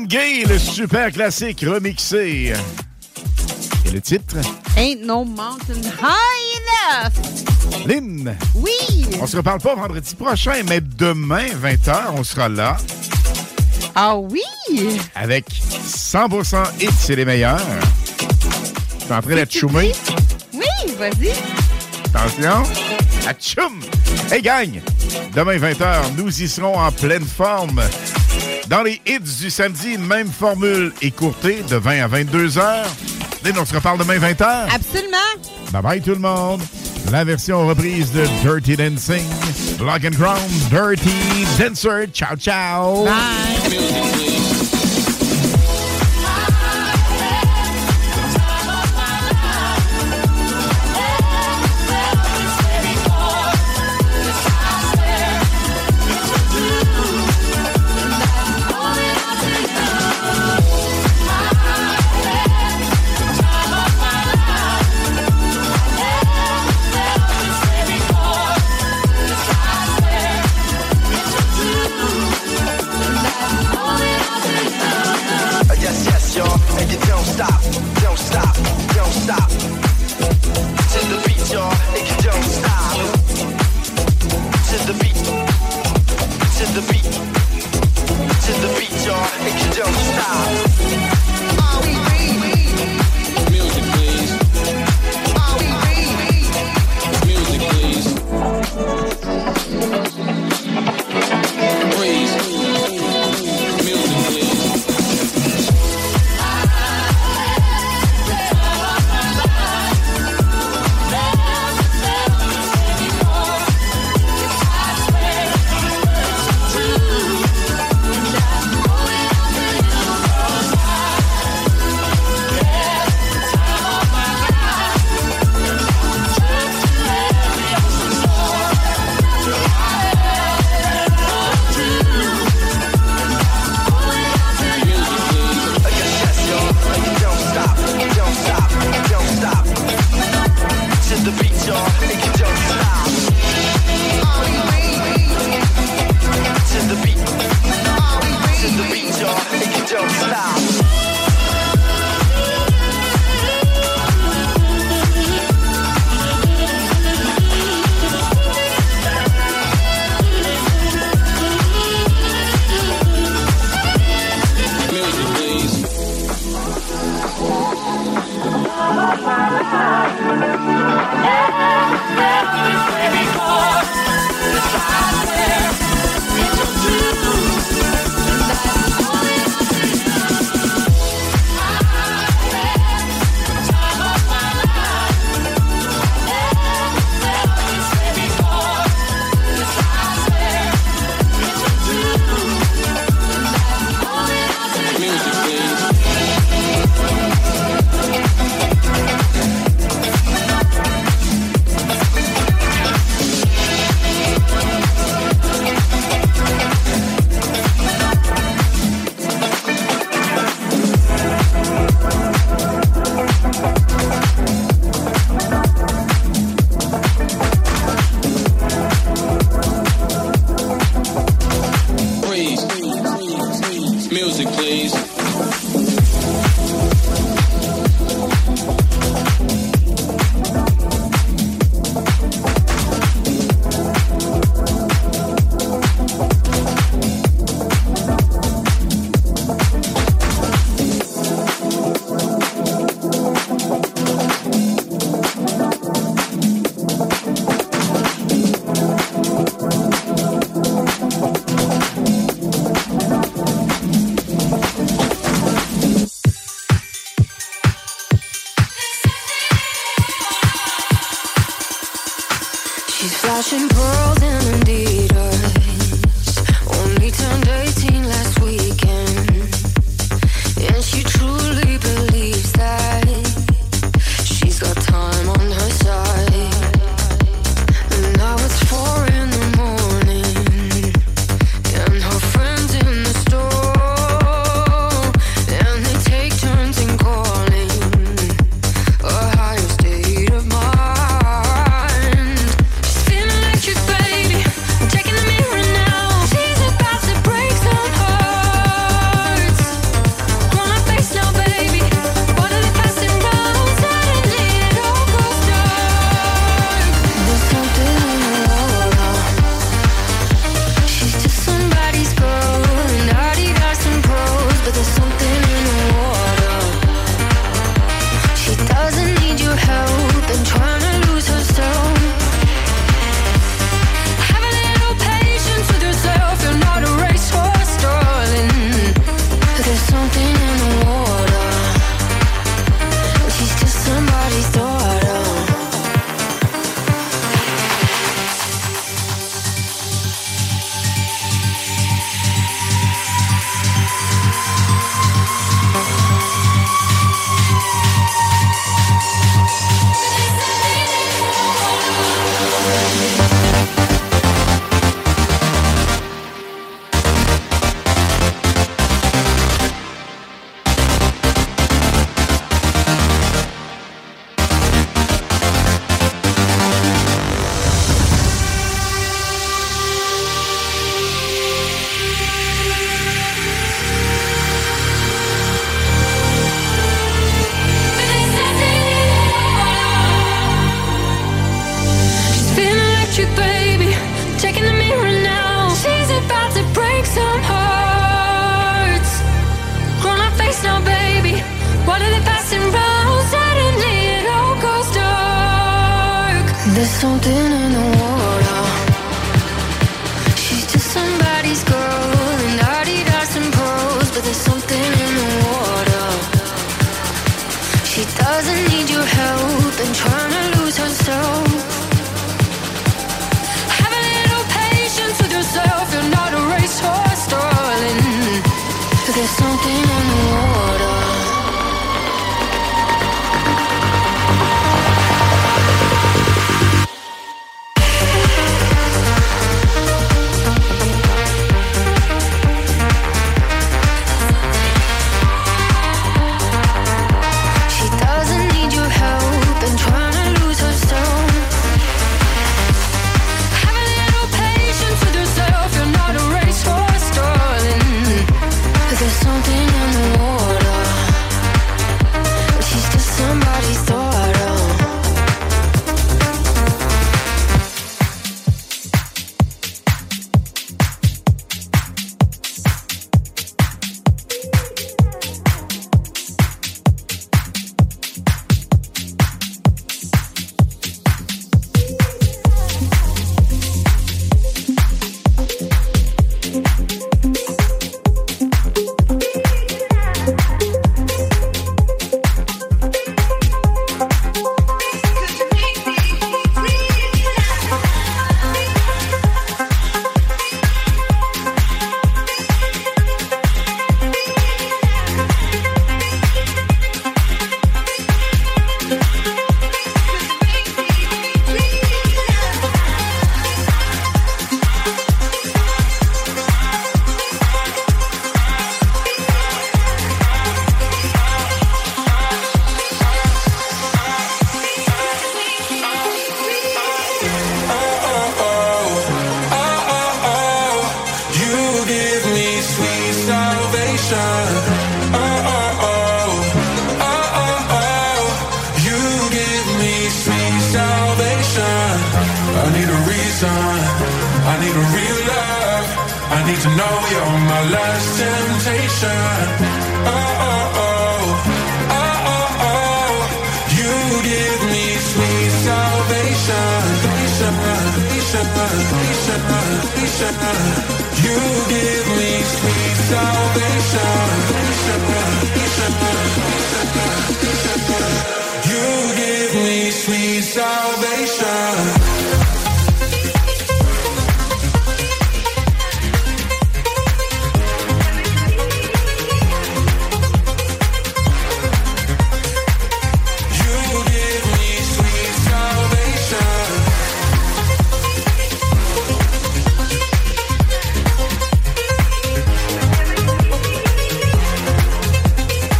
Gaye, le super classique remixé. Et le titre? Ain't no mountain high enough. Lynn. Oui. On se reparle pas vendredi prochain, mais demain, vingt heures, on sera là. Ah oui. Avec cent pour cent hits, c'est les meilleurs. Je suis en train d'être choumé. Oui, vas-y. Attention. Atchoum. Hey, gang. Demain, vingt heures, nous y serons en pleine forme. Dans les hits du samedi, même formule écourtée de vingt à vingt-deux heures. On se reparle demain vingt heures. Absolument. Bye bye tout le monde. La version reprise de Dirty Dancing. Black and Crown, Dirty Dancer. Ciao, ciao. Bye. Flashing pearls and Adidas. Only turned eighteen last weekend, and she truly believes that she's got time on her side. And now it's four in the morning, and her friends in the store, and they take turns in calling a higher state of mind. She's feeling electric, baby. need your help and trying to lose herself. Have a little patience with yourself. You're not a racehorse, darling. There's something in the water. She's just somebody's daughter. There's something in the water. She's just somebody's girl and Adidas and pearls, but there's something in the water. She doesn't need your help and trying to lose herself. Have a little patience with yourself. You're not a racehorse, darling. But there's something in the water.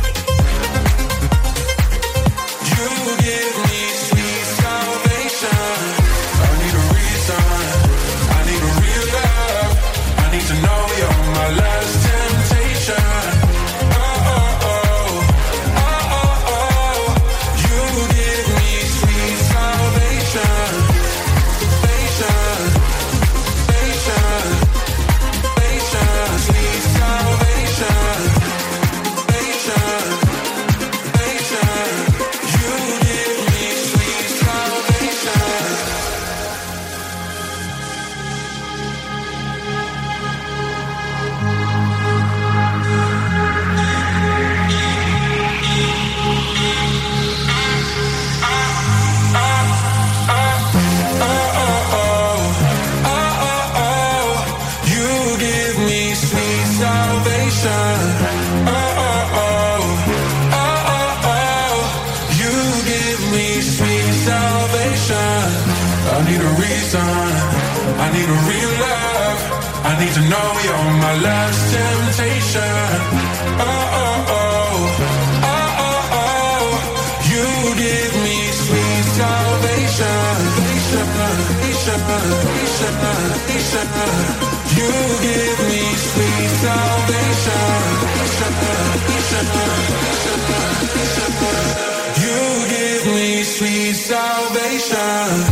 You give me sweet salvation. give me sweet salvation. I need a reason, I need a real love. I need to know you're my last temptation. Oh, oh, oh, oh, oh, oh. You give me sweet salvation. You give me sweet salvation. You give me sweet salvation.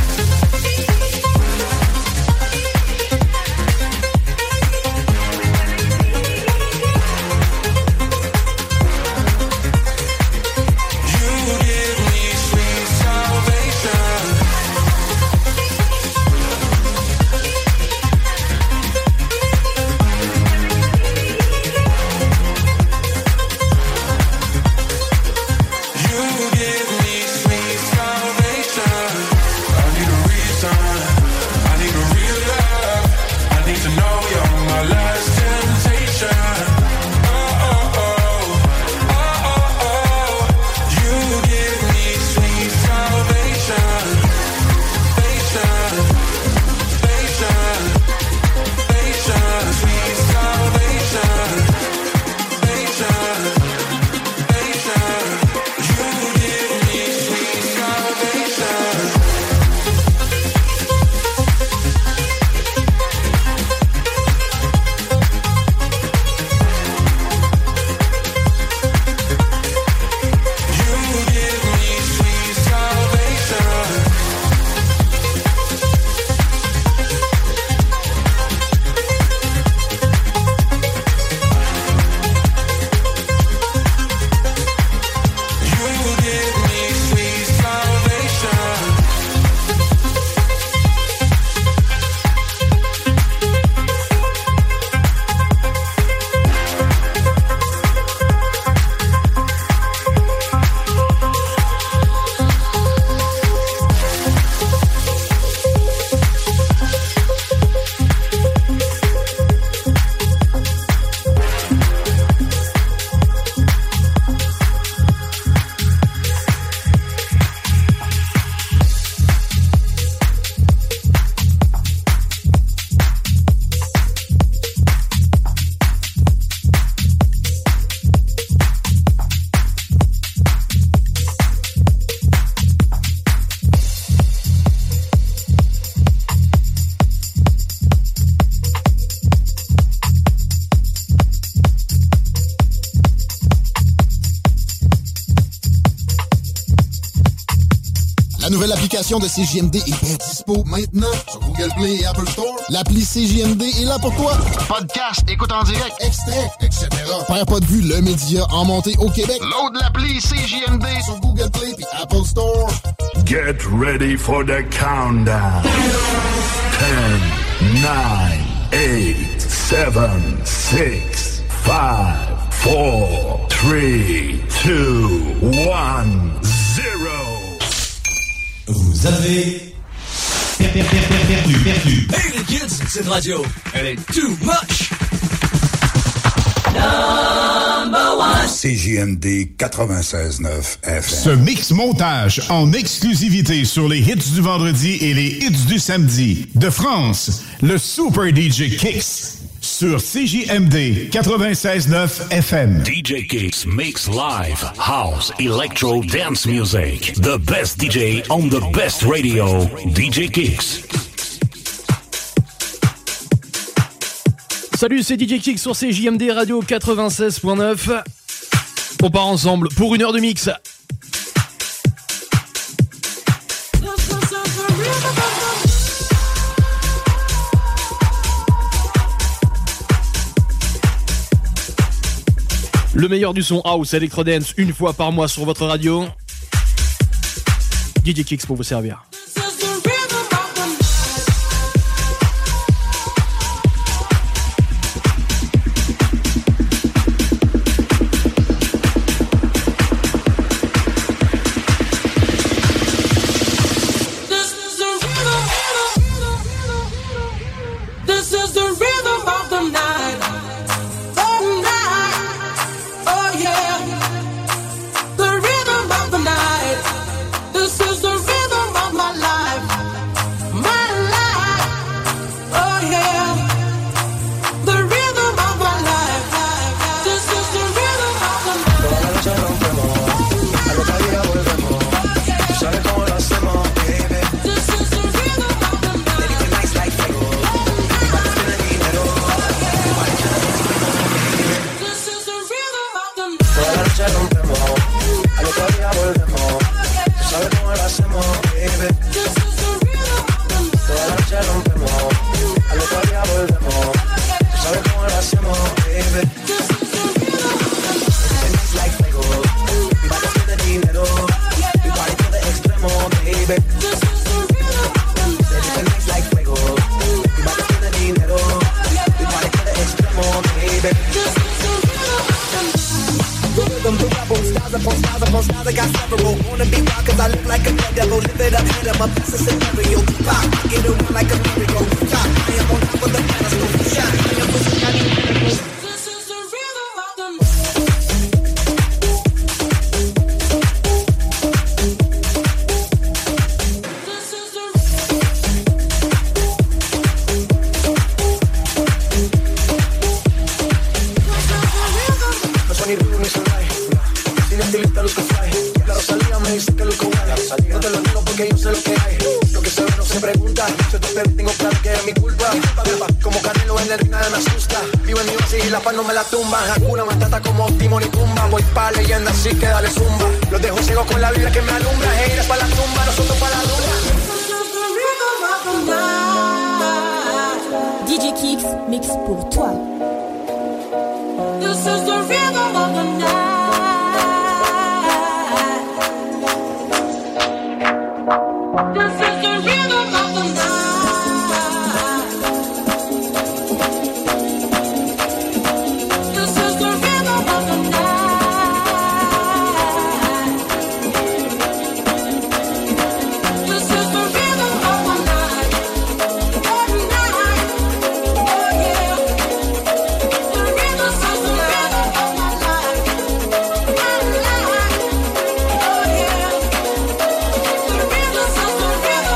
La nouvelle application de C J M D est bien dispo maintenant sur Google Play et Apple Store. L'appli C J M D est là pour toi. Podcast, écoute en direct, extrait, et cetera. Perds pas de vue, le média en montée au Québec. Load l'appli C J M D sur Google Play et Apple Store. Get ready for the countdown. ten, nine, eight, seven, six, five, four, three, two, one, zero. Vous avez per- per- per- per- perdu, perdu. Hey les kids, cette radio, elle est too much. Number one. C J M D quatre-vingt-seize neuf F M. Ce mix montage en exclusivité sur les hits du vendredi et les hits du samedi. De France, le Super D J Kicks sur C J M D quatre-vingt-seize neuf F M. D J Kicks makes live house, electro, dance music. The best D J on the best radio. D J Kicks. Salut, c'est D J Kicks sur C J M D Radio quatre-vingt-seize neuf. On part ensemble pour une heure de mix. Le meilleur du son house, electro dance, une fois par mois sur votre radio. D J Kicks pour vous servir. The rhythm of the night. sabes cómo lo hacemos, baby. This is the rhythm of the night. Baby, tonight's like fuego. Mi bate tiene dinero. Mi bate tiene dinero. This is the rhythm of the night. Toda la noche rompemos, al otro día volvemos. Tú sabes cómo lo hacemos, baby. This is the rhythm of the night. Toda la noche rompemos, al otro día volvemos. Tú sabes cómo lo hacemos, baby. This is the rhythm of the night. Tonight's like fuego. Mi bate tiene dinero. Mi bate tiene extremo, baby. This is the rhythm of the night. Baby, tonight's like fuego. Mi bate tiene dinero. Mi bate tiene extremo, baby. This is the rhythm of the night. The rhythm, the rebel, styles upon styles upon styles, I got several. Wanna be wild cause I look like a dead devil. Lift it up, head up, my best is scenario. Pop, get it around like a merry-go. Top, I am on top of the pedestal. Shot, I am pushing out the medical. This is the rhythm of the night. This is the no son ni rudo ni salvaje. Sin estilista luzco fly. La Rosalía me dice que luzco guay. No te lo digo porque yo sé lo que hay. Lo que se ve no se pregunta. Yo te tengo claro que es mi culpa. Como Canelo en el ring nada me asusta. Vivo en mi oasis y la paz no me la tumba. Hakuna Matata como Timon y Pumba. Voy pa' leyenda así que dale zumba. Los dejo ciego con la vibra que me alumbra. Heiras pa' la tumba, nosotros pa' la luna. D J Kicks mix pour toi. This is the rhythm of the night. This is the rhythm of the night. This is the rhythm of the night. This is the rhythm of the night. Every night, oh yeah. The rhythm is the rhythm of my life. My life, oh yeah. The rhythm is the rhythm.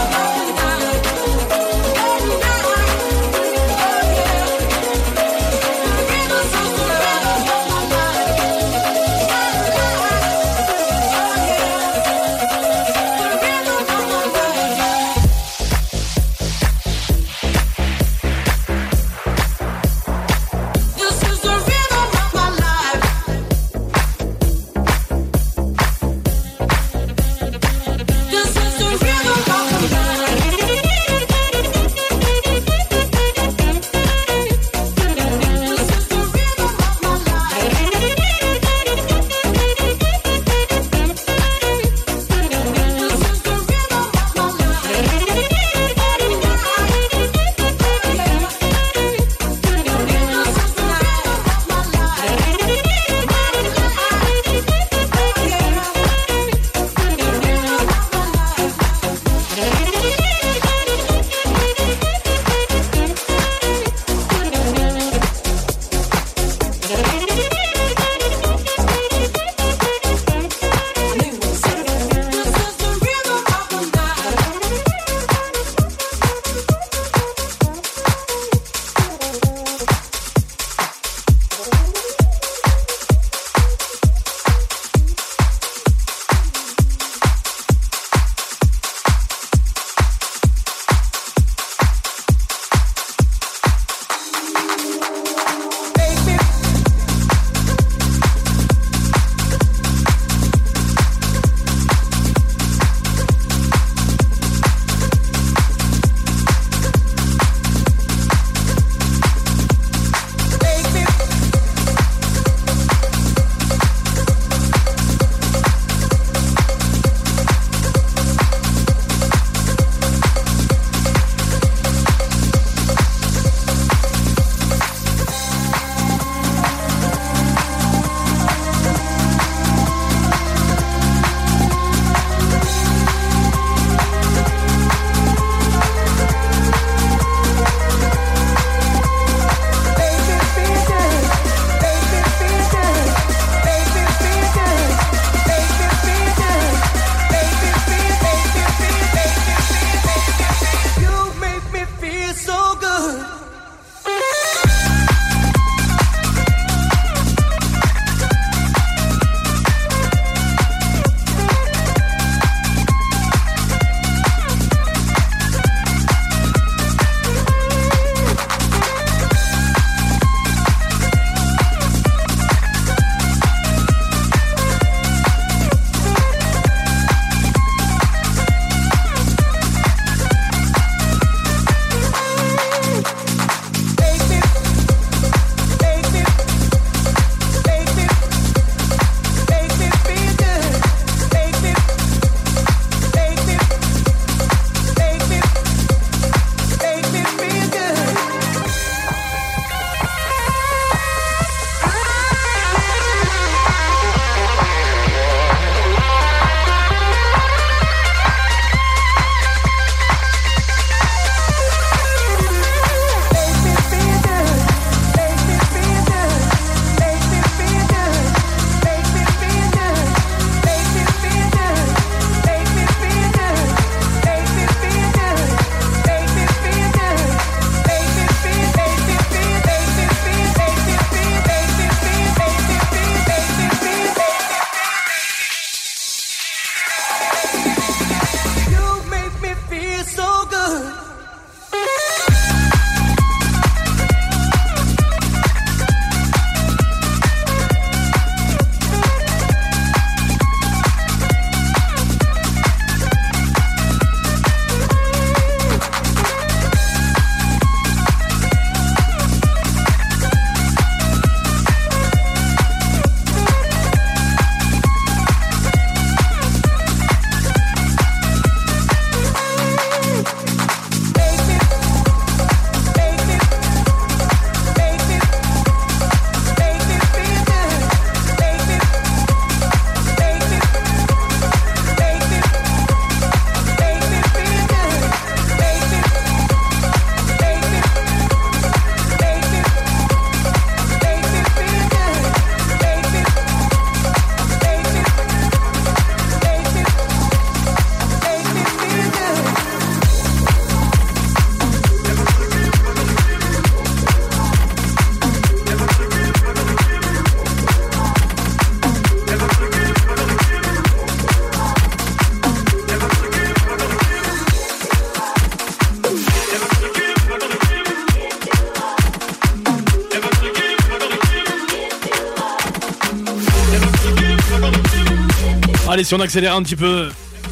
Allez, si on accélère un petit peu.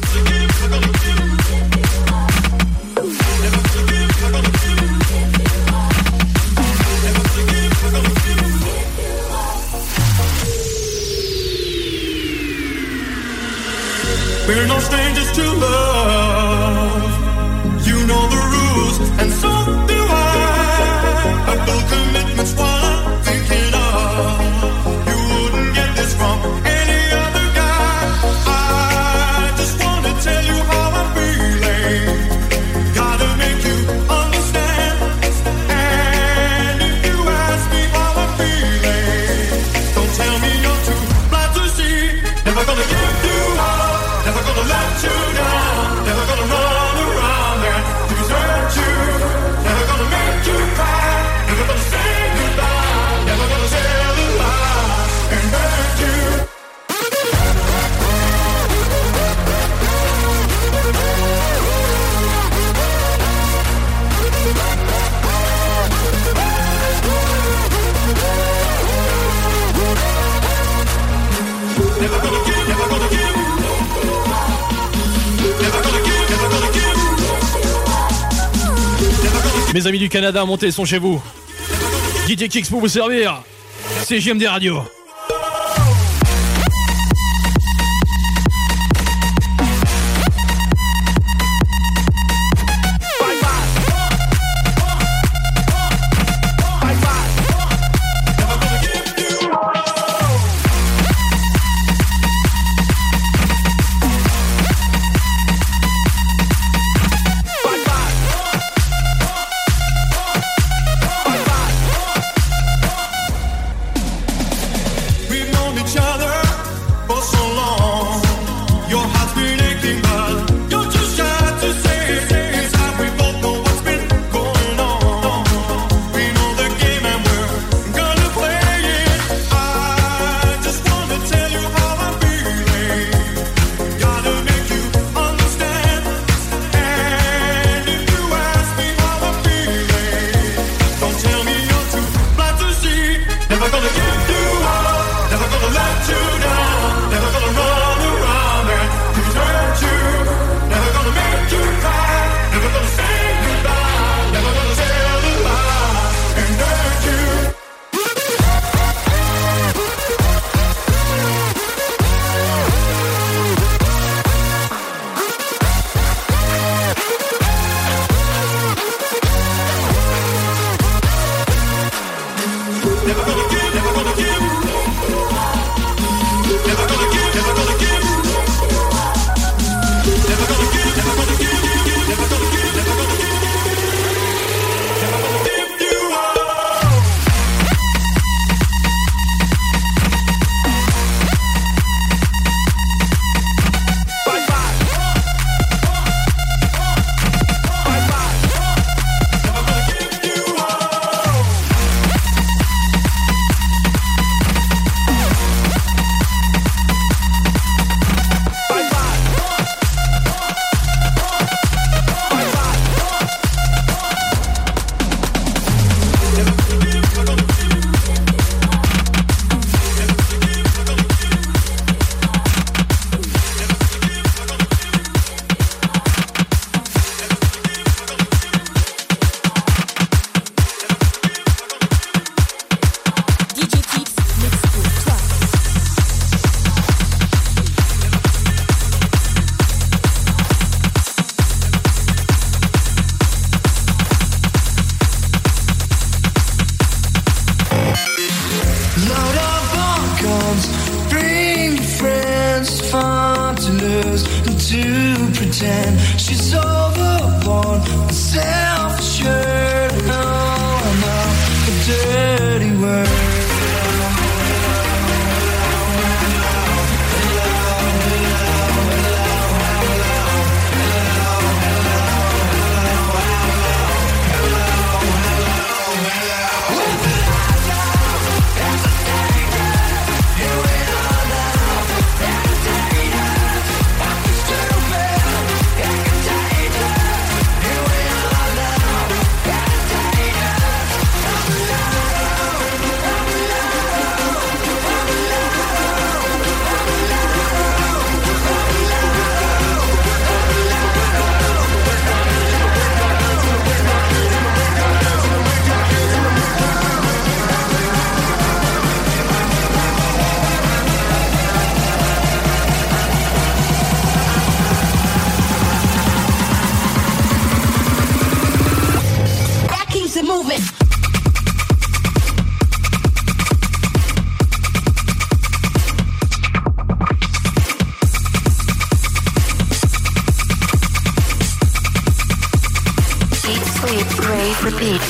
We're no strangers to love. You know the rules, and so do I. I build commitments while I'm thinking of. You wouldn't get this from any other guy. I just wanna tell you how I'm feeling. Gotta make you understand. And if you ask me how I'm feeling, don't tell me you're too blind to see. Never gonna give you up. Never gonna let you down. Never gonna run around and desert you. Never gonna make you cry. Never gonna say goodbye. Never gonna tell a lie and hurt you. Never gonna give, never gonna give. Mes amis du Canada, montez le son chez vous. D J Kicks pour vous servir. C J M D Radio. Stupid. Eat, sleep, rave, repeat.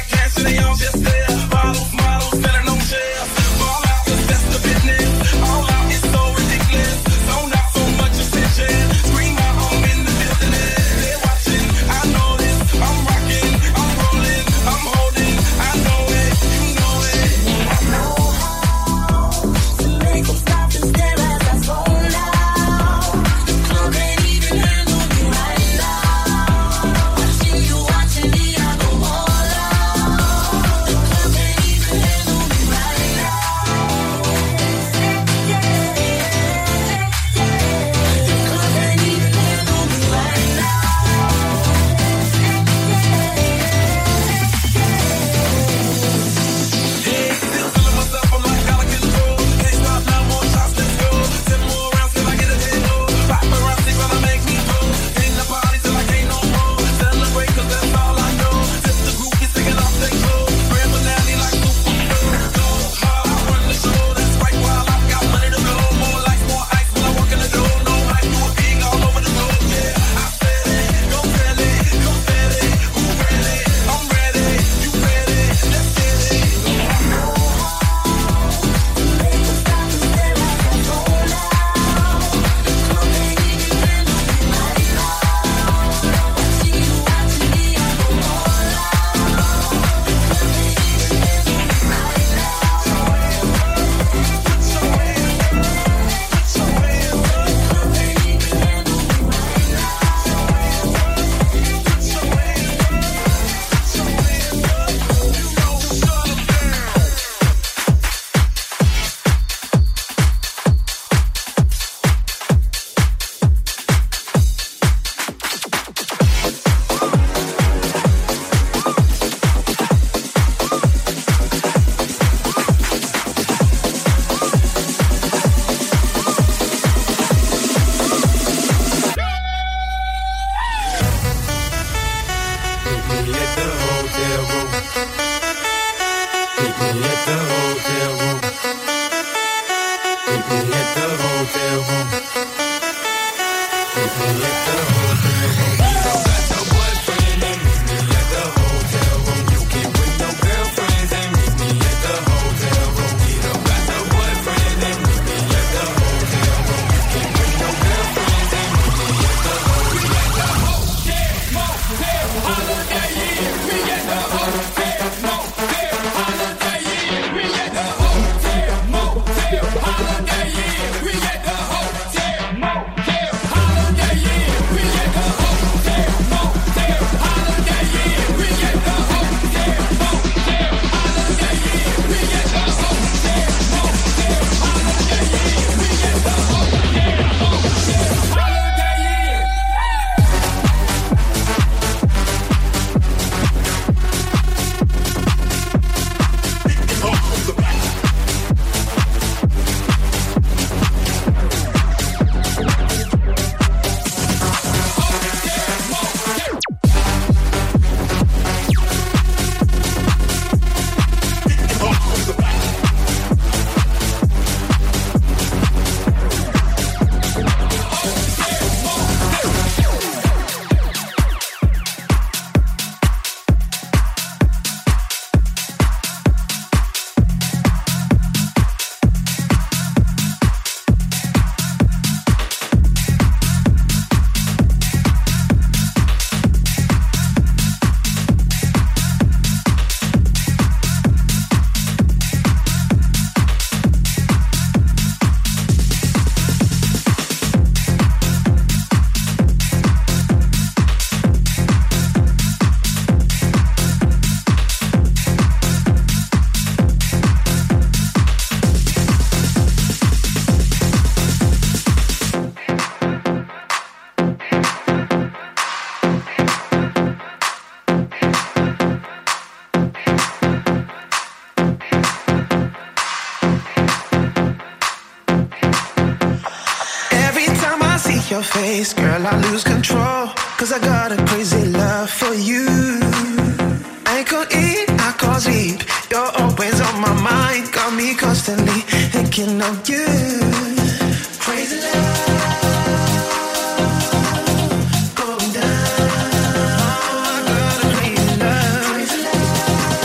like cash and they all just there. Bottles, models, better no shares. Fall out, cause that's the business. All out is so ridiculous. So not so much attention. Scream out, I'm in the business. They're watching, I know this. I'm rocking, I'm rolling, I'm holding. I know it, you know it. I know how to make them stop and stare as I slow down. The club ain't even handle me right now. I see you watching me, I go all out. The club ain't even handle me right now. Yeah, yeah, yeah. The club ain't even handle me right now. Hey, still feeling myself, I'm like out of control. Can't stop now, more shots, let's go. Ten more rounds till I get a head low. Paparazzi gonna make me go. In the party till I can't no more. Celebrate cause that's all I know. Since the group is taking off their clothes. Grand finale like Super Bowl. Go hard, I run the show. That's right, while I've got money to blow. More lights, more ice when I walk in the door. No hype, do a thing all over the road, yeah. I said it, go tell it, go tell it. Who ready? I'm ready, you ready? Let's get it. I know how to make them stop and stare as I go loud. The club ain't even handle me right now. I see you watching me, I go all out. The club ain't even handle me right now. Put your hands up, put your hands up, put your hands up. The club ain't even handle me right now. Put your hands up, put your hands up, put your hands up. You know, shut 'em down. Meet me at the hotel room. Meet me at the hotel room. Meet me at the hotel room. Meet me at the hotel room. You don't got no boyfriend and meet me at the hotel room. You can bring no girlfriends and meet me at the hotel room. You don't got no boyfriend and meet me at the hotel room. You can bring no girlfriends and meet me at the hotel room. Motel, holiday Inn. We at the hotel, motel, holiday Inn. We at the hotel, motel, holiday Inn. We at the hotel, motel, holiday Inn. We at the hotel, motel, holiday Inn. We at the hotel, motel, holiday Inn. We at the hotel, motel, holiday Inn. We at the hotel, motel, holiday Inn. your face, girl, I lose control. Cause I got a crazy love for you. I could eat, I call sleep. You're always on my mind. Got me constantly thinking of you. Crazy love. Going down. I got a crazy love. Crazy love.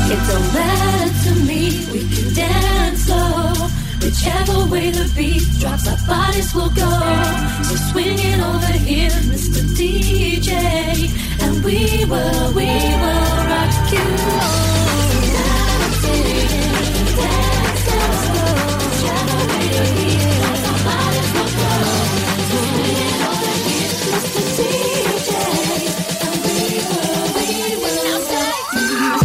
It don't matter to me, we can dance slow. Whichever way the beat drops, our bodies will go. So swing it over here, Mister D J, and we will, we will rock you. Dance, dance, dance slow. Whichever way the beat drops, our bodies will go. So swing it over here, Mister D J, and we will, we will rock you.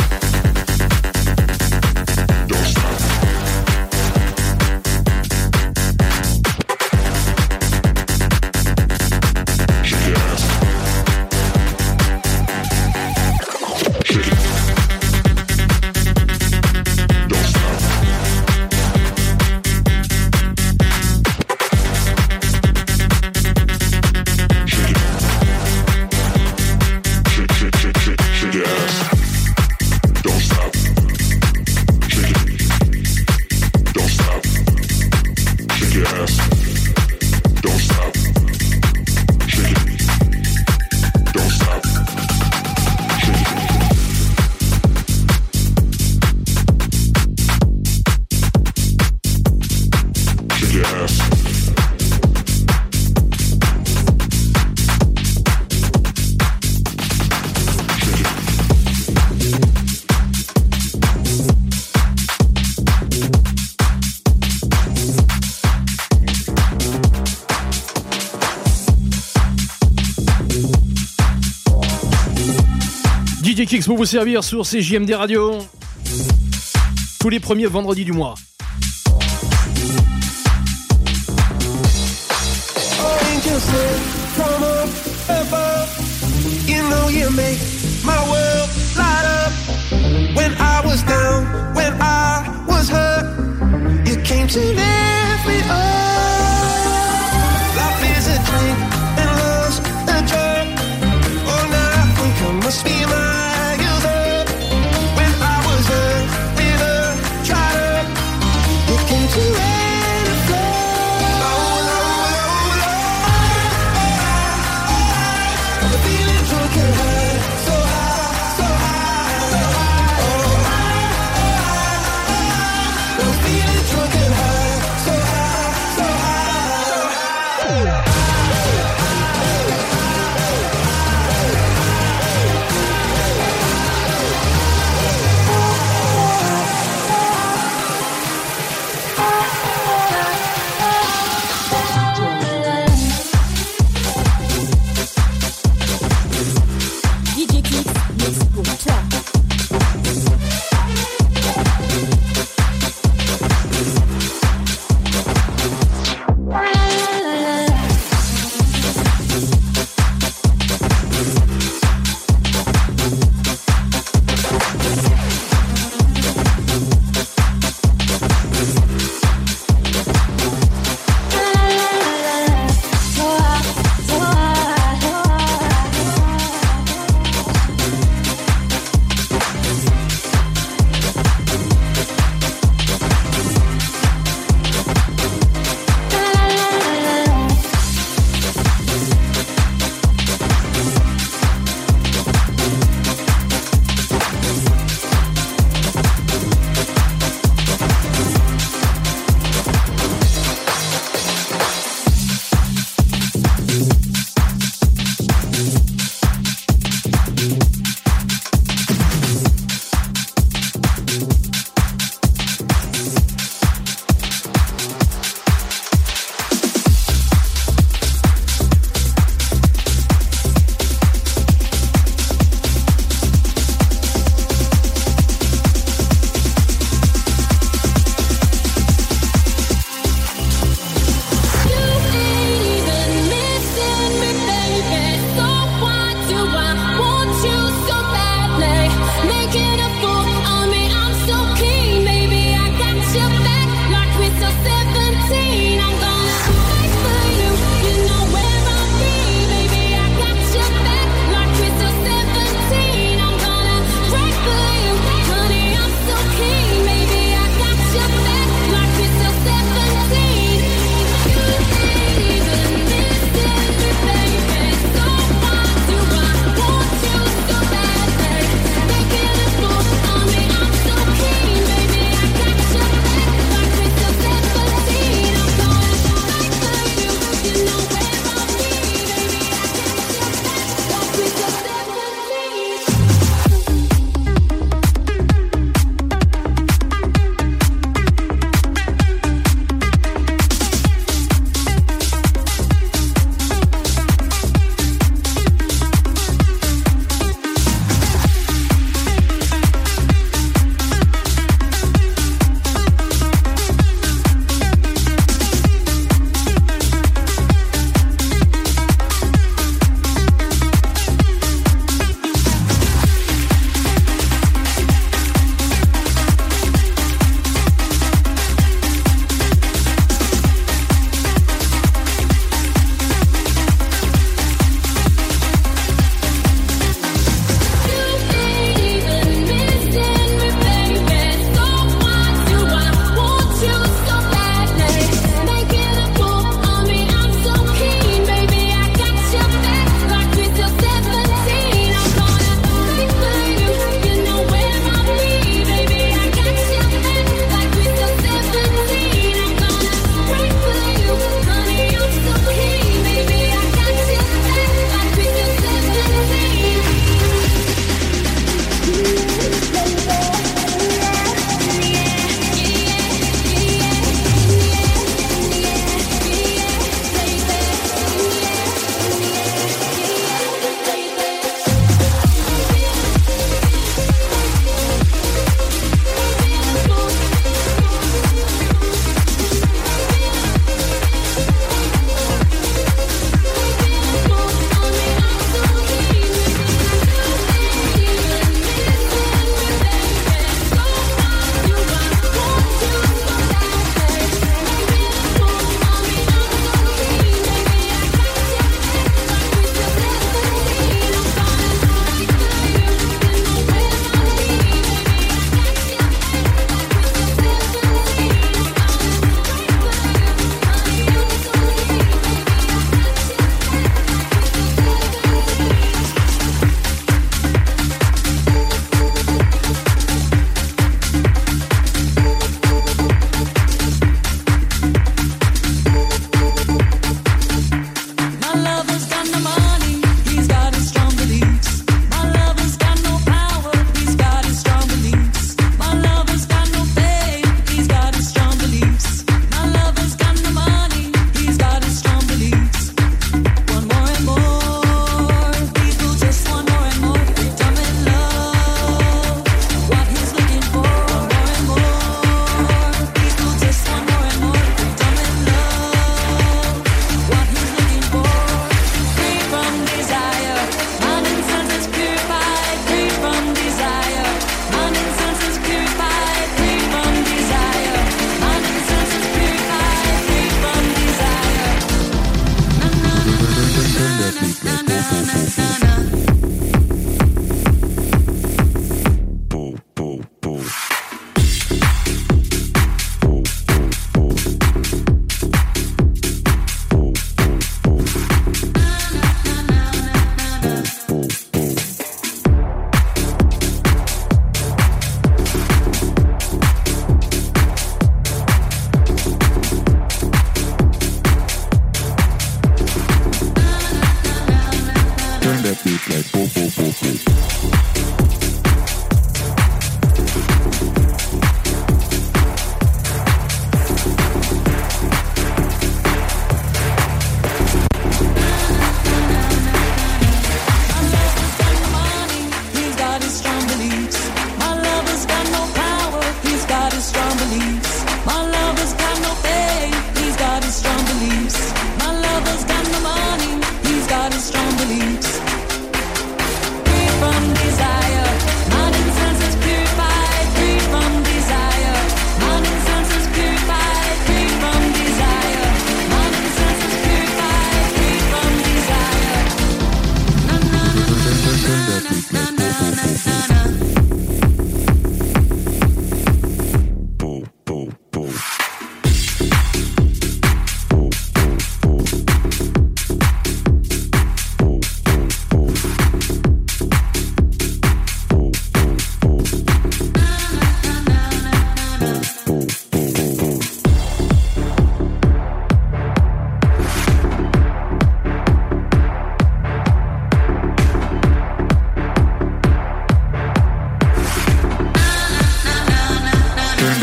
D J Kicks pour vous servir sur C J M D Radio tous les premiers vendredis du mois. Angels sent from up above. You know you make my world light up. When I was down, when I was hurt, you came to lift me up. Life is a drink and love's a drug. Oh, now I think I must be my youth up. When I was hurt, bitter, tried up, you came to rain and flood. Feeling drunk and high, so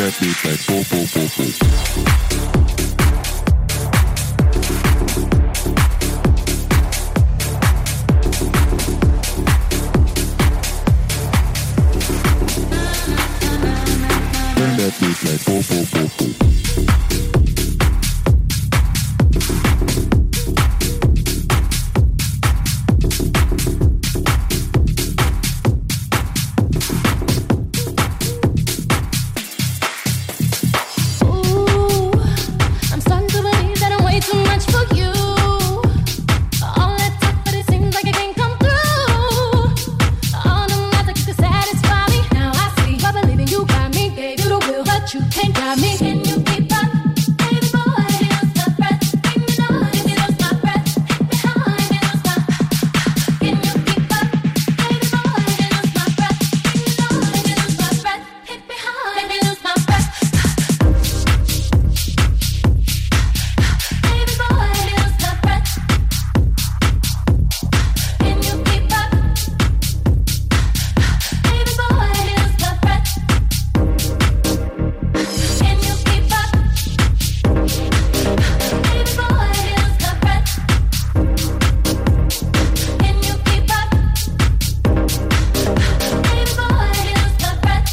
that beat like boom, boom, boom, boom. Bring that beat like boom, boom, boom, boom. You can't drive me. Can you keep up? Baby boy, lose my breath. Bring me on, if you lose my breath. Hit behind and lose my. Can you keep up? Baby boy, lose my breath. Bring me on, if you lose my breath. Hit behind and lose my breath. Baby boy, lose my breath. Can you keep up? Baby boy, lose my breath. Can you keep up? Baby boy, lose my breath. Can you keep up? Baby boy, lose my breath.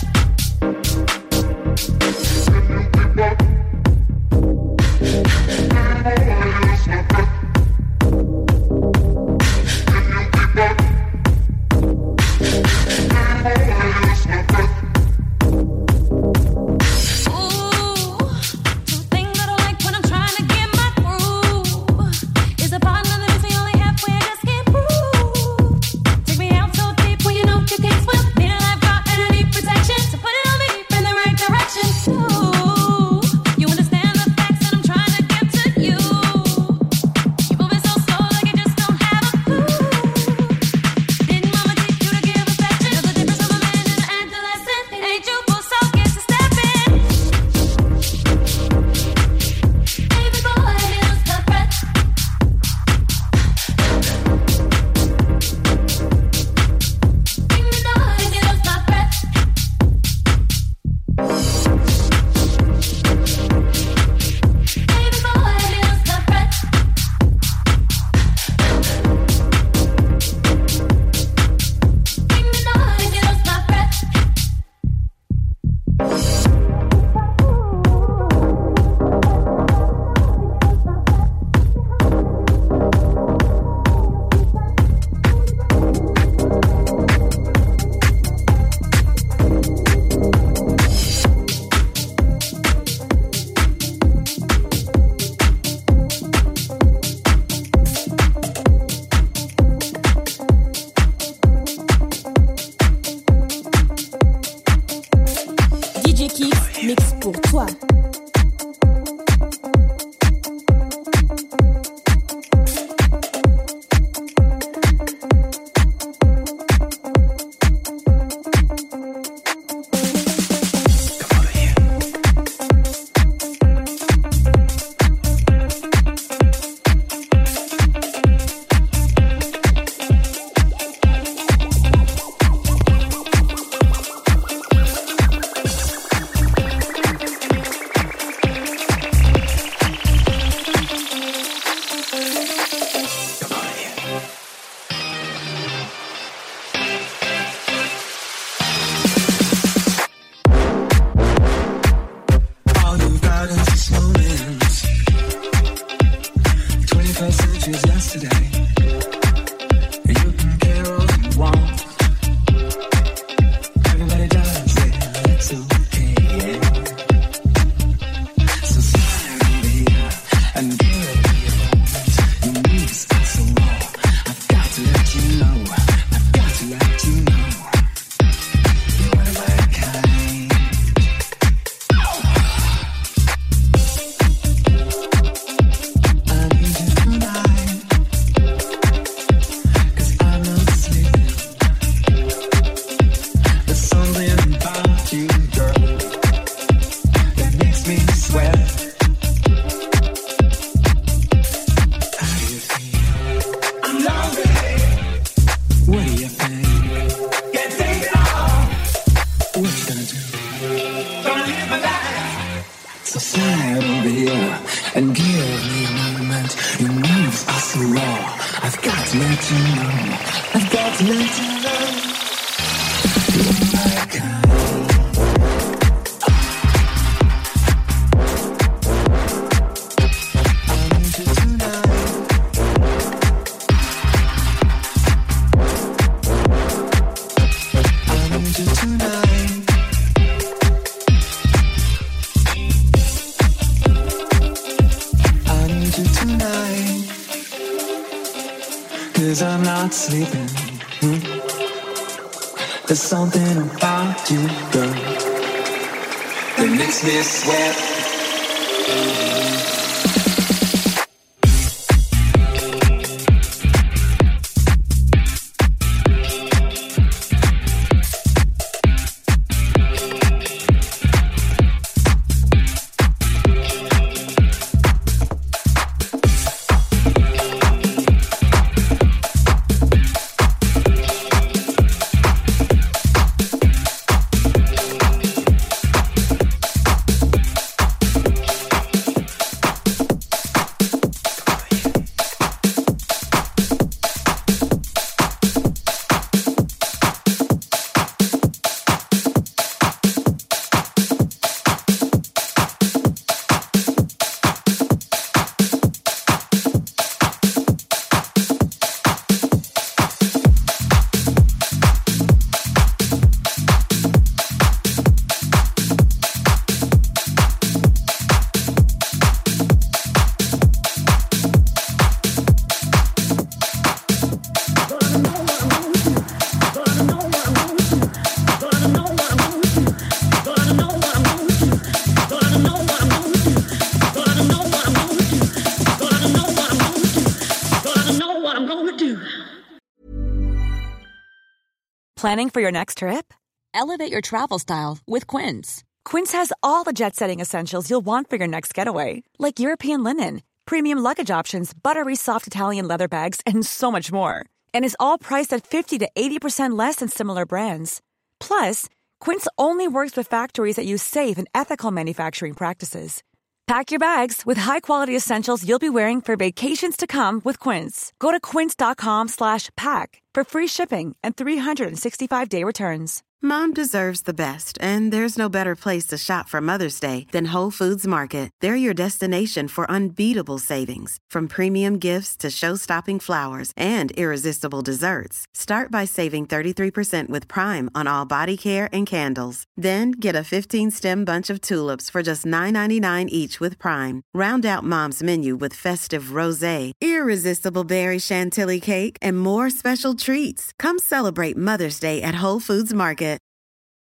Thing that I like when I'm trying to get my groove is a partner that is the only halfway I just can't prove. Take me out so deep when you know you can't swim. Need a lifeguard and I need protection, so put it on me in the right direction. Ooh, you understand the facts that I'm trying to get to you. You're moving so slow like you just don't have a clue. Didn't mama teach you to give affection? Know the difference of a man and an adolescent. It ain't you, but so get to step in. Baby boy, lose my breath. Bring me on, if you lose my breath. Baby boy, lose my breath. Bring me on, if you lose my breath. D J Kix mix pour toi. All you've got is this moment. twenty-first century's yesterday. You can care all you want. Everybody does it, it's okay, yeah. So slide over here and give it to your bones. Your moves are so raw. I've got to let you know. I've got to let you know. You're one of my kind. I need you tonight, 'cause I'm not sleeping. There's something about you, girl, that makes me sweat. How do you feel? I'm lonely. What do you think? Can't take it all. What you gonna do? Gonna live my life. So slide over here and give me a moment. Your moves are so raw. I've got to let you know. I've got to let you know. You're my kind. Cause I'm not sleeping. hmm? There's something about you, girl, that makes me sweat. Planning for your next trip? Elevate your travel style with Quince. Quince has all the jet-setting essentials you'll want for your next getaway, like European linen, premium luggage options, buttery soft Italian leather bags, and so much more. And is all priced at fifty to eighty percent less than similar brands. Plus, Quince only works with factories that use safe and ethical manufacturing practices. Pack your bags with high-quality essentials you'll be wearing for vacations to come with Quince. Go to quince.com slash pack for free shipping and three sixty-five day returns. Mom deserves the best, and there's no better place to shop for Mother's Day than Whole Foods Market. They're your destination for unbeatable savings, from premium gifts to show-stopping flowers and irresistible desserts. Start by saving thirty-three percent with Prime on all body care and candles. Then get a fifteen-stem bunch of tulips for just nine ninety-nine each with Prime. Round out Mom's menu with festive rosé, irresistible berry chantilly cake, and more special treats. Come celebrate Mother's Day at Whole Foods Market.